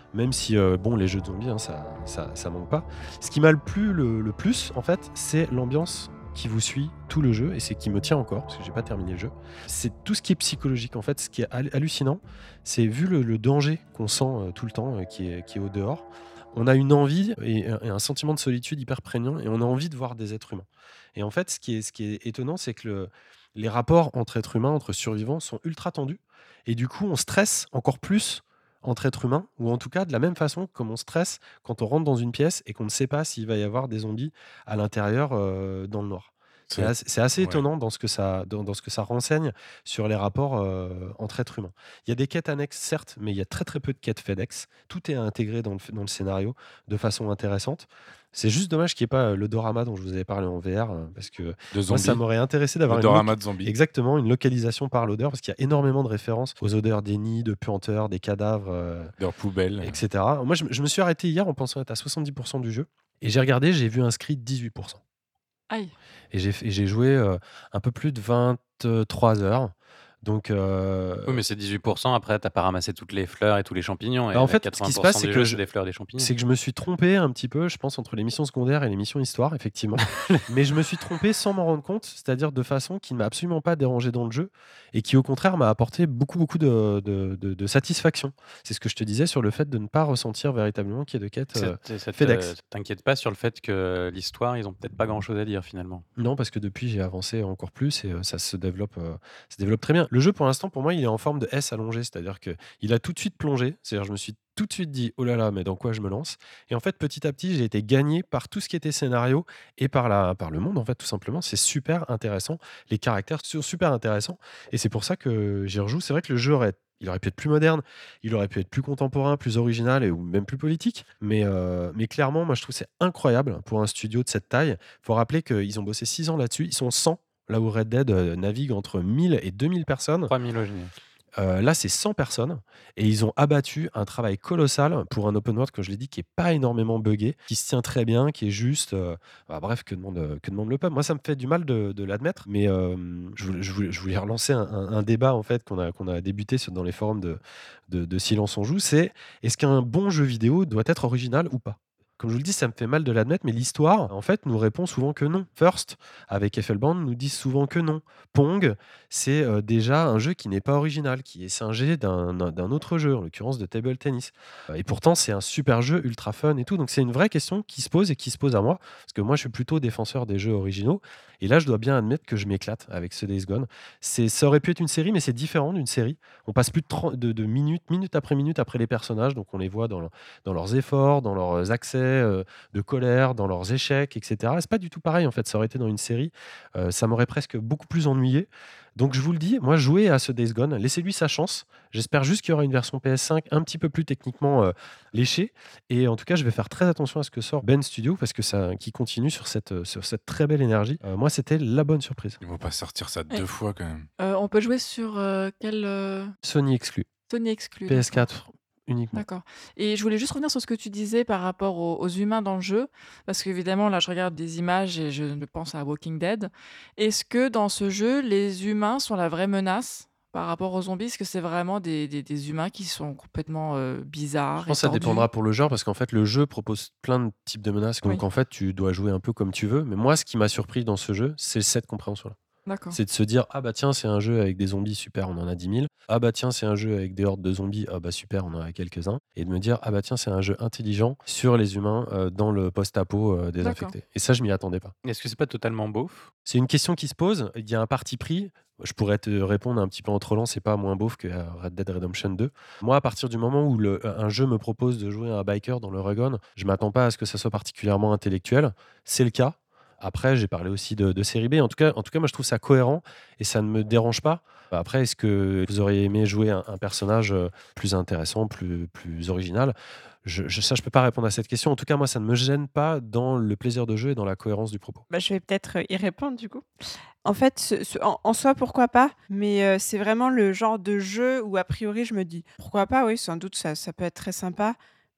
même si euh, bon, les jeux de zombies, hein, ça, ça, ça manque pas. Ce qui m'a le plu le, le plus, en fait, c'est l'ambiance qui vous suit tout le jeu et c'est qui me tient encore parce que j'ai pas terminé le jeu. C'est tout ce qui est psychologique en fait. Ce qui est hal- hallucinant, c'est vu le, le danger qu'on sent euh, tout le temps, euh, qui est, qui est au dehors. On a une envie et un, et un sentiment de solitude hyper prégnant et on a envie de voir des êtres humains. Et en fait, ce qui est, ce qui est étonnant, c'est que le- les rapports entre êtres humains, entre survivants, sont ultra tendus et du coup, on stresse encore plus entre êtres humains, ou en tout cas de la même façon comme on stresse quand on rentre dans une pièce et qu'on ne sait pas s'il va y avoir des zombies à l'intérieur euh, dans le noir. C'est C'est assez, c'est assez ouais. étonnant dans ce, que ça, dans, dans ce que ça renseigne sur les rapports euh, entre êtres humains. Il y a des quêtes annexes, certes, mais il y a très très peu de quêtes FedEx. Tout est intégré dans le, dans le scénario de façon intéressante. C'est juste dommage qu'il n'y ait pas euh, le dorama dont je vous avais parlé en V R, euh, parce que De moi, ça zombies. m'aurait intéressé Le d'avoir une, loc- dorama de zombies. exactement une localisation par l'odeur, parce qu'il y a énormément de références aux odeurs des nids, de puanteurs, des cadavres, euh, Leur poubelle. et cetera. Moi, je, me- je me suis arrêté hier en pensant être à soixante-dix pour cent du jeu, et j'ai regardé, j'ai vu inscrit dix-huit pour cent. Aïe. Et j'ai, fait- et j'ai joué euh, un peu plus de vingt-trois heures. Donc, euh, Oui, mais c'est dix-huit pour cent. Après, t'as pas ramassé toutes les fleurs et tous les champignons. Et bah, en là, fait, ce qui se quatre-vingts pour cent passe, c'est du que jeu, je- c'est des fleurs et des champignons. c'est que je me suis trompé un petit peu, je pense, entre les missions secondaires et les missions histoire, effectivement. Mais je me suis trompé sans m'en rendre compte, c'est-à-dire de façon qui ne m'a absolument pas dérangé dans le jeu et qui, au contraire, m'a apporté beaucoup, beaucoup de, de- de- de satisfaction. C'est ce que je te disais sur le fait de ne pas ressentir véritablement qu'il y ait de quêtes euh, Ça, ça te- FedEx. T'inquiète pas sur le fait que l'histoire, ils ont peut-être pas grand-chose à dire finalement. Non, parce que depuis, j'ai avancé encore plus et euh, ça se développe, euh, se développe très bien. Le jeu, pour l'instant, pour moi, il est en forme de S allongé, c'est-à-dire qu'il a tout de suite plongé. C'est-à-dire, je me suis tout de suite dit, oh là là, mais dans quoi je me lance? Et en fait, petit à petit, j'ai été gagné par tout ce qui était scénario et par, la, par le monde, en fait, tout simplement. C'est super intéressant. Les caractères sont super intéressants. Et c'est pour ça que j'y rejoue. C'est vrai que le jeu aurait il aurait pu être plus moderne, il aurait pu être plus contemporain, plus original et, ou même plus politique. Mais, euh, mais clairement, moi, je trouve que c'est incroyable pour un studio de cette taille. Il faut rappeler qu'ils ont bossé six ans là-dessus. Ils sont cent, là où Red Dead euh, navigue entre mille et deux mille personnes. trois mille au général. Euh, là, c'est cent personnes et ils ont abattu un travail colossal pour un open world, que je l'ai dit, qui est pas énormément buggé, qui se tient très bien, qui est juste. euh, bah, bref, que demande, euh, que demande le peuple? Moi, ça me fait du mal de, de l'admettre, mais euh, je, voulais, je voulais- je voulais relancer un, un- un débat en fait qu'on a, qu'on a débuté sur- dans les forums de, de, de Silence on Joue. C'est est-ce qu'un bon jeu vidéo doit être original ou pas? Comme je vous le dis, ça me fait mal de l'admettre, mais l'histoire, en fait, nous répond souvent que non. First, avec Effelband, nous dit souvent que non. Pong, c'est euh, déjà un jeu qui n'est pas original, qui est singé d'un d'un autre jeu, en l'occurrence de table tennis. Euh, Et pourtant, c'est un super jeu, ultra fun et tout. Donc, c'est une vraie question qui se pose et qui se pose à moi, parce que moi, je suis plutôt défenseur des jeux originaux. Et là, je dois bien admettre que je m'éclate avec ce Days Gone. C'est- Ça aurait pu être une série, mais c'est différent d'une série. On passe plus de, trente de, de minutes, minute après minute après les personnages, donc on les voit dans, le- dans leurs efforts, dans leurs accès euh, de colère, dans leurs échecs, et cetera. C'est pas du tout pareil, en fait. Ça aurait été dans une série, euh, ça m'aurait presque beaucoup plus ennuyé. Donc je vous le dis, moi jouez à ce Days Gone, laissez-lui sa chance. J'espère juste qu'il y aura une version P S cinq un petit peu plus techniquement euh, léchée. Et en tout cas, je vais faire très attention à ce que sort Ben Studio parce que ça qui continue sur cette, euh, sur cette très belle énergie. Euh, moi, c'était la bonne surprise. Ils vont pas sortir ça Ouais. deux fois quand même. Euh, on peut jouer sur euh, quel euh, Sony exclu, Sony exclu. P S d'accord. quatre uniquement. D'accord. Et je voulais juste revenir sur ce que tu disais par rapport aux, aux humains dans le jeu, parce qu'évidemment, là, je regarde des images et je pense à Walking Dead. Est-ce que dans ce jeu, les humains sont la vraie menace par rapport aux zombies? Est-ce que c'est vraiment des, des- des humains qui sont complètement euh, bizarres Je et pense que ça tordus? dépendra pour le genre parce qu'en fait le jeu propose plein de types de menaces donc Oui. en fait tu dois jouer un peu comme tu veux mais moi ce qui m'a surpris dans ce jeu c'est cette compréhension là. D'accord. C'est de se dire ah bah tiens c'est un jeu avec des zombies super on en a dix mille, ah bah tiens c'est un jeu avec des hordes de zombies, ah bah super on en a quelques-uns, et de me dire ah bah tiens c'est un jeu intelligent sur les humains euh, dans le post-apo euh, désinfecté. Et ça je m'y attendais pas. Est-ce que c'est pas totalement beauf? C'est une question qui se pose, il y a un parti pris. Je pourrais te répondre un petit peu en trollant, c'est pas moins beauf que euh, Red Dead Redemption deux. Moi, à partir du moment où le- un jeu me propose de jouer un biker dans le Run, je m'attends pas à ce que ça soit particulièrement intellectuel. C'est le cas. Après, j'ai parlé aussi de, de série B. En tout cas, en tout cas, moi, je trouve ça cohérent et ça ne me dérange pas. Après, est-ce que vous auriez aimé jouer un, un personnage euh, plus intéressant, plus, plus original? je, je, Ça, je peux pas répondre à cette question. En tout cas, moi, ça ne me gêne pas dans le plaisir de jeu et dans la cohérence du propos. Bah, je vais peut-être euh, y répondre du coup. En fait, ce- ce- en, en soi, pourquoi pas, mais euh, c'est vraiment le genre de jeu où a priori je me dis pourquoi pas, oui, sans doute ça, ça peut être très sympa,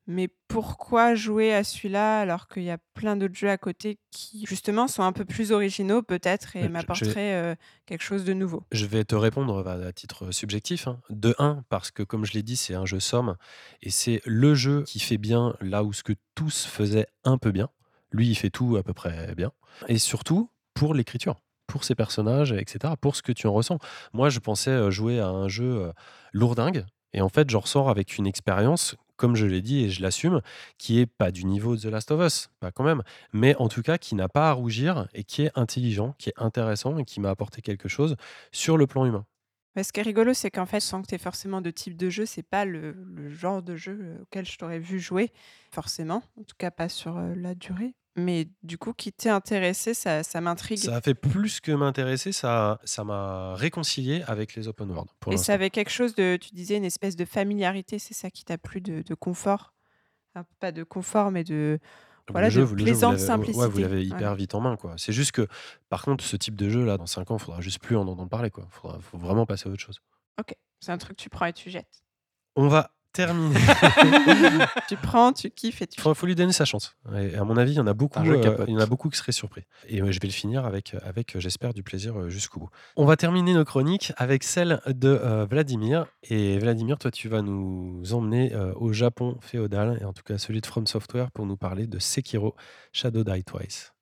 Mais pourquoi jouer à celui-là alors qu'il y a plein d'autres jeux à côté qui, justement, sont un peu plus originaux peut-être Euh, et je- je vais- m'apporteraient euh, quelque chose de nouveau? Je vais te répondre bah, à titre subjectif. hein. De un, parce que comme je l'ai dit, c'est un jeu somme et c'est le jeu qui fait bien là où ce que tous faisaient un peu bien. Lui, il fait tout à peu près bien. Et surtout, pour l'écriture, pour ses personnages, et cetera, pour ce que tu en ressens. Moi, je pensais euh, jouer à un jeu euh, lourdingue et en fait, j'en ressors avec une expérience, comme je l'ai dit et je l'assume, qui est pas du niveau de The Last of Us, pas quand même, mais en tout cas qui n'a pas à rougir et qui est intelligent, qui est intéressant et qui m'a apporté quelque chose sur le plan humain. Ouais, ce qui est rigolo, c'est qu'en fait, sans que tu aies forcément de type de jeu, c'est pas le, le genre de jeu euh, auquel je t'aurais vu jouer, forcément, en tout cas pas sur euh, la durée. Mais du coup, qui t'est intéressé, ça, ça m'intrigue. Ça a fait plus que m'intéresser, ça ça m'a réconcilié avec les open world pour Et ça l'instant. avait quelque chose de, tu disais, une espèce de familiarité, c'est ça qui t'a plu, de, de confort. Enfin, pas de confort, mais de, Le voilà, de jeu, vous- le jeu, vous plaisante l'avez ouais, ouais, vous simplicité. l'avez Ouais. hyper vite en main, quoi. C'est juste que, par contre, ce type de jeu là, dans cinq ans, il faudra juste plus en entendre parler, quoi. Faudra, faut vraiment passer à autre chose. Ok, c'est un truc que tu prends et tu jettes. On va terminer. Tu prends, tu kiffes et tu faut, faut lui donner sa chance. Et à mon avis, il y en a beaucoup, un jeu euh, capote. il y en a beaucoup qui seraient surpris. Et euh, je vais le finir avec, avec euh, j'espère, du plaisir euh, jusqu'au bout. On va terminer nos chroniques avec celle de euh, Vladimir. Et Vladimir, toi, tu vas nous emmener euh, au Japon féodal, et en tout cas celui de From Software, pour nous parler de Sekiro Shadow Die Twice.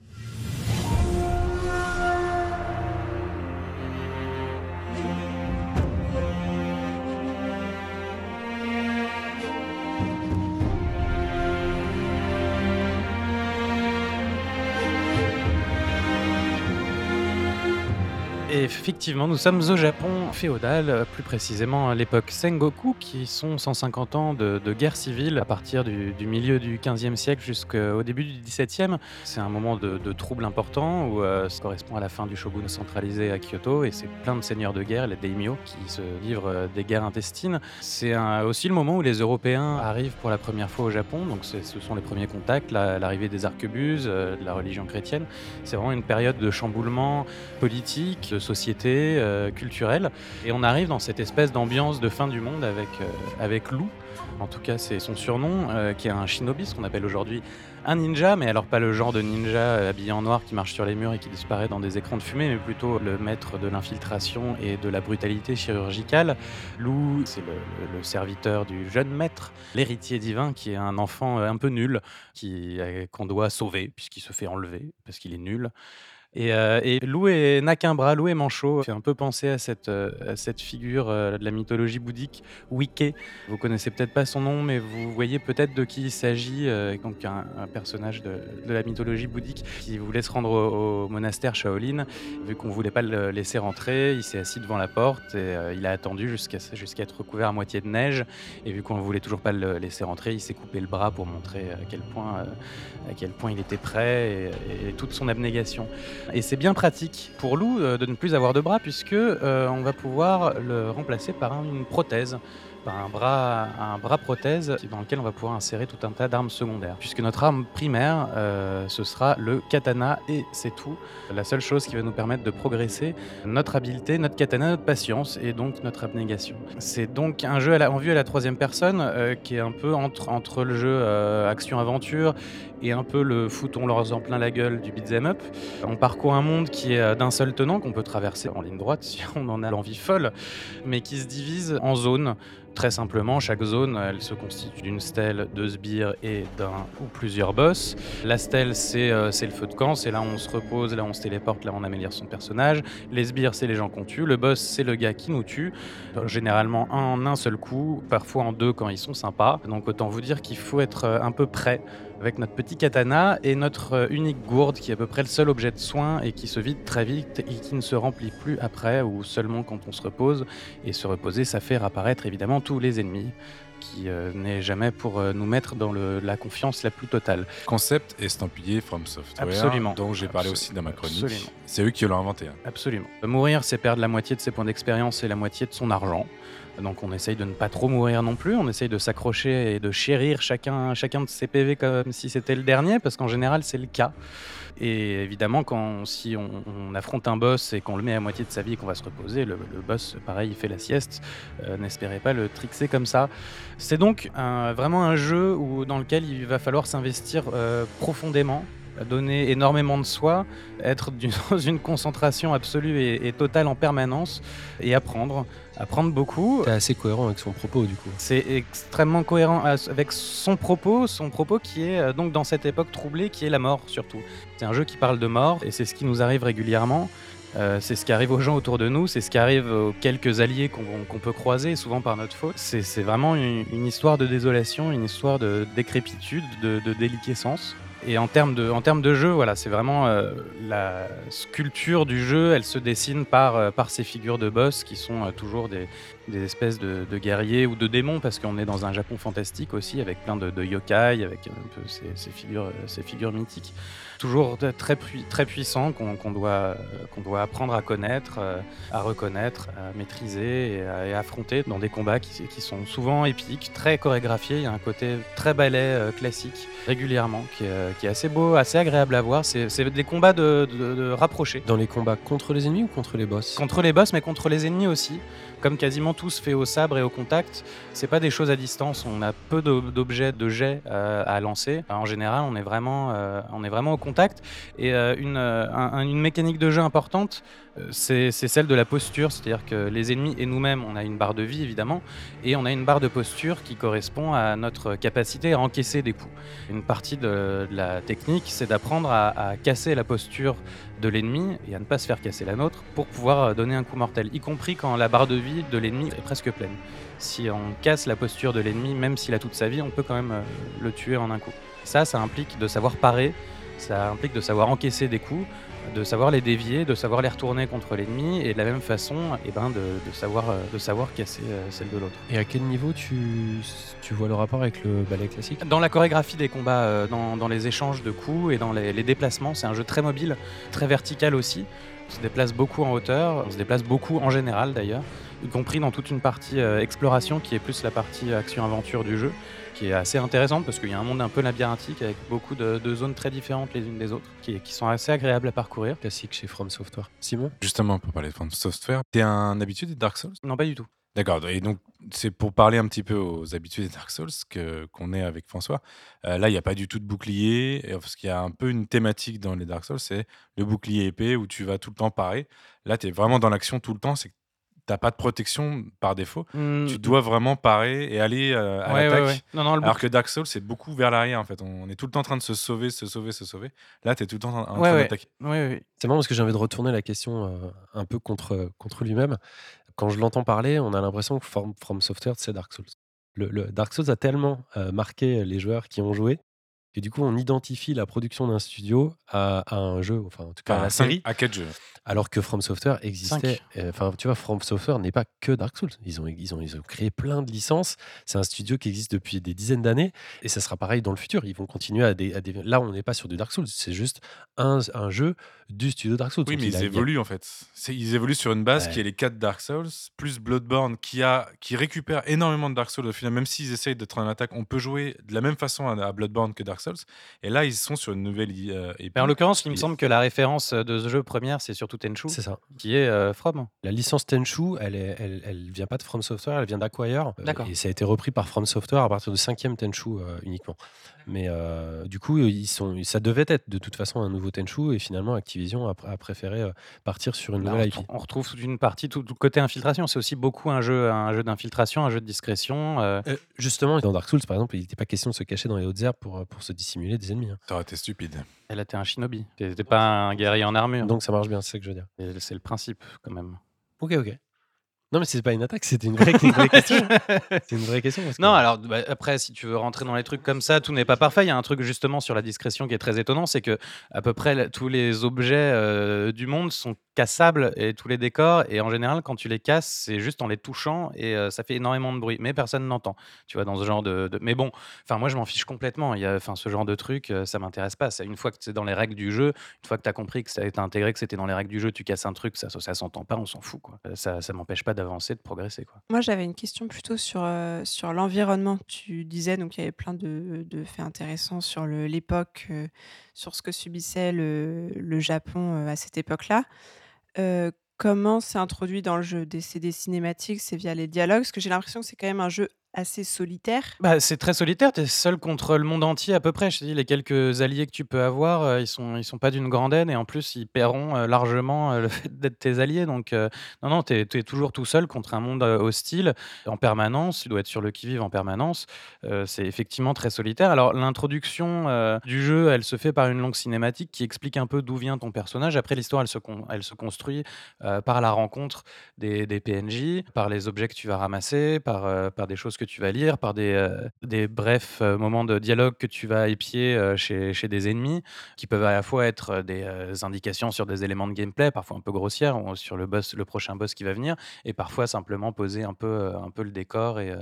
Et effectivement, nous sommes au Japon féodal, euh, plus précisément à l'époque Sengoku, qui sont cent cinquante ans de, de guerre civile à partir du, du milieu du quinzième siècle jusqu'au début du dix-septième. C'est un moment de, de trouble important où euh, ça correspond à la fin du shogun centralisé à Kyoto et c'est plein de seigneurs de guerre, les daimyo, qui se livrent euh, des guerres intestines. C'est un- aussi le moment où les Européens arrivent pour la première fois au Japon, donc c'est- ce sont les premiers contacts, la- l'arrivée des arquebuses, euh, de la religion chrétienne. C'est vraiment une période de chamboulement politique, de société, euh, culturelle. Et on arrive dans cette espèce d'ambiance de fin du monde avec, euh, avec Lou. En tout cas, c'est son surnom, euh, qui est un shinobi, ce qu'on appelle aujourd'hui un ninja, mais alors pas le genre de ninja euh, habillé en noir qui marche sur les murs et qui disparaît dans des écrans de fumée, mais plutôt le maître de l'infiltration et de la brutalité chirurgicale. Lou, c'est le, le- le serviteur du jeune maître, l'héritier divin, qui est un enfant euh, un peu nul, qui, euh, qu'on doit sauver, puisqu'il se fait enlever, parce qu'il est nul. Et, euh, et Lou est- n'a qu'un bras, Lou est manchot, fait un peu penser à cette, euh, à cette figure euh, de la mythologie bouddhique, Wike. Vous connaissez peut-être pas son nom, mais vous voyez peut-être de qui il s'agit, euh, donc un, un personnage de, de la mythologie bouddhique qui voulait se rendre au, au monastère Shaolin. Vu qu'on voulait pas le laisser rentrer, il s'est assis devant la porte et euh, il a attendu jusqu'à jusqu'à être recouvert à moitié de neige. Et vu qu'on voulait toujours pas le laisser rentrer, il s'est coupé le bras pour montrer à quel point, euh, à quel point il était prêt et, et toute son abnégation. Et c'est bien pratique pour Lou euh, de ne plus avoir de bras puisque euh, on va pouvoir le remplacer par un- une prothèse, par un bras, un bras prothèse dans lequel on va pouvoir insérer tout un tas d'armes secondaires. Puisque notre arme primaire, euh, ce sera le katana et c'est tout. La seule chose qui va nous permettre de progresser, notre habileté, notre katana, notre patience et donc notre abnégation. C'est donc un jeu à la- en vue à la troisième personne euh, qui est un peu entre, entre le jeu euh, action-aventure et un peu le foutons-leur en plein la gueule du beat'em up. On parcourt un monde qui est euh, d'un seul tenant, qu'on peut traverser en ligne droite si on en a l'envie folle, mais qui se divise en zones. Très simplement, chaque zone, elle se constitue d'une stèle, de sbires et d'un ou plusieurs boss. La stèle, c'est euh, c'est le feu de camp, c'est là où on se repose, là où on se téléporte, là où on améliore son personnage. Les sbires, c'est les gens qu'on tue. Le boss, c'est le gars qui nous tue. Euh, Généralement un en un seul coup, parfois en deux quand ils sont sympas. Donc autant vous dire qu'il faut être euh, un peu prêt avec notre petit katana et notre euh, unique gourde qui est à peu près le seul objet de soin et qui se vide très vite et qui ne se remplit plus après ou seulement quand on se repose. Et se reposer, ça fait réapparaître évidemment tous les ennemis qui euh, n'est jamais pour euh, nous mettre dans le- la confiance la plus totale. Concept estampillé From Software, Absolument. dont j'ai parlé Absol- aussi dans ma chronique. absolument. C'est eux qui l'ont inventé. hein. Absolument. Mourir, c'est perdre la moitié de ses points d'expérience et la moitié de son argent. Donc on essaye de ne pas trop mourir non plus, on essaye de s'accrocher et de chérir chacun, chacun de ses P V comme si c'était le dernier, parce qu'en général c'est le cas. Et évidemment, quand, si on, on affronte un boss et qu'on le met à moitié de sa vie et qu'on va se reposer, le, le boss, pareil, il fait la sieste. Euh, n'espérez pas le trixer comme ça. C'est donc un- vraiment un jeu où, dans lequel il va falloir s'investir euh, profondément, donner énormément de soi, être d'une- dans une concentration absolue et, et totale en permanence et apprendre, apprendre beaucoup. T'es assez cohérent avec son propos, du coup. C'est extrêmement cohérent as- avec son propos, son propos qui est euh, donc dans cette époque troublée, qui est la mort surtout. C'est un jeu qui parle de mort et c'est ce qui nous arrive régulièrement. Euh, c'est ce qui arrive aux gens autour de nous, c'est ce qui arrive aux quelques alliés qu'on qu'on peut croiser, souvent par notre faute. C'est c'est vraiment une, une histoire de désolation, une histoire de décrépitude, de, de déliquescence. Et en termes de, en termes de jeu, voilà, c'est vraiment euh, la sculpture du jeu, elle se dessine par, euh, par ces figures de boss qui sont euh, toujours des, des espèces de, de guerriers ou de démons, parce qu'on est dans un Japon fantastique aussi, avec plein de, de yokai, avec un peu ces, ces figures, euh, ces figures mythiques. Toujours de- très, pui- très puissants qu'on qu'on doit, euh, qu'on doit apprendre à connaître, euh, à reconnaître, à maîtriser et à, et à affronter dans des combats qui, qui sont souvent épiques, très chorégraphiés. Il y a un côté très ballet euh, classique régulièrement qui est, euh, qui est assez beau, assez agréable à voir. C'est c'est des combats de, de, de rapprochés. Dans les combats contre les ennemis ou contre les boss? Contre les boss, mais contre les ennemis aussi. Comme quasiment tout se fait au sabre et au contact, c'est pas des choses à distance. On a peu d'ob- d'objets, de jets euh, à lancer. En général, on est vraiment, euh, on est vraiment au contact. Et euh, une, euh, un- un- une mécanique de jeu importante, euh, c'est c'est celle de la posture. C'est-à-dire que les ennemis et nous-mêmes, on a une barre de vie évidemment, et on a une barre de posture qui correspond à notre capacité à encaisser des coups. Une partie de, de la technique, c'est d'apprendre à, à casser la posture de l'ennemi et à ne pas se faire casser la nôtre pour pouvoir euh, donner un coup mortel, y compris quand la barre de vie de l'ennemi est presque pleine. Si on casse la posture de l'ennemi, même s'il a toute sa vie, on peut quand même euh, le tuer en un coup. Ça, ça implique de savoir parer, ça implique de savoir encaisser des coups, de savoir les dévier, de savoir les retourner contre l'ennemi, et de la même façon, eh ben, de, de savoir, euh, de savoir casser euh, celle de l'autre. Et à quel niveau tu, tu vois le rapport avec le ballet classique? Dans la chorégraphie des combats, euh, dans, dans les échanges de coups et dans les, les déplacements, c'est un jeu très mobile, très vertical aussi. On se déplace beaucoup en hauteur, on se déplace beaucoup en général d'ailleurs, y compris dans toute une partie euh, exploration qui est plus la partie action-aventure du jeu, qui est assez intéressante parce qu'il y a un monde un peu labyrinthique avec beaucoup de, de zones très différentes les unes des autres, qui, qui sont assez agréables à parcourir. Classique chez From Software. Simon? Justement, pour parler de From Software, t'es un habitué des Dark Souls? Non, pas du tout. D'accord, et donc c'est pour parler un petit peu aux habitués des Dark Souls que, qu'on est avec François. Euh, là, il n'y a pas du tout de bouclier, et- parce qu'il y a un peu une thématique dans les Dark Souls, c'est le bouclier épée où tu vas tout le temps parer. Là, tu es vraiment dans l'action tout le temps, c'est que tu n'as pas de protection par défaut. Mm, Tu dois vraiment parer et aller euh, à ouais, ouais, l'attaque. ouais. Non, non, le Alors bouc- que Dark Souls, c'est beaucoup vers l'arrière en fait. On est tout le temps en train de se sauver, se sauver, se sauver. Là, tu es tout le temps en, en ouais, train ouais. d'attaquer. Ouais, ouais. C'est marrant parce que j'ai envie de retourner la question euh, un peu contre, contre lui-même. Quand je l'entends parler, on a l'impression que From, From Software, c'est Dark Souls. Le, le Dark Souls a tellement euh, marqué les joueurs qui ont joué que du coup, on identifie la production d'un studio à, à un jeu, enfin en tout cas à Enfin, la cinq- série, à quatre jeux. alors que From Software existait. Cinq. euh, Enfin, tu vois, From Software n'est pas que Dark Souls. Ils ont, ils ont, ils ont créé plein de licences. C'est un studio qui existe depuis des dizaines d'années et ça sera pareil dans le futur. Ils vont continuer à des. à des- Là, on n'est pas sur du Dark Souls, c'est juste un, un jeu du studio Dark Souls. Oui, Donc, mais il ils a- il y a- évoluent en fait. C'est- Ils évoluent sur une base Ouais. qui est les quatre Dark Souls, plus Bloodborne qui, a, qui récupère énormément de Dark Souls. Au final, même s'ils essayent d'être en attaque, on peut jouer de la même façon à, à Bloodborne que Dark Souls. Et là, ils sont sur une nouvelle euh, épée. Mais en l'occurrence, il me Et- semble que la référence de ce jeu première, c'est surtout Tenchu, C'est ça. qui est euh, From. La licence Tenchu, elle, est, elle, elle vient pas de From Software, elle vient d'Acquire. Euh, D'accord. Et ça a été repris par From Software à partir du cinquième Tenchu euh, uniquement. Mais euh, du coup, ils sont, ça devait être de toute façon un nouveau Tenchu et finalement Activision a, pr- a préféré euh, partir sur une Bah, on, nouvelle I P. retrouve, on retrouve toute une partie, tout, tout le côté infiltration. C'est aussi beaucoup un jeu, un jeu d'infiltration, un jeu de discrétion. euh, Euh, justement, dans Dark Souls, par exemple, il n'était pas question de se cacher dans les hautes herbes pour, euh, pour se dissimuler des ennemis. hein. Ça aurait été stupide. Elle était un shinobi. T'es t'es pas un guerrier en armure. Donc ça marche bien, c'est ça que je veux dire. Et c'est le principe, quand même. Ok, ok. Non, mais c'est pas une attaque, c'était une vraie, une vraie question. C'est une vraie question. Parce que- Non, alors bah, après, si tu veux rentrer dans les trucs comme ça, tout n'est pas parfait. Il y a un truc justement sur la discrétion qui est très étonnant, c'est que à peu près la- tous les objets euh, du monde sont cassables et tous les décors et en général quand tu les casses, c'est juste en les touchant et heu, ça fait énormément de bruit, mais personne n'entend. Tu vois? Dans ce genre de de mais bon, enfin moi je m'en fiche complètement. Il y a enfin ce genre de truc, heu, ça m'intéresse pas. C'est une fois que c'est dans les règles du jeu, une fois que tu as compris que ça a été intégré, que c'était dans les règles du jeu, tu casses un truc, ça ça s'entend pas, on s'en fout quoi. Heu, ça ça m'empêche pas d'avancer, de progresser quoi. Moi, j'avais une question plutôt sur, heu, sur l'environnement. Tu disais donc il y avait plein de de faits intéressants sur le l'époque, heu, sur ce que subissait le le Japon, heu, à cette époque-là. Heu, comment c'est introduit dans le jeu? Des c'est des cinématiques, c'est via les dialogues? Parce que j'ai l'impression que c'est quand même un jeu assez solitaire. Bah, c'est très solitaire, tu es seul contre le monde entier à peu près. Je te dis, les quelques alliés que tu peux avoir, heu, ils sont ils sont pas d'une grande aide et en plus, ils paieront, heu, largement, heu, le fait d'être tes alliés donc heu, non, non, tu es tu es toujours tout seul contre un monde, heu, hostile en permanence. Tu dois être sur le qui-vive en permanence. Heu, c'est effectivement très solitaire. Alors l'introduction, heu, du jeu, elle se fait par une longue cinématique qui explique un peu d'où vient ton personnage. Après l'histoire, elle se con elle se construit, heu, par la rencontre des des P N J, par les objets que tu vas ramasser, par, heu, par des choses que tu vas lire, par des, heu, des brefs, heu, moments de dialogue que tu vas épier, heu, chez chez des ennemis, qui peuvent à la fois être, heu, des, heu, indications sur des éléments de gameplay, parfois un peu grossières, ou sur le boss le prochain boss qui va venir et parfois simplement poser un peu, heu, un peu le décor et heu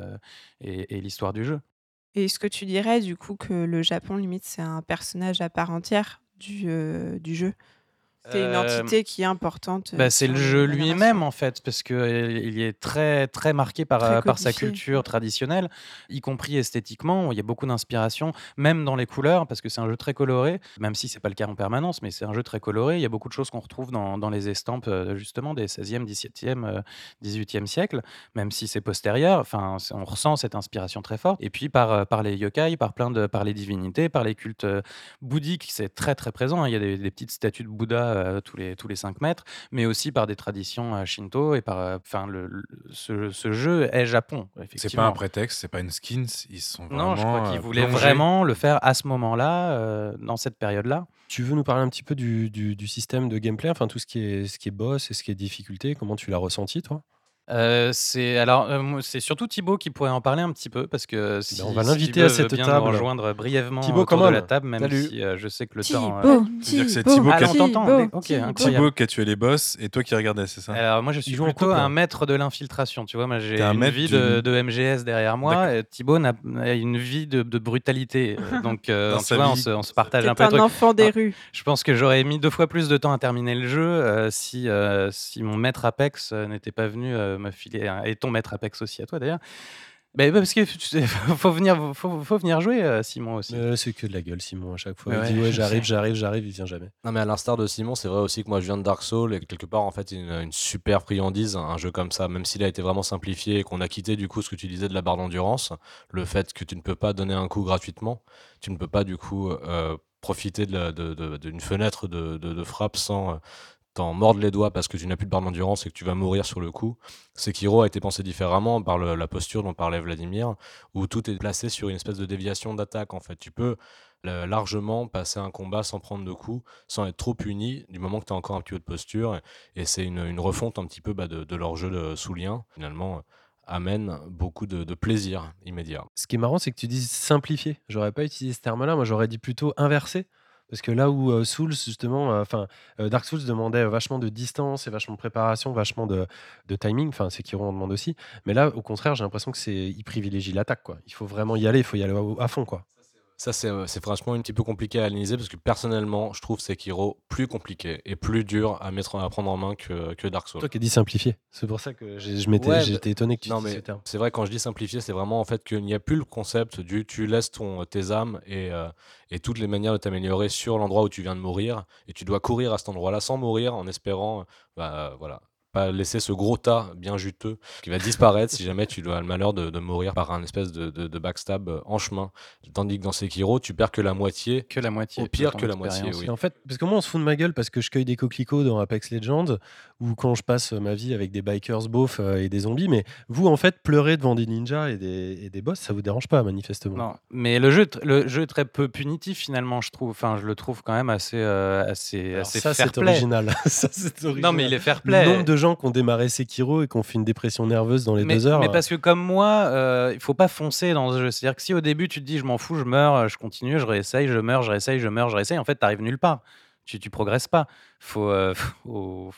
et et l'histoire du jeu. Et est-ce que tu dirais du coup que le Japon, limite, c'est un personnage à part entière du, heu, du jeu? C'est une Hem entité qui est importante, heu, Bah, c'est sur le le jeu la lui-même, narration? en fait, parce que, heu, il est très, très marqué par, Très heu, par sa codifié, culture ouais. traditionnelle, y compris esthétiquement. Il y a beaucoup d'inspiration, même dans les couleurs, parce que c'est un jeu très coloré, même si c'est pas le cas en permanence, mais c'est un jeu très coloré. Il y a beaucoup de choses qu'on retrouve dans dans les estampes, heu, justement des seizième, dix-septième, heu, dix-huitième siècle, même si c'est postérieur. Enfin, c'est on ressent cette inspiration très forte et puis par, heu, par les yokai, par plein de par les divinités, par les cultes, heu, bouddhiques, c'est très, très présent, hein. Il y a des des petites statues de Bouddha, heu, tous les tous les cinq mètres, mais aussi par des traditions, heu, shinto et par, heu, enfin le le ce ce jeu est Japon, C'est pas un effectivement. prétexte, c'est pas une skins, ils sont Non, je crois vraiment, qu'ils heu, voulaient plongés. vraiment le faire à ce moment-là, heu, dans cette période-là. Tu veux nous parler un petit peu du du du système de gameplay, enfin tout ce qui est ce qui est boss et ce qui est difficulté, comment tu l'as ressenti toi? Heu, c'est alors, heu, moi, c'est surtout Thibaut qui pourrait en parler un petit peu parce que Ben, on va si si l'inviter à Thibaut veut cette bien nous table. rejoindre brièvement Thibaut, autour come de la on! table, même Salut. si, heu, je sais que le temps, heu Thibaut, C'est-à-dire que c'est Thibaut, Thibaut ah qui a là, on t'entend! Thibaut, Dé OK, Thibaut. incroyable. Thibaut qui a tué les boss et toi qui regardais, c'est ça? Alors moi, je suis jouent en plutôt couple, un là. maître de l'infiltration, tu vois? Moi, Tu es j'ai un une maître vie du de de M G S derrière moi D'accord. et Thibaut n'a a une vie de de brutalité, heu, donc heu, Dans tu sa vois, on vie. se on se partage un C'est peu les un trucs. enfant des Ah, rues. je pense que j'aurais mis deux fois plus de temps à terminer le jeu, heu, si, heu, si mon maître Apex, heu, n'était pas venu, heu, me filer un et ton maître Apex aussi à toi d'ailleurs. Beh, ouais, parce que tu sais, faut venir faut faut venir jouer, heu, Simon aussi. Heu, c'est que de la gueule Simon à chaque fois. Mais Il dit: ouais, «Ouais, je j'arrive, sais. j'arrive, j'arrive», il vient jamais. Non, mais à l'instar de Simon, c'est vrai aussi que moi je viens de Dark Souls et que quelque part en fait une, une super friandise, un jeu comme ça, même s'il a été vraiment simplifié et qu'on a quitté du coup ce que tu disais de la barre d'endurance, le fait que tu ne peux pas donner un coup gratuitement, tu ne peux pas du coup euh, profiter de la- de- de- d'une fenêtre de, de- de frappe sans euh, t'en mordre les doigts parce que tu n'as plus de barre d'endurance et que tu vas mourir sur le coup. Sekiro a été pensé différemment par le- la posture dont parlait Vladimir, où tout est placé sur une espèce de déviation d'attaque en fait. Tu peux euh, largement passer un combat sans prendre de coups, sans être trop puni, du moment que tu as encore un petit peu de posture. Et, et c'est une, une refonte un petit peu bah, de, de leur jeu de sous lien, finalement, euh, amène beaucoup de, de plaisir immédiat. Ce qui est marrant, c'est que tu dises simplifier. J'aurais pas utilisé ce terme-là, moi j'aurais dit plutôt inverser. Parce que là où euh, Souls, justement, euh, enfin, euh, Dark Souls demandait vachement de distance et vachement de préparation, vachement de, de timing, enfin, Sekiro en demande aussi. Mais là, au contraire, j'ai l'impression que c'est, il privilégie l'attaque, quoi. Il faut vraiment y aller, il faut y aller à, à fond, quoi. Ça, c'est euh, c'est franchement un petit peu compliqué à analyser parce que personnellement, je trouve Sekiro plus compliqué et plus dur à, mettre, à prendre en main que, que Dark Souls. Toi qui as dit simplifier. C'est pour ça que j'ai- je m'étais, Ouais, j'étais bah, étonné que tu non, dises ce mais terme. c'est vrai, quand je dis simplifier, c'est vraiment en fait qu'il n'y a plus le concept du tu laisses ton, tes âmes et, euh, et toutes les manières de t'améliorer sur l'endroit où tu viens de mourir et tu dois courir à cet endroit-là sans mourir en espérant, euh, bah, euh, voilà, pas laisser ce gros tas bien juteux qui va disparaître si jamais tu dois le malheur de, de mourir par un espèce de, de, de backstab euh, en chemin. Tandis que dans Sekiro, tu perds que la moitié, Que la moitié au de pire ton que la moitié, expérience. oui. Et en fait, parce que moi, on se fout de ma gueule parce que je cueille des coquelicots dans Apex Legends ou quand je passe ma vie avec des bikers beaufs euh, et des zombies. Mais vous, en fait, pleurer devant des ninjas et des, et des boss, ça vous dérange pas, manifestement. Non, mais le jeu, est tr- le jeu est très peu punitif finalement, je trouve. Enfin, je le trouve quand même assez, euh, assez, Alors assez ça, fair c'est play. original. ça, c'est original. Non, mais il est fair Le play. nombre de gens qui ont démarré Sekiro et qui ont fait une dépression nerveuse dans les mais, deux heures. mais euh, parce que comme moi, euh, il faut pas foncer dans ce jeu. C'est-à-dire que si au début tu te dis je m'en fous, je meurs, je continue, je réessaye, je meurs, je réessaye, je meurs, je réessaye, en fait, t'arrives nulle part. Tu, tu progresses pas. Faut, euh, faut,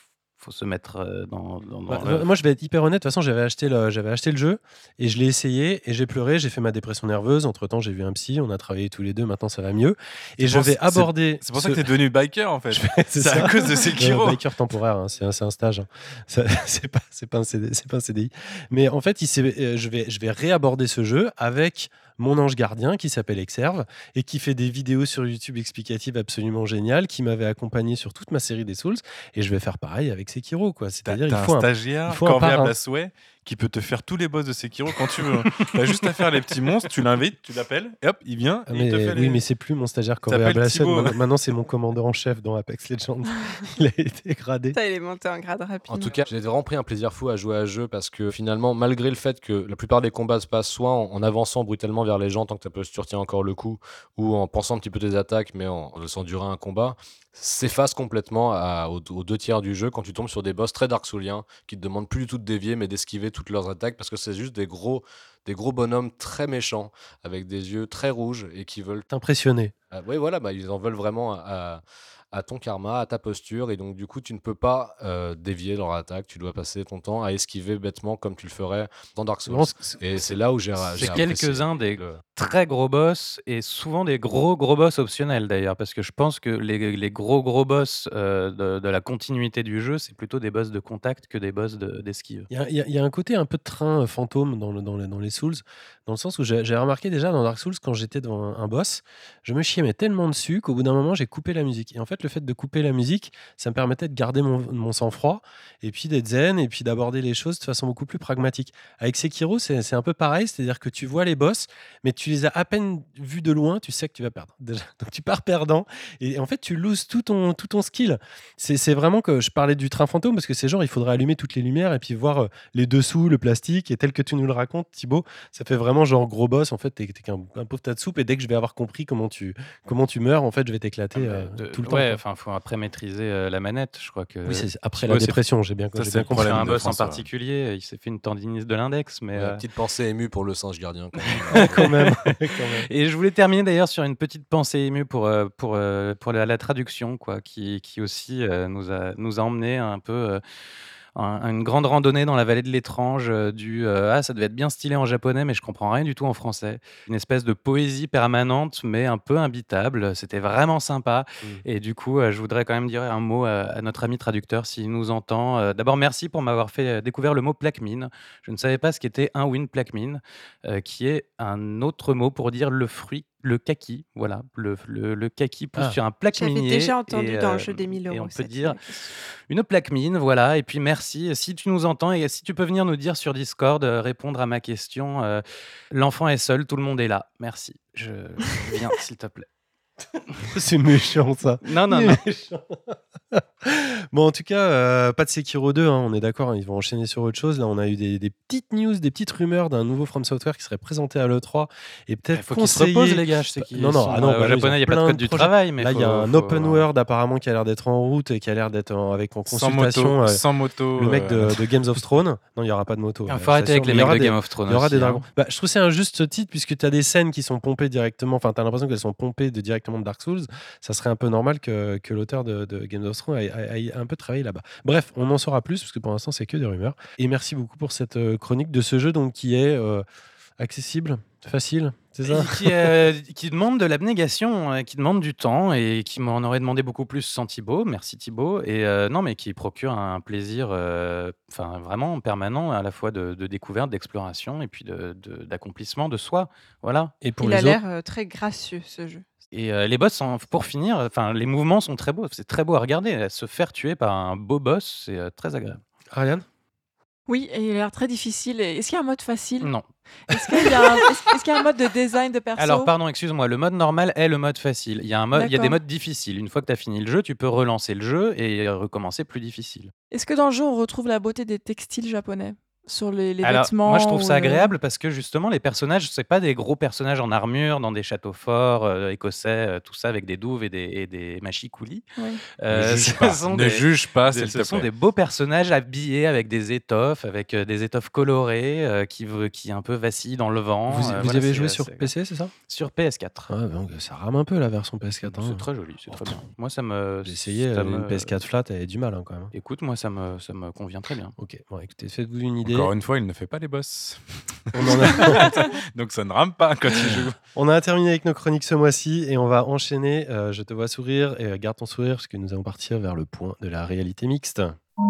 faut se mettre euh, dans, dans, dans Bah, le- moi, je vais être hyper honnête. De toute façon, j'avais acheté le, j'avais acheté le jeu et je l'ai essayé et j'ai pleuré. J'ai fait ma dépression nerveuse. Entre temps, j'ai vu un psy. On a travaillé tous les deux. Maintenant, ça va mieux. Et C'est je pour- vais c'est- aborder. C'est pour ça ce- que t'es devenu biker en fait. C'est C'est à ça. cause de Sekiro. Euh, biker temporaire, hein, c'est un, c'est un stage. hein. Ça- c'est pas, c'est pas un C D, c'est pas un C D I. Mais en fait, il s'est- euh, je vais, je vais réaborder ce jeu avec mon ange gardien qui s'appelle Exerve et qui fait des vidéos sur YouTube explicatives absolument géniales, qui m'avait accompagné sur toute ma série des Souls. Et je vais faire pareil avec Sekiro, quoi. T'as C'est-à-dire, il t'as faut un un, stagiaire il faut un corvéable parrain. à souhait qui peut te faire tous les boss de Sekiro quand tu veux. hein. T'as juste à faire les petits monstres, tu l'invites, tu l'appelles, et hop, il vient et Mais, il te fait oui, les... mais c'est plus mon stagiaire s'appelle corvéable à Thibaut. Maintenant, maintenant, c'est mon commandeur en chef dans Apex Legends. Il a été gradé. Ça, il est monté en grade rapidement. En tout cas, j'ai vraiment pris un plaisir fou à jouer à ce jeu parce que finalement, malgré le fait que la plupart des combats se passent soit en, en avançant brutalement vers les gens tant que ta posture tient encore le coup, ou en pensant un petit peu tes attaques mais en, en laissant durer un combat, s'efface complètement à- aux, aux deux tiers du jeu quand tu tombes sur des boss très Dark Souliens qui te demandent plus du tout de dévier mais d'esquiver toutes leurs attaques parce que c'est juste des gros, des gros bonhommes très méchants avec des yeux très rouges et qui veulent T'impressionner. oui, voilà, bah, ils en veulent vraiment à, à ton karma, à ta posture, et donc du coup, tu ne peux pas euh, dévier leur attaque. Tu dois passer ton temps à esquiver bêtement comme tu le ferais dans Dark Souls. Non, c'est- Et c'est là où j'ai ra- j'ai C'est apprécié quelques-uns des le- très gros boss et souvent des gros gros boss optionnels d'ailleurs parce que je pense que les, les gros gros boss euh, de, de la continuité du jeu c'est plutôt des boss de contact que des boss de- d'esquive. Il y, a- il y a- il y a un côté un peu de train euh, fantôme dans, le- dans, les, dans les Souls, dans le sens où j'ai j'ai remarqué déjà dans Dark Souls, quand j'étais devant un, un boss, je me chiais mais tellement dessus qu'au bout d'un moment, j'ai coupé la musique. Et en fait, le fait de couper la musique, ça me permettait de garder mon, mon sang-froid, et puis d'être zen, et puis d'aborder les choses de façon beaucoup plus pragmatique. Avec Sekiro, c'est c'est un peu pareil, c'est-à-dire que tu vois les boss, mais tu les as à peine vus de loin, tu sais que tu vas perdre. Déjà. Donc tu pars perdant, et en fait, tu loses tout ton, tout ton skill. C'est c'est vraiment que je parlais du train fantôme, parce que c'est genre, il faudrait allumer toutes les lumières, et puis voir euh, les dessous, le plastique, et tel que tu nous le racontes, Thibaut, ça fait vraiment genre gros boss. En fait, t'es t'es qu'un un pauvre tas de soupe, et dès que je vais avoir compris comment tu, comment tu meurs, en fait, je vais t'éclater euh, De- tout le temps. ouais, quoi. enfin faut après maîtriser euh, la manette, je crois que. Oui, c'est après Thibaut la s'est- dépression, j'ai bien, Ça, j'ai c'est bien le compris. Sur problème un de boss en François. particulier, il s'est fait une tendinite de l'index, mais. Ouais, euh, petite pensée émue pour le singe gardien. quand même. quand même, quand même. Et je voulais terminer d'ailleurs sur une petite pensée émue pour, euh, pour, euh, pour la, la traduction, quoi, qui, qui aussi euh, nous, a, nous a emmené un peu euh, un- une grande randonnée dans la vallée de l'étrange, euh, du euh, ah, ça devait être bien stylé en japonais, mais je comprends rien du tout en français. Une espèce de poésie permanente, mais un peu imbitable. C'était vraiment sympa. Mm. Et du coup, euh, je voudrais quand même dire un mot à, à notre ami traducteur s'il nous entend. Euh, D'abord, merci pour m'avoir fait euh, découvrir le mot plaquemine. Je ne savais pas ce qu'était un win plaquemine, euh, qui est un autre mot pour dire le fruit, le kaki. Voilà, le, le, le kaki pousse Ah. sur un plaque J'avais minier. déjà entendu et, dans le euh, jeu des mille euros. Et on peut cette dire question. une plaque mine, voilà. Et puis merci. Si tu nous entends et si tu peux venir nous dire sur Discord, euh, répondre à ma question. euh, L'enfant est seul, tout le monde est là. Merci. Je je viens, s'il te plaît. C'est méchant, ça. Non, non, Il est non. méchant. Bon, en tout cas, euh, pas de Sekiro deux, hein, on est d'accord, hein, ils vont enchaîner sur autre chose. Là, on a eu des, des petites news, des petites rumeurs d'un nouveau From Software qui serait présenté à l'E trois et peut-être Il faut qu'ils se conseillé. reposent, les gars. Je sais qu'ils Non, non, sont, ah non, euh, bah au non, ils ont japonais, il n'y a pas de plein code de du projets. travail. Mais Là, il y a faut- un faut- open world apparemment qui a l'air d'être en route et qui a l'air d'être en- avec en Sans consultation moto, euh, sans moto. le mec euh, de, de Games of Thrones. Non, il n'y aura pas de moto. Il euh, faut arrêter je avec t'assure. les Il y mecs aura de des- Game of Thrones. Il y aura aussi, des hein. dragons. Bah, je trouve que c'est un juste titre puisque tu as des scènes qui sont pompées directement. Enfin, tu as l'impression qu'elles sont pompées de, directement de Dark Souls. Ça serait un peu normal que, que l'auteur de, de Game of Thrones aille, aille- aille un peu travailler là-bas. Bref, on en saura plus parce que pour l'instant, c'est que des rumeurs. Et merci beaucoup pour cette euh, chronique de ce jeu donc, qui est euh, accessible, facile, c'est ça qui, euh, qui demande de l'abnégation, euh, qui demande du temps et qui m'en aurait demandé beaucoup plus sans Thibaut. Merci Thibaut. Et euh, non, mais qui procure un plaisir, euh, enfin vraiment permanent, à la fois de, de découverte, d'exploration et puis de- de- d'accomplissement de, soi. Voilà. Et pour Il les a autres, l'air euh, très gracieux, ce jeu. Et euh, les boss, sont- pour finir, enfin les mouvements sont très beaux. C'est très beau à regarder. Se faire tuer par un beau boss, c'est euh, très agréable. Ariane Oui, et il a l'air très difficile. Et Est-ce qu'il y a un mode facile Non. Est-ce qu'il y, a un- est-ce- est-ce qu'il y a un mode de design de perso Alors, pardon, excuse-moi, le mode normal est le mode facile. Il y a, un mode, il y a des D'accord. modes difficiles. Une fois que tu as fini le jeu, tu peux relancer le jeu et recommencer plus difficile. Est-ce que dans le jeu, on retrouve la beauté des textiles japonais Sur les, les Alors, vêtements moi, je trouve ou ça le- agréable parce que justement, les personnages, c'est pas des gros personnages en armure dans des châteaux forts euh, écossais, euh, tout ça avec des douves et des, et des machicoulis. Oui. Ne Euh, juge ce pas, sont ne des- juge pas, des- s'il ce te sont plaît. des beaux personnages habillés avec des étoffes, avec euh, des étoffes colorées euh, qui, v- qui un peu vacillent dans le vent. Vous, y- Euh, vous y voilà, avez c'est- joué euh, sur c'est- P C, c'est ça? Sur P S quatre. Ouais, donc ça rame un peu la version P S quatre. hein. C'est très joli, c'est très bien. Moi, ça me. J'ai essayé ça euh, me- une P S quatre flat, elle avait du mal hein, quand même. Écoute, moi, ça me, ça me convient très bien. Ok, bon écoutez, faites-vous une idée. Encore une fois, il ne fait pas les boss. On en a... Donc ça ne rame pas quand il joue. On a terminé avec nos chroniques ce mois-ci et on va enchaîner. euh, je te vois sourire et euh, garde ton sourire parce que nous allons partir vers le point de la réalité mixte.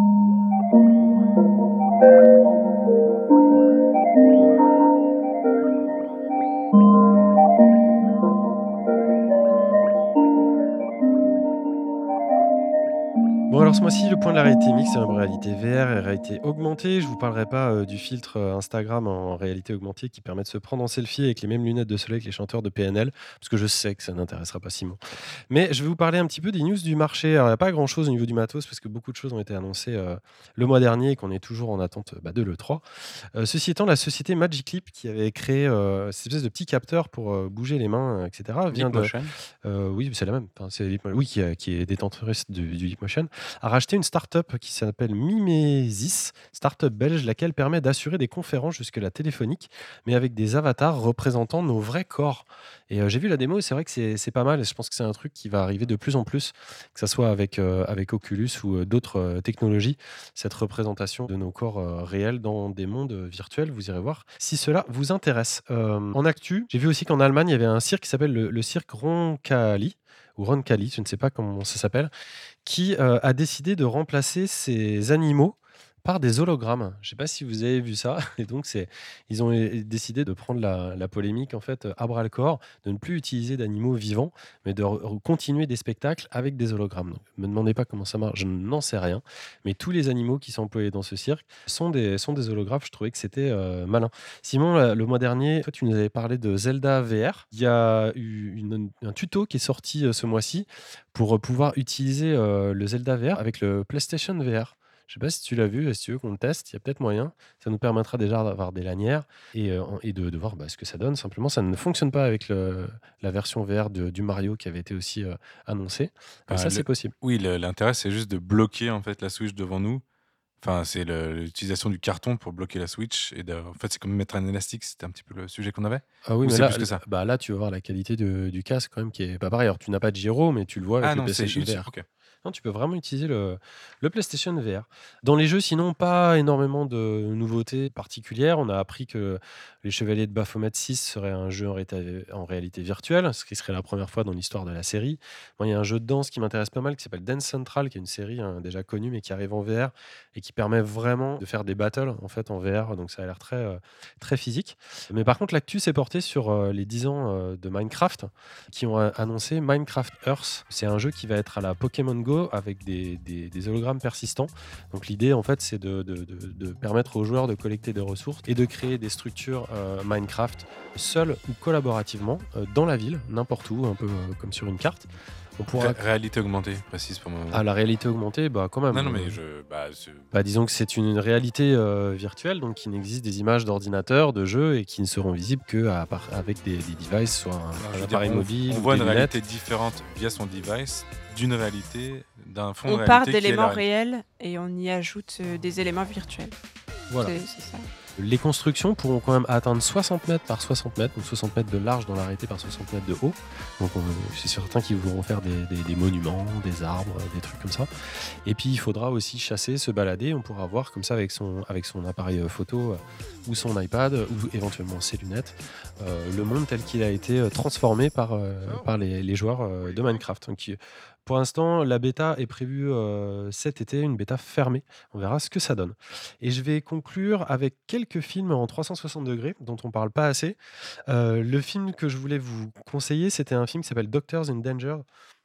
Bon alors ce mois-ci le point de la réalité mixte c'est une réalité V R et réalité augmentée. Je vous parlerai pas euh, du filtre euh, Instagram en réalité augmentée qui permet de se prendre en selfie avec les mêmes lunettes de soleil que les chanteurs de P N L parce que je sais que ça n'intéressera pas Simon. Mais je vais vous parler un petit peu des news du marché. Alors il n'y a pas grand-chose au niveau du matos parce que beaucoup de choses ont été annoncées euh, le mois dernier et qu'on est toujours en attente bah, de l'E trois. Euh, ceci étant, la société Magic Leap qui avait créé euh, cette espèce de petit capteur pour euh, bouger les mains, euh, et cetera vient de... Leapmotion. Euh, oui, c'est la même. Enfin, c'est Leapmo- oui, qui, euh, qui est détentrice du, du Leapmotion, a racheté une start-up qui s'appelle Mimesis, start-up belge, laquelle permet d'assurer des conférences jusque-là téléphoniques, mais avec des avatars représentant nos vrais corps. Et euh, j'ai vu la démo et c'est vrai que c'est, c'est pas mal. Et je pense que c'est un truc qui va arriver de plus en plus, que ce soit avec, euh, avec Oculus ou euh, d'autres euh, technologies, cette représentation de nos corps euh, réels dans des mondes euh, virtuels. Vous irez voir si cela vous intéresse. Euh, en actu, j'ai vu aussi qu'en Allemagne, il y avait un cirque qui s'appelle le, le cirque Roncalli ou Roncalli, je ne sais pas comment ça s'appelle, qui euh, a décidé de remplacer ces animaux par des hologrammes. Je ne sais pas si vous avez vu ça. Et donc, c'est, ils ont é- décidé de prendre la, la polémique en fait à bras le corps, de ne plus utiliser d'animaux vivants, mais de re- re- continuer des spectacles avec des hologrammes. Donc, ne me demandez pas comment ça marche, je n'en sais rien. Mais tous les animaux qui sont employés dans ce cirque sont des, sont des hologrammes. Je trouvais que c'était euh, malin. Simon, la- le mois dernier, toi, tu nous avais parlé de Zelda V R. Il y a eu une- un tuto qui est sorti euh, ce mois-ci pour euh, pouvoir utiliser euh, le Zelda V R avec le PlayStation V R. Je sais pas si tu l'as vu et si tu veux qu'on le teste, il y a peut-être moyen. Ça nous permettra déjà d'avoir des lanières et, euh, en- et de, de voir bah, ce que ça donne. Simplement, ça ne fonctionne pas avec le- la version V R de- du Mario qui avait été aussi euh, annoncée. Mais Ah, ça, le- c'est possible. Oui, le- l'intérêt, c'est juste de bloquer en fait la Switch devant nous. Enfin, c'est le- l'utilisation du carton pour bloquer la Switch. Et de- en fait, c'est comme mettre un élastique. C'était un petit peu le sujet qu'on avait. Ah oui, Ou mais c'est là, plus que ça? bah là, tu vas voir la qualité de- du casque quand même qui est pas pareil. Alors, tu n'as pas de gyro, mais tu le vois avec Ah le non, c'est PlayStation utile. V R. Ok. Non, tu peux vraiment utiliser le, le PlayStation V R. Dans les jeux, sinon, pas énormément de nouveautés particulières. On a appris que Les Chevaliers de Baphomet six serait un jeu en, réta- en réalité virtuelle, ce qui serait la première fois dans l'histoire de la série. Moi, il y a un jeu de danse qui m'intéresse pas mal qui s'appelle Dance Central, qui est une série hein, déjà connue mais qui arrive en V R et qui permet vraiment de faire des battles en fait en V R. Donc ça a l'air très, euh, très physique. Mais par contre, l'actu s'est porté sur euh, les dix ans euh, de Minecraft qui ont euh, annoncé Minecraft Earth. C'est un jeu qui va être à la Pokémon Go avec des, des- des hologrammes persistants. Donc l'idée en fait c'est de, de- de- de permettre aux joueurs de collecter des ressources et de créer des structures euh, Minecraft seuls ou collaborativement euh, dans la ville, n'importe où, un peu euh, comme sur une carte. On pourra... Ré- réalité augmentée, précise pour moi. Ah, la réalité augmentée, bah quand même. Non, non, euh, mais je. Bah, c'est- bah, disons que c'est une réalité euh, virtuelle, donc qui n'existe des images d'ordinateur, de jeux, et qui ne seront visibles qu'avec des, des devices, soit un, Alors, je un veux dire, appareil on- mobile. On ou voit des une lunettes. réalité différente via son device d'une réalité, d'un fond de On réalité. part qui est la d'éléments réalité. réels et on y ajoute euh, des éléments virtuels. Voilà. C'est c'est ça. Les constructions pourront quand même atteindre soixante mètres par soixante mètres, donc soixante mètres de large dans la réalité par soixante mètres de haut. Donc on- c'est certain qu'ils voudront faire des, des- des monuments, des arbres, des trucs comme ça. Et puis il faudra aussi chasser, se balader. On pourra voir comme ça avec son, avec son appareil euh, photo euh, ou son iPad ou éventuellement ses lunettes, euh, le monde tel qu'il a été euh, transformé par, euh, par les, les joueurs euh, de Minecraft. Donc, euh, pour l'instant, la bêta est prévue euh, cet été, une bêta fermée. On verra ce que ça donne. Et je vais conclure avec quelques films en trois cent soixante degrés dont on parle pas assez. Euh, le film que je voulais vous conseiller, c'était un film qui s'appelle Doctors in Danger,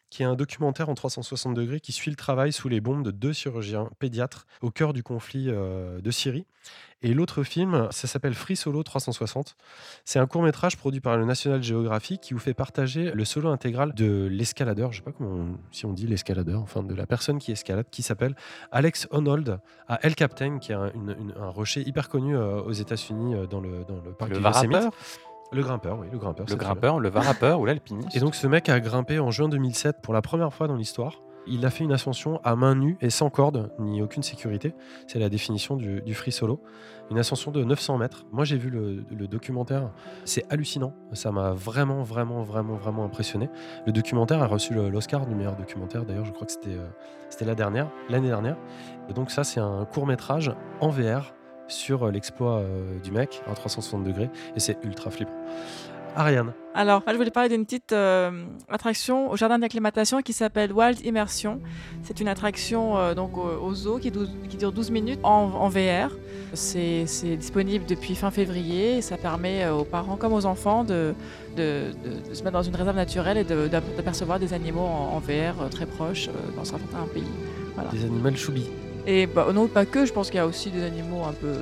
qui est un documentaire en trois cent soixante degrés qui suit le travail sous les bombes de deux chirurgiens pédiatres au cœur du conflit euh, de Syrie. Et l'autre film, ça s'appelle Free Solo trois cent soixante. C'est un court-métrage produit par le National Geographic qui vous fait partager le solo intégral de l'escaladeur, je sais pas comment on- si on dit l'escaladeur, enfin de la personne qui escalade, qui s'appelle Alex Honnold à El Captain, qui est un, une- une- un rocher hyper connu euh, aux États-Unis euh, dans, le, dans le parc Le du Yosemite. varapeur, Le grimpeur, oui, le grimpeur. le c'est celui-là. grimpeur, le varapeur ou l'alpiniste. Et donc ce mec a grimpé en juin deux mille sept pour la première fois dans l'histoire. Il a fait une ascension à main nue et sans corde, ni aucune sécurité. C'est la définition du, du free solo. Une ascension de neuf cents mètres. Moi j'ai vu le, le documentaire, c'est hallucinant. Ça m'a vraiment, vraiment, vraiment, vraiment impressionné. Le documentaire a reçu le- l'Oscar du meilleur documentaire. D'ailleurs, je crois que c'était euh, c'était la dernière, l'année dernière. Et donc ça, c'est un court métrage en V R sur euh, l'exploit euh, du mec à trois cent soixante degrés. Et c'est ultra flippant. Ariane. Alors, moi, je voulais parler d'une petite euh, attraction au jardin d'acclimatation qui s'appelle Wild Immersion. C'est une attraction euh, donc au, au zoo qui, douze- qui dure douze minutes en, en V R. C'est c'est disponible depuis fin février et ça permet euh, aux parents comme aux enfants de, de, de- de se mettre dans une réserve naturelle et de- d'aper- d'apercevoir des animaux en, en V R euh, très proches euh, dans certains pays. Voilà. Des animaux choubis. Et bah, non, pas que, je pense qu'il y a aussi des animaux un peu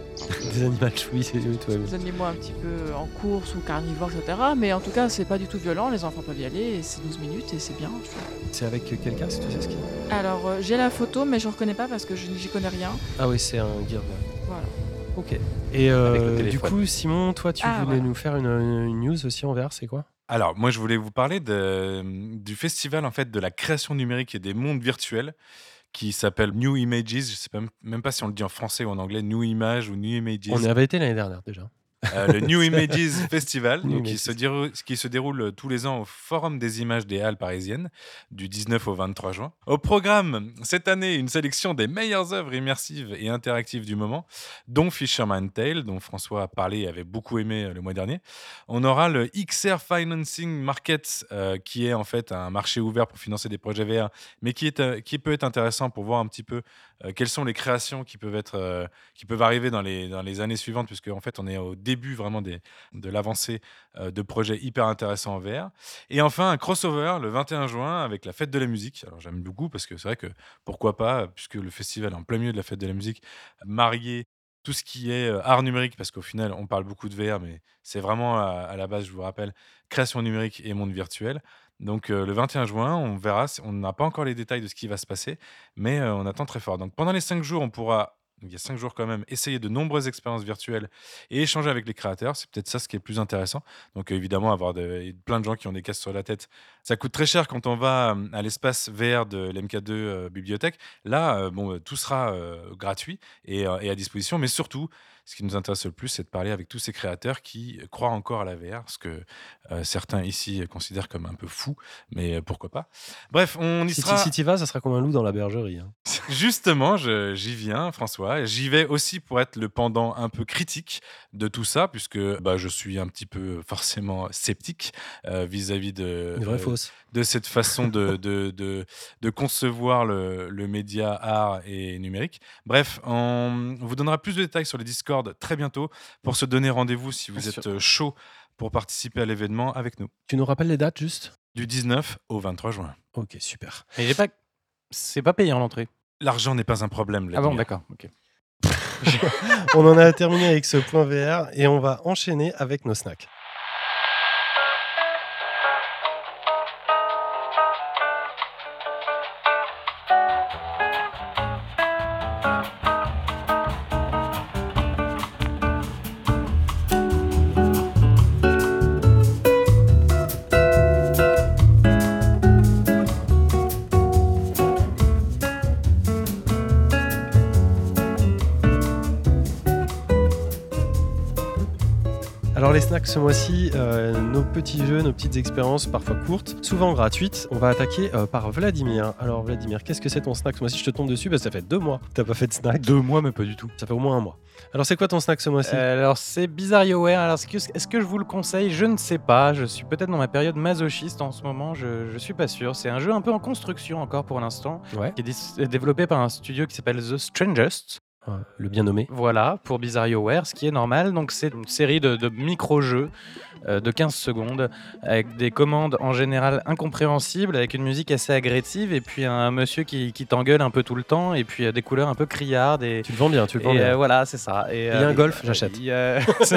Des animaux choubis, c'est oui, toi. des animaux un petit peu en course ou carnivores, et cetera. Mais en tout cas, c'est pas du tout violent, les enfants peuvent y aller, et c'est douze minutes, et c'est bien. je trouve. C'est avec quel casque, tu sais ce qu'il y a Alors, euh, j'ai la photo, mais je reconnais pas parce que je j'y connais rien. Ah oui, c'est un gear. Voilà. Ok. Et euh, Avec le du téléphone. coup, Simon, toi, tu Ah, voulais voilà. nous faire une, une news aussi en V R, c'est quoi Alors, moi, je voulais vous parler de- du festival en fait de la création numérique et des mondes virtuels qui s'appelle New Images. Je sais pas- même pas si on le dit en français ou en anglais, New Image ou New Images. On y avait été l'année dernière déjà. Euh, le New Images Festival, New donc, qui, Images. se déroule, qui se déroule tous les ans au Forum des images des Halles parisiennes, du dix-neuf au vingt-trois juin. Au programme, cette année, une sélection des meilleures œuvres immersives et interactives du moment, dont Fisherman Tale, dont François a parlé et avait beaucoup aimé euh, le mois dernier. On aura le X R Financing Market, euh, qui est en fait un marché ouvert pour financer des projets V R, mais qui, est, euh, qui peut être intéressant pour voir un petit peu euh, quelles sont les créations qui peuvent, être, euh, qui peuvent arriver dans les, dans les années suivantes, puisque en fait, on est au début vraiment des, de l'avancée euh, de projets hyper intéressants en V R. Et enfin, un crossover le vingt et un juin avec la fête de la musique. Alors j'aime beaucoup parce que c'est vrai que pourquoi pas, puisque le festival est en plein milieu de la fête de la musique, marier tout ce qui est euh, art numérique, parce qu'au final, on parle beaucoup de V R, mais c'est vraiment à, à la base, je vous rappelle, création numérique et monde virtuel. Donc euh, le vingt et un juin, on verra, si- on n'a pas encore les détails de ce qui va se passer, mais euh, on attend très fort. Donc pendant les cinq jours, on pourra, donc, il y a cinq jours quand même, essayer de nombreuses expériences virtuelles et échanger avec les créateurs. C'est peut-être ça ce qui est le plus intéressant. Donc euh, évidemment, avoir de, plein de gens qui ont des casques sur la tête, ça coûte très cher quand on va euh, à l'espace V R de l'M K deux euh, Bibliothèque. Là, euh, bon, euh, tout sera euh, gratuit et, euh, et à disposition, mais surtout, ce qui nous intéresse le plus, c'est de parler avec tous ces créateurs qui croient encore à la V R, ce que euh, certains ici considèrent comme un peu fou, mais euh, pourquoi pas. Bref, on y Si sera. tu si t'y vas, ça sera comme un loup dans la bergerie. hein. Justement, je- j'y viens, François. J'y vais aussi pour être le pendant un peu critique de tout ça, puisque bah, je suis un petit peu forcément sceptique euh, vis-à-vis de, Une vraie euh, fausse. de cette façon de, de, de, de concevoir le, le média art et numérique. Bref, on vous donnera plus de détails sur les Discord très bientôt pour se donner rendez-vous si vous Bien êtes sûr. euh, chaud pour participer à l'événement avec nous. Tu nous rappelles les dates juste Du dix-neuf au vingt-trois juin. Ok, super. Mais j'ai pas... c'est pas payé en l'entrée. L'argent n'est pas un problème. Ah bon, Vladimir. d'accord. ok. On en a terminé avec ce point V R et on va enchaîner avec nos snacks. Alors les snacks ce mois-ci, euh, nos petits jeux, nos petites expériences parfois courtes, souvent gratuites. On va attaquer euh, par Vladimir. Alors Vladimir, qu'est-ce que c'est ton snack ce mois-ci? Je te tombe dessus parce que ça fait deux mois que t'as pas fait de snack. Deux mois, mais pas du tout. Ça fait au moins un mois. Alors c'est quoi ton snack ce mois-ci? Euh, alors c'est BizarioWare. Alors est-ce que, est-ce que je vous le conseille? Je ne sais pas. Je suis peut-être dans ma période masochiste en ce moment. Je, je suis pas sûr. C'est un jeu un peu en construction encore pour l'instant, Ouais. qui est dis- développé par un studio qui s'appelle The Strangest. Ouais, le bien nommé. Voilà, pour BizarioWare, ce qui est normal. Donc, c'est une série de, de micro-jeux euh, de quinze secondes, avec des commandes en général incompréhensibles, avec une musique assez agressive, et puis un monsieur qui, qui t'engueule un peu tout le temps, et puis euh, des couleurs un peu criardes. Et, Tu le vends bien, tu le vends et bien. euh, voilà, c'est ça. Et, Il y a euh, un golf, j'achète. Il y a,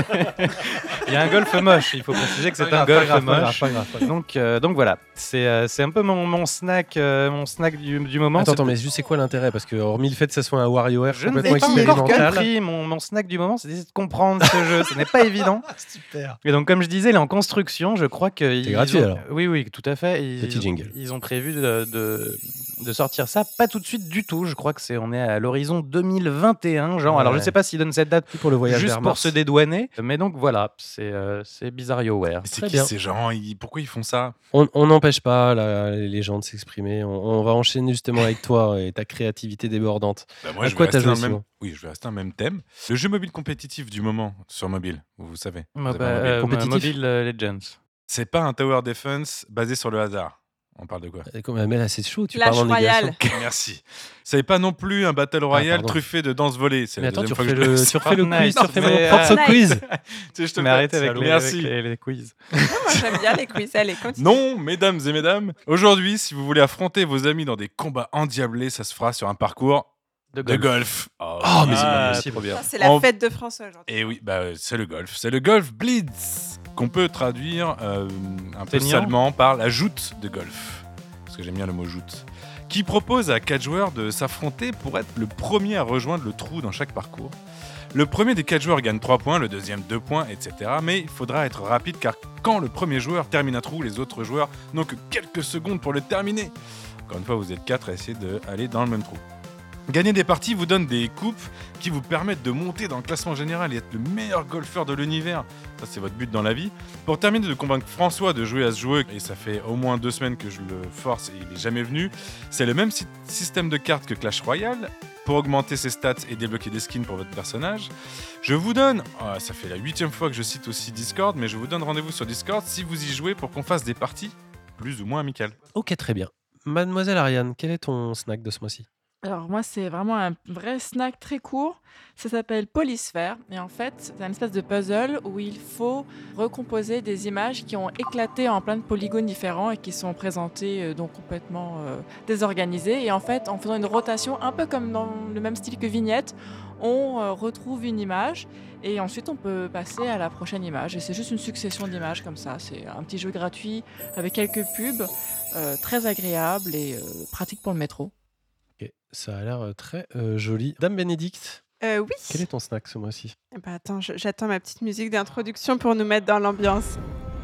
il y a un golf moche, il faut préciser que c'est Pas un grave, pas golf grave, pas grave, moche. pas grave, pas grave. Donc, euh, donc voilà, c'est euh, c'est un peu mon, mon snack, euh, mon snack du, du moment. Attends, C'est- attends, mais juste c'est quoi l'intérêt? Parce que hormis le fait que ça soit un WarioWare Je ne complètement l'ai pas encore expérimental. compris. Mon, mon snack du moment, c'est d'essayer de comprendre ce jeu. Ce n'est pas évident. Super. Et donc, comme je disais, il est en construction. Je crois que C'est gratuit, ont... alors. Oui, oui, tout à fait. Ils, Petit jingle. Ils ont prévu de, de, de sortir ça, pas tout de suite du tout. Je crois que c'est on est à l'horizon deux mille vingt et un, genre. Ouais. Alors, je sais pas s'ils donnent cette date Pour le voyage juste vers pour Mars. se dédouaner. Mais donc voilà, c'est euh, c'est BizarioWare. Mais c'est Très qui bien. ces gens ils- Pourquoi ils font ça? On on n'empêche pas la- les gens de s'exprimer. On, on va enchaîner justement avec toi et ta créativité débordante. Bah, moi, À je quoi vais t'as rester dans joué, le même... Simon? Oui, je vais rester dans le même thème. Le jeu mobile compétitif du moment sur mobile, vous, vous savez. Vous Mo- avez bah, un mobile euh, compétitif. Mobile euh, Legends. C'est pas un tower defense basé sur le hasard. On parle de quoi? Et comme- Mais là, c'est chaud, tu Clash parles en négation. Royale. Merci. C'est pas non plus un battle royale pardon. truffé de danse volée. C'est Mais la attends, tu deuxième fois refais que je le, le tu refais le Fortnite. quiz, tu refais Non, mon mais, propre euh, quiz. Tu sais, je te Mais le arrêtez fais. avec les, Merci. avec les, les quiz. Moi, j'aime bien les quiz. Allez, continue. Non, mesdames et mesdames, aujourd'hui, si vous voulez affronter vos amis dans des combats endiablés, ça se fera sur un parcours De de golf. golf. Oh, Oh, mais c'est Ah, pas possible. trop bien. Ça, C'est la En- fête de François aujourd'hui. Et oui, bah, c'est le golf. C'est le golf blitz, qu'on peut traduire euh, un peu Saignant. salement par la joute de golf. Parce que j'aime bien le mot joute. Qui propose à quatre joueurs de s'affronter pour être le premier à rejoindre le trou dans chaque parcours. Le premier des quatre joueurs gagne trois points, le deuxième deux points, et cetera. Mais il faudra être rapide car quand le premier joueur termine un trou, les autres joueurs n'ont que quelques secondes pour le terminer. Encore une fois, vous êtes quatre à essayer d'aller dans le même trou. Gagner des parties vous donne des coupes qui vous permettent de monter dans le classement général et être le meilleur golfeur de l'univers. Ça, c'est votre but dans la vie. Pour terminer de convaincre François de jouer à ce jeu, et ça fait au moins deux semaines que je le force et il n'est jamais venu, c'est le même sy- système de cartes que Clash Royale. Pour augmenter ses stats et débloquer des skins pour votre personnage, je vous donne, oh, ça fait la huitième fois que je cite aussi Discord, mais je vous donne rendez-vous sur Discord si vous y jouez pour qu'on fasse des parties plus ou moins amicales. Ok, très bien. Mademoiselle Ariane, quel est ton snack de ce mois-ci? Alors moi, c'est vraiment un vrai snack très court. Ça s'appelle Polysphère. Et en fait, c'est une espèce de puzzle où il faut recomposer des images qui ont éclaté en plein de polygones différents et qui sont présentées euh, donc complètement euh, désorganisées. Et en fait, en faisant une rotation, un peu comme dans le même style que vignette, on euh, retrouve une image et ensuite on peut passer à la prochaine image. Et c'est juste une succession d'images comme ça. C'est un petit jeu gratuit avec quelques pubs, euh, très agréable et euh, pratique pour le métro. Ok, ça a l'air euh, très euh, joli. Dame Bénédicte, Euh, oui. quel est ton snack ce mois-ci? Eh ben, attends, je- j'attends ma petite musique d'introduction pour nous mettre dans l'ambiance.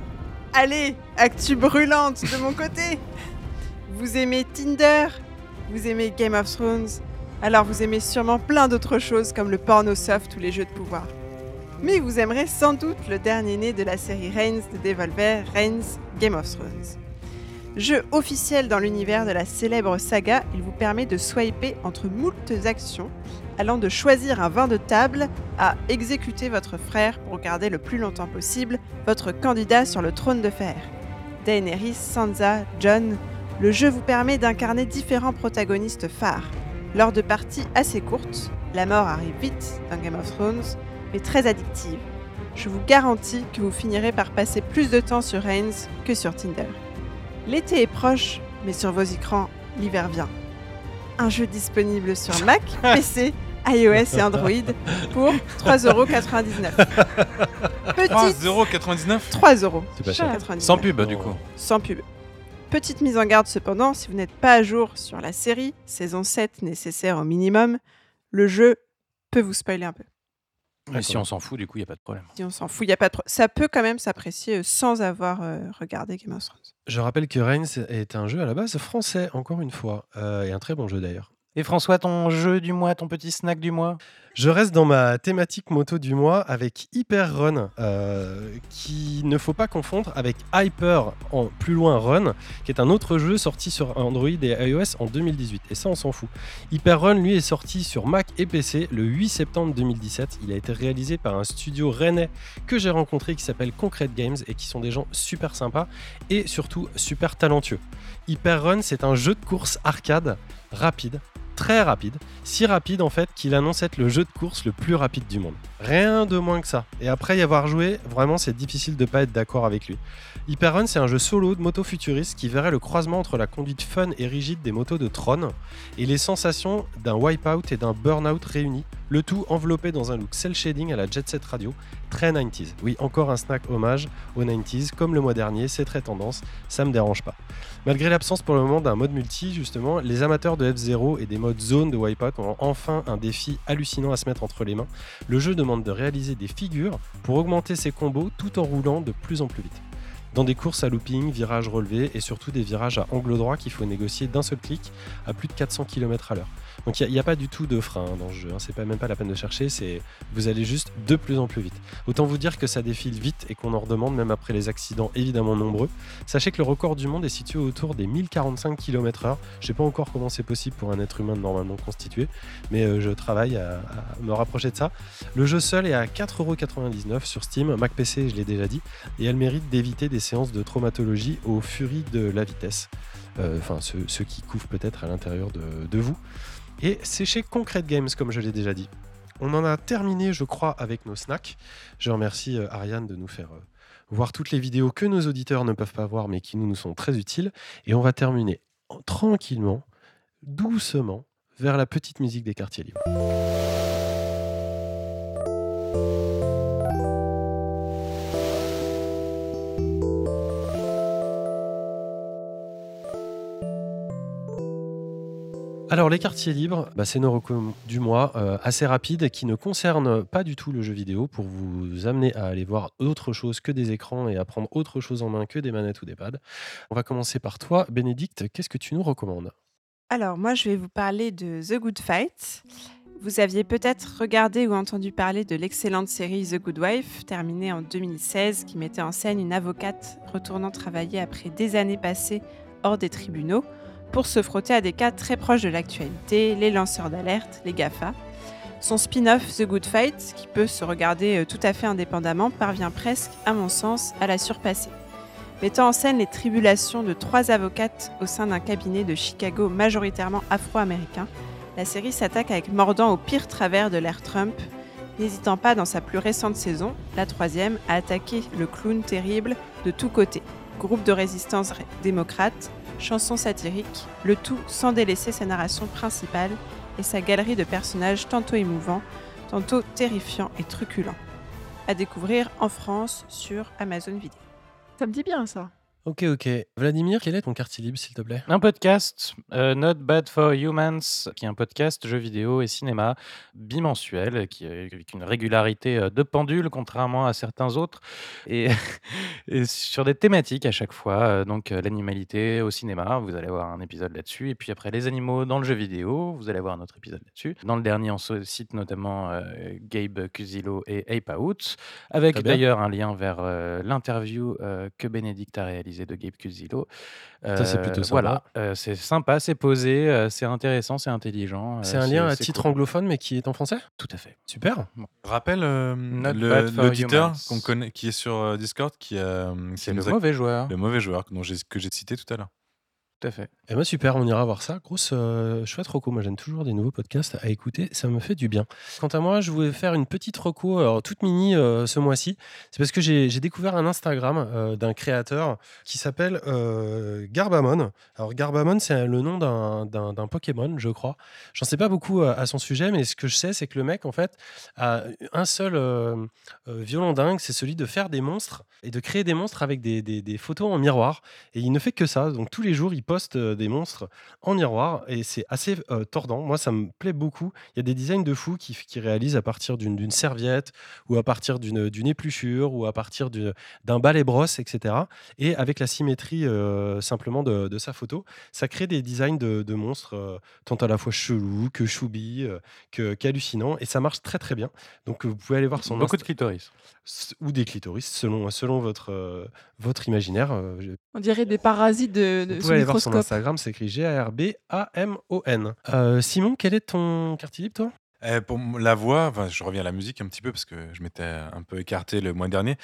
Allez, actu brûlante de mon côté. Vous aimez Tinder? Vous aimez Game of Thrones? Alors vous aimez sûrement plein d'autres choses comme le porno soft ou les jeux de pouvoir. Mais vous aimerez sans doute le dernier né de la série Reigns de Devolver, Reigns Game of Thrones. Jeu officiel dans l'univers de la célèbre saga, il vous permet de swiper entre moultes actions, allant de choisir un vin de table à exécuter votre frère pour garder le plus longtemps possible votre candidat sur le trône de fer. Daenerys, Sansa, Jon, le jeu vous permet d'incarner différents protagonistes phares. Lors de parties assez courtes, la mort arrive vite dans Game of Thrones, mais très addictive. Je vous garantis que vous finirez par passer plus de temps sur Reigns que sur Tinder. L'été est proche, mais sur vos écrans, l'hiver vient. Un jeu disponible sur Mac, P C, iOS et Android pour trois euros quatre-vingt-dix-neuf. trois Petite euros quatre-vingt-dix-neuf. trois euros C'est pas cher. quatre-vingt-dix-neuf. Sans pub, du coup. Sans pub. Petite mise en garde cependant, si vous n'êtes pas à jour sur la série, saison sept nécessaire au minimum, le jeu peut vous spoiler un peu. Mais si on s'en fout, du coup, il n'y a pas de problème. Si on s'en fout, y a pas de pro- ça peut quand même s'apprécier euh, sans avoir euh, regardé Game of Thrones. Je rappelle que Reigns est un jeu à la base français, encore une fois, euh, et un très bon jeu d'ailleurs. Et François, ton jeu du mois, ton petit snack du mois? Je reste dans ma thématique moto du mois avec Hyper Run, euh, qui ne faut pas confondre avec Hyper, en plus loin Run, qui est un autre jeu sorti sur Android et iOS en deux mille dix-huit. Et ça, on s'en fout. Hyper Run, lui, est sorti sur Mac et P C le huit septembre deux mille dix-sept. Il a été réalisé par un studio rennais que j'ai rencontré qui s'appelle Concrete Games et qui sont des gens super sympas et surtout super talentueux. Hyper Run, c'est un jeu de course arcade rapide, très rapide, si rapide en fait qu'il annonce être le jeu de course le plus rapide du monde. Rien de moins que ça. Et après y avoir joué, vraiment c'est difficile de pas être d'accord avec lui. Hyper Run, c'est un jeu solo de moto futuriste qui verrait le croisement entre la conduite fun et rigide des motos de Tron et les sensations d'un Wipeout et d'un Burnout réunis, le tout enveloppé dans un look cel shading à la Jet Set Radio, très nineties. Oui, encore un snack hommage aux nineties, comme le mois dernier, c'est très tendance, ça me dérange pas. Malgré l'absence pour le moment d'un mode multi, justement, les amateurs de F zéro et des modes zone de Wipeout ont enfin un défi hallucinant à se mettre entre les mains. Le jeu demande de réaliser des figures pour augmenter ses combos tout en roulant de plus en plus vite. Dans des courses à looping, virages relevés et surtout des virages à angle droit qu'il faut négocier d'un seul clic à plus de quatre cents kilomètres à l'heure. Donc il n'y a, a pas du tout de frein hein, dans ce jeu, hein. C'est pas, même pas la peine de chercher, c'est, vous allez juste de plus en plus vite. Autant vous dire que ça défile vite et qu'on en redemande même après les accidents évidemment nombreux. Sachez que le record du monde est situé autour des mille quarante-cinq kilomètres heure. Je sais pas encore comment c'est possible pour un être humain normalement constitué, mais euh, je travaille à, à me rapprocher de ça. Le jeu seul est à quatre euros quatre-vingt-dix-neuf sur Steam, Mac P C je l'ai déjà dit, et elle mérite d'éviter des séances de traumatologie aux furies de la vitesse. Enfin, euh, ceux, ceux qui couvrent peut-être à l'intérieur de, de vous. Et c'est chez Concrete Games, comme je l'ai déjà dit. On en a terminé, je crois, avec nos snacks. Je remercie euh, Ariane de nous faire euh, voir toutes les vidéos que nos auditeurs ne peuvent pas voir, mais qui nous, nous sont très utiles. Et on va terminer en, tranquillement, doucement, vers la petite musique des quartiers libres. Alors les quartiers libres, bah, c'est nos recos du mois, euh, assez rapides, qui ne concernent pas du tout le jeu vidéo, pour vous amener à aller voir autre chose que des écrans et à prendre autre chose en main que des manettes ou des pads. On va commencer par toi, Bénédicte, qu'est-ce que tu nous recommandes ? Alors moi je vais vous parler de The Good Fight. Vous aviez peut-être regardé ou entendu parler de l'excellente série The Good Wife, terminée en deux mille seize, qui mettait en scène une avocate retournant travailler après des années passées hors des tribunaux, pour se frotter à des cas très proches de l'actualité, les lanceurs d'alerte, les GAFA. Son spin-off The Good Fight, qui peut se regarder tout à fait indépendamment, parvient presque, à mon sens, à la surpasser. Mettant en scène les tribulations de trois avocates au sein d'un cabinet de Chicago majoritairement afro-américain, la série s'attaque avec mordant au pire travers de l'ère Trump, n'hésitant pas dans sa plus récente saison, la troisième, à attaquer le clown terrible de tous côtés. Groupe de résistance démocrate, chansons satiriques, le tout sans délaisser sa narration principale et sa galerie de personnages tantôt émouvants, tantôt terrifiants et truculents. À découvrir en France sur Amazon Vidéo. Ça me dit bien ça. Ok, ok. Vladimir, quel est ton quartier libre, s'il te plaît ? Un podcast, euh, Not Bad for Humans, qui est un podcast jeux vidéo et cinéma bimensuel, qui est avec une régularité euh, de pendule, contrairement à certains autres, et, et sur des thématiques à chaque fois. Euh, donc euh, l'animalité au cinéma, vous allez avoir un épisode là-dessus, et puis après les animaux dans le jeu vidéo, vous allez avoir un autre épisode là-dessus. Dans le dernier, on se cite notamment euh, Gabe Cusillo et Ape Out, avec Très bien. d'ailleurs un lien vers euh, l'interview euh, que Bénédicte a réalisée de Gabe Cusillo. Ça, c'est plutôt Euh, sympa. Voilà, euh, c'est sympa, c'est posé, euh, c'est intéressant, c'est intelligent. euh, C'est un lien à c'est titre cool. anglophone, mais qui est en français ? Tout à fait. Super. Rappelle euh, Not le- bad for l'auditeur humans. qu'on connaît, qui est sur euh, Discord, qui, euh, qui C'est le nous a- mauvais joueur. le mauvais joueur dont j'ai- que j'ai cité tout à l'heure. Tout à fait. Et moi super, on ira voir ça. Grosse euh, chouette reco. Moi j'aime toujours des nouveaux podcasts à écouter, ça me fait du bien. Quant à moi, je voulais faire une petite reco, alors, toute mini euh, ce mois-ci. C'est parce que j'ai j'ai découvert un Instagram euh, d'un créateur qui s'appelle euh, Garbamon. Alors Garbamon, c'est le nom d'un- d'un d'un Pokémon, je crois. J'en sais pas beaucoup à, à son sujet, mais ce que je sais, c'est que le mec, en fait, a un seul euh, euh, violon dingue, c'est celui de faire des monstres et de créer des monstres avec des, des- des photos en miroir. Et il ne fait que ça. Donc tous les jours, il poste euh, des monstres en miroir et c'est assez euh, tordant. Moi, ça me plaît beaucoup. Il y a des designs de fous qui, qui réalisent à partir d'une d'une serviette ou à partir d'une d'une épluchure ou à partir d'une- d'un balai brosse, et cetera. Et avec la symétrie euh, simplement de, de sa photo, ça crée des designs de, de monstres euh, tant à la fois chelous que choubi, euh, que qu'hallucinants. Et ça marche très très bien. Donc euh, vous pouvez aller voir son Beaucoup Insta- de clitoris. S- ou des clitoris selon, selon votre, euh, votre imaginaire. euh, je- On dirait des parasites de, de Vous sous pouvez aller voir son microscope. Instagram, c'est écrit G A R B A M O N. Euh, Simon, quel est ton quartier libre, toi ? Euh, pour m- la voix, enfin, je reviens à la musique un petit peu parce que je m'étais un peu écarté le mois dernier.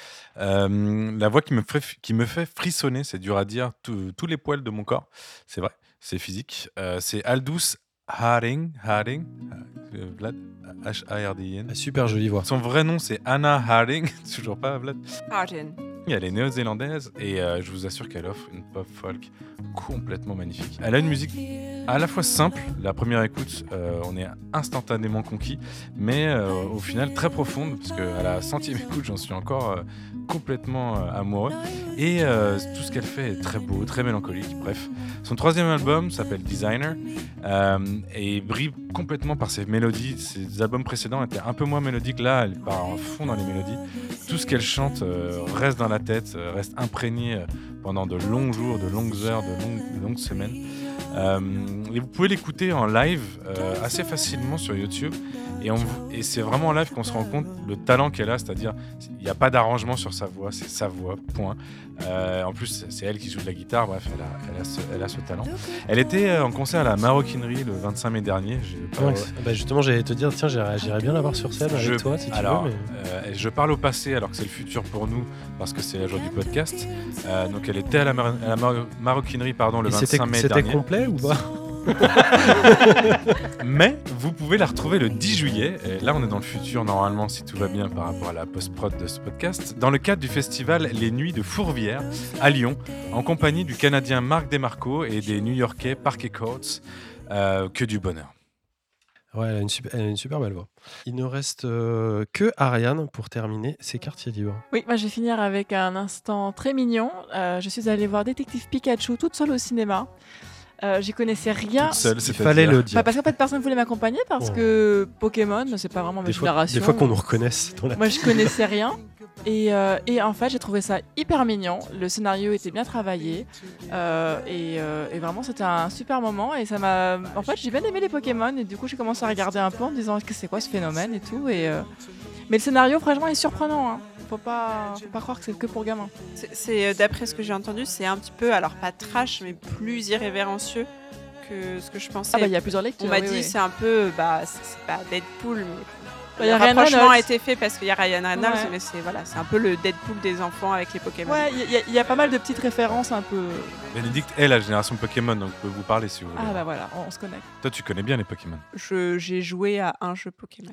Euh, la voix qui me, fait, qui me fait frissonner, c'est dur à dire, tous tous les poils de mon corps, c'est vrai, c'est physique. Euh, c'est Aldous Harding, Harding, euh, Vlad, H A R D I N. Ah, super jolie voix. Son vrai nom, c'est Anna Harding, toujours pas Vlad. Arden. Elle est néo-zélandaise et euh, je vous assure qu'elle offre une pop folk complètement magnifique. Elle a une musique à la fois simple, la première écoute, euh, on est instantanément conquis, mais euh, au final très profonde, parce qu'à la centième écoute, j'en suis encore euh, complètement euh, amoureux. Et euh, tout ce qu'elle fait est très beau, très mélancolique, bref. Son troisième album s'appelle Designer euh, et brille complètement par ses mélodies. Ses albums précédents étaient un peu moins mélodiques, là elle part en fond dans les mélodies. Tout ce qu'elle chante euh, reste dans la tête, euh, reste imprégné euh, pendant de longs jours, de longues heures, de longues, de longues semaines. Euh, et vous pouvez l'écouter en live euh, assez facilement sur YouTube. Et, on, et c'est vraiment en live qu'on se rend compte le talent qu'elle a, c'est-à-dire il n'y a pas d'arrangement sur sa voix, c'est sa voix, point. Euh, en plus, c'est elle qui joue de la guitare, bref, elle a, elle a, ce, elle a ce talent. Elle était en concert à la Maroquinerie le vingt-cinq mai dernier. J'ai pas... Ouais, bah justement, j'allais te dire, tiens, j'irais, j'irais bien la voir sur scène je, avec toi, si tu alors, veux. Mais... euh, je parle au passé alors que c'est le futur pour nous, parce que c'est la joie du podcast. Euh, donc elle était à la, Mar- à la Mar- Maroquinerie pardon, le Et vingt-cinq c'était, mai c'était dernier. complet ou pas? Mais vous pouvez la retrouver le dix juillet, et là on est dans le futur normalement si tout va bien par rapport à la post-prod de ce podcast, dans le cadre du festival Les Nuits de Fourvière à Lyon, en compagnie du Canadien Marc Desmarco et des New-Yorkais Parquet Courts. Euh, que du bonheur. Ouais, elle a une super, elle a une super belle voix. Il ne reste euh, que Ariane pour terminer ses quartiers libres. Oui, moi je vais finir avec un instant très mignon. Euh, je suis allée voir Détective Pikachu toute seule au cinéma. Euh, j'y connaissais rien. Toute seule, Il c'est fallait le dire. Bah, parce qu'en fait personne voulait m'accompagner parce Oh. que Pokémon, c'est pas vraiment ma Des fois, génération. des fois qu'on nous reconnaisse dans la... Moi je connaissais rien. Et, euh, et en fait j'ai trouvé ça hyper mignon. Le scénario était bien travaillé. Euh, et, euh, et vraiment c'était un super moment. Et ça m'a. En fait j'ai bien aimé les Pokémon. Et du coup j'ai commencé à regarder un peu en me disant que c'est quoi ce phénomène et tout. Et, euh... Mais le scénario franchement est surprenant. Hein. Faut pas, faut pas croire que c'est que pour gamins. C'est, c'est, euh, d'après ce que j'ai entendu, c'est un petit peu, alors pas trash, mais plus irrévérencieux que ce que je pensais. Ah bah il y a plusieurs lectures. On m'a oui, dit oui. c'est un peu, bah c'est, c'est pas Deadpool, mais Bah, y a le Ryan rapprochement Reynolds. a été fait parce qu'il y a Ryan Reynolds, Ouais. mais c'est voilà, c'est un peu le Deadpool des enfants avec les Pokémon. Ouais, il y, a- y a pas mal de petites références un peu. Bénédicte est la génération Pokémon, donc je peux vous parler si vous voulez. Ah bah voilà, on, on se connecte. Toi, tu connais bien les Pokémon. Je, j'ai joué à un jeu Pokémon.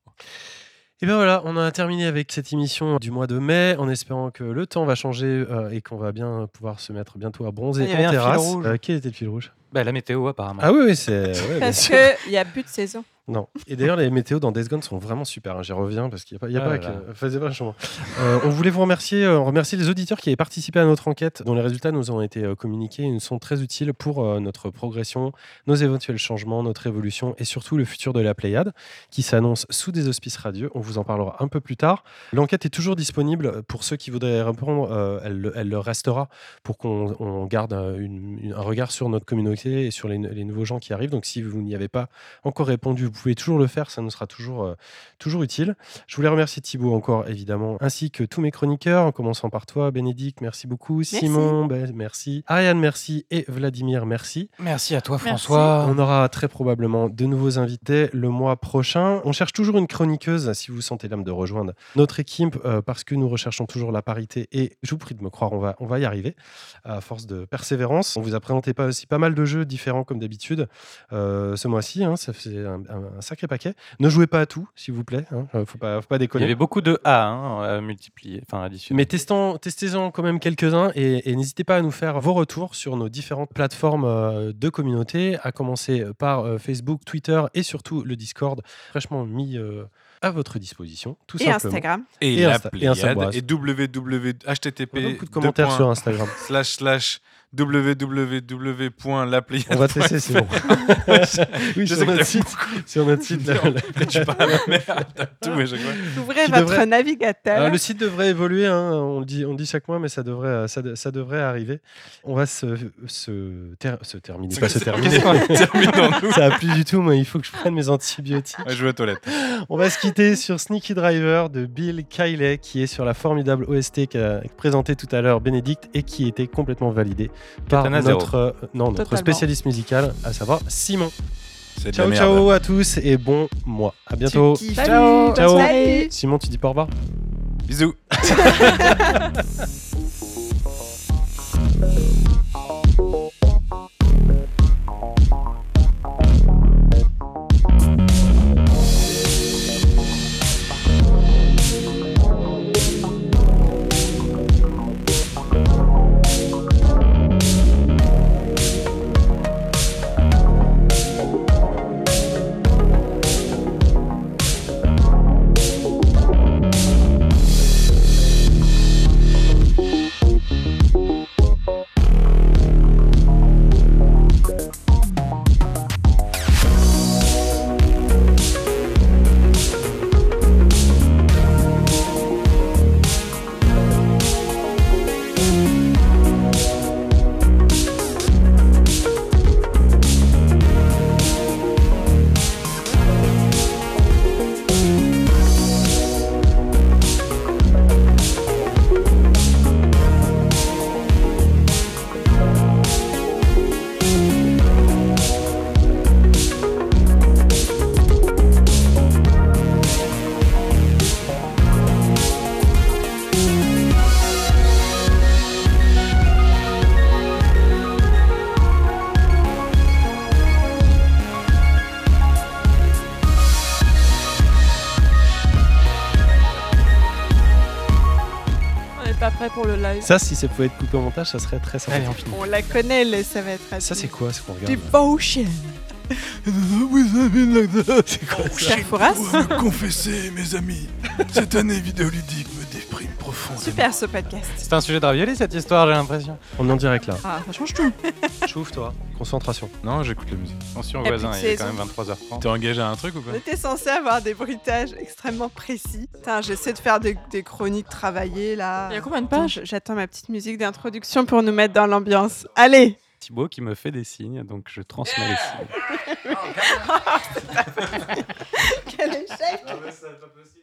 Et bien voilà, on a terminé avec cette émission du mois de mai, en espérant que le temps va changer euh, et qu'on va bien pouvoir se mettre bientôt à bronzer Ah, il y avait en un fil terrasse. rouge. Euh, quel était le fil rouge? Bah, la météo, apparemment. Ah oui, oui, c'est... ouais, bien Parce sûr. qu'il n'y a plus de saison. Non. Et d'ailleurs, les météos dans Days Gone sont vraiment super. hein. J'y reviens parce qu'il n'y a pas, il y a Ah pas là que. là. Enfin, c'est vachement. Euh, on voulait vous remercier, euh, remercier les auditeurs qui avaient participé à notre enquête, dont les résultats nous ont été euh, communiqués et nous sont très utiles pour euh, notre progression, nos éventuels changements, notre évolution et surtout le futur de la Pléiade, qui s'annonce sous des auspices radieux. On vous en parlera un peu plus tard. L'enquête est toujours disponible pour ceux qui voudraient répondre. Euh, elle, le- elle le restera pour qu'on on garde euh, une- une- un regard sur notre communauté et sur les, les nouveaux gens qui arrivent. Donc, si vous n'y avez pas encore répondu, vous pouvez toujours le faire. Ça nous sera toujours, euh, toujours utile. Je voulais remercier Thibaut encore, évidemment, ainsi que tous mes chroniqueurs, en commençant par toi, Bénédicte, merci beaucoup. Simon, ben, merci. Ariane, merci. Et Vladimir, merci. Merci à toi, Merci. François. On aura très probablement de nouveaux invités le mois prochain. On cherche toujours une chroniqueuse, si vous sentez l'âme de rejoindre notre équipe, euh, parce que nous recherchons toujours la parité. Et je vous prie de me croire, on va, on va y arriver, à force de persévérance. On vous a présenté pas aussi pas mal de jeux différents, comme d'habitude, euh, ce mois-ci. Hein, ça fait un, un- un sacré paquet. Ne jouez pas à tout, s'il vous plaît. Hein, euh, faut pas, faut pas Il y déconner. avait beaucoup de A hein, à multiplier, enfin additionner. Mais testons, testez-en quand même quelques-uns et, et n'hésitez pas à nous faire vos retours sur nos différentes plateformes euh, de communauté, à commencer par euh, Facebook, Twitter et surtout le Discord, fraîchement mis euh, à votre disposition, tout Et simplement. Instagram. Et, Et la Insta- et Pléiade Instagram. et www On a http beaucoup de commentaires sur Instagram. slash slash www.lapléiade. On va tester, c'est bon. oui, Je sur sais que notre t'as site, sur notre site. là, là. Après, tu parles à la merde, t'as tout à chaque fois. Ouvrez Qui votre devrait- navigateur. Euh, le site devrait évoluer, hein, on, le dit, on le dit chaque mois, mais ça devrait, euh, ça, de- ça devrait arriver. On va se, se, ter- se terminer, pas se terminer. Terminons-nous. Ça va plus du tout, moi il faut que je prenne mes antibiotiques. Ouais, je vais aux toilettes. On va se quitter sur Sneaky Driver de Bill Kiley, qui est sur la formidable O S T qu'a présenté tout à l'heure Bénédicte et qui était complètement validée par Katana Zero. notre, euh, non, notre Totalement. spécialiste musical, à savoir Simon. C'est de Ciao, la merde. ciao à tous et bon mois. À bientôt. Tu kiffes. Salut, Ciao. bonne Ciao. soirée. Simon, tu dis pas au revoir? Bisous. prêt pour le live. Ça, si ça pouvait être coupé au montage, ça serait très sympa. Allez, on finit. On la connaît, le- ça va être Ça, c'est quoi ce qu'on regarde là Devotion. C'est quoi ça Cher Fouras. Je dois me confesser, mes amis. Cette année vidéoludique me déprime profondément. Super ce podcast. C'est un sujet de ravioli cette histoire, j'ai l'impression. On est en direct là. Ah, ça change tout. Chauffe toi. Concentration. Non, j'écoute la musique. Attention Et voisin, puis, il est c'est- quand même vingt-trois heures trente. T'es engagé à un truc ou quoi? On était censé avoir des bruitages extrêmement précis. Putain, j'essaie de faire des, des chroniques travaillées là. Il y a combien de Attends, pages j- J'attends ma petite musique d'introduction pour nous mettre dans l'ambiance. Allez. Thibaut qui me fait des signes, donc je transmets les signes. Quel échec. Ah, mais c'est pas possible.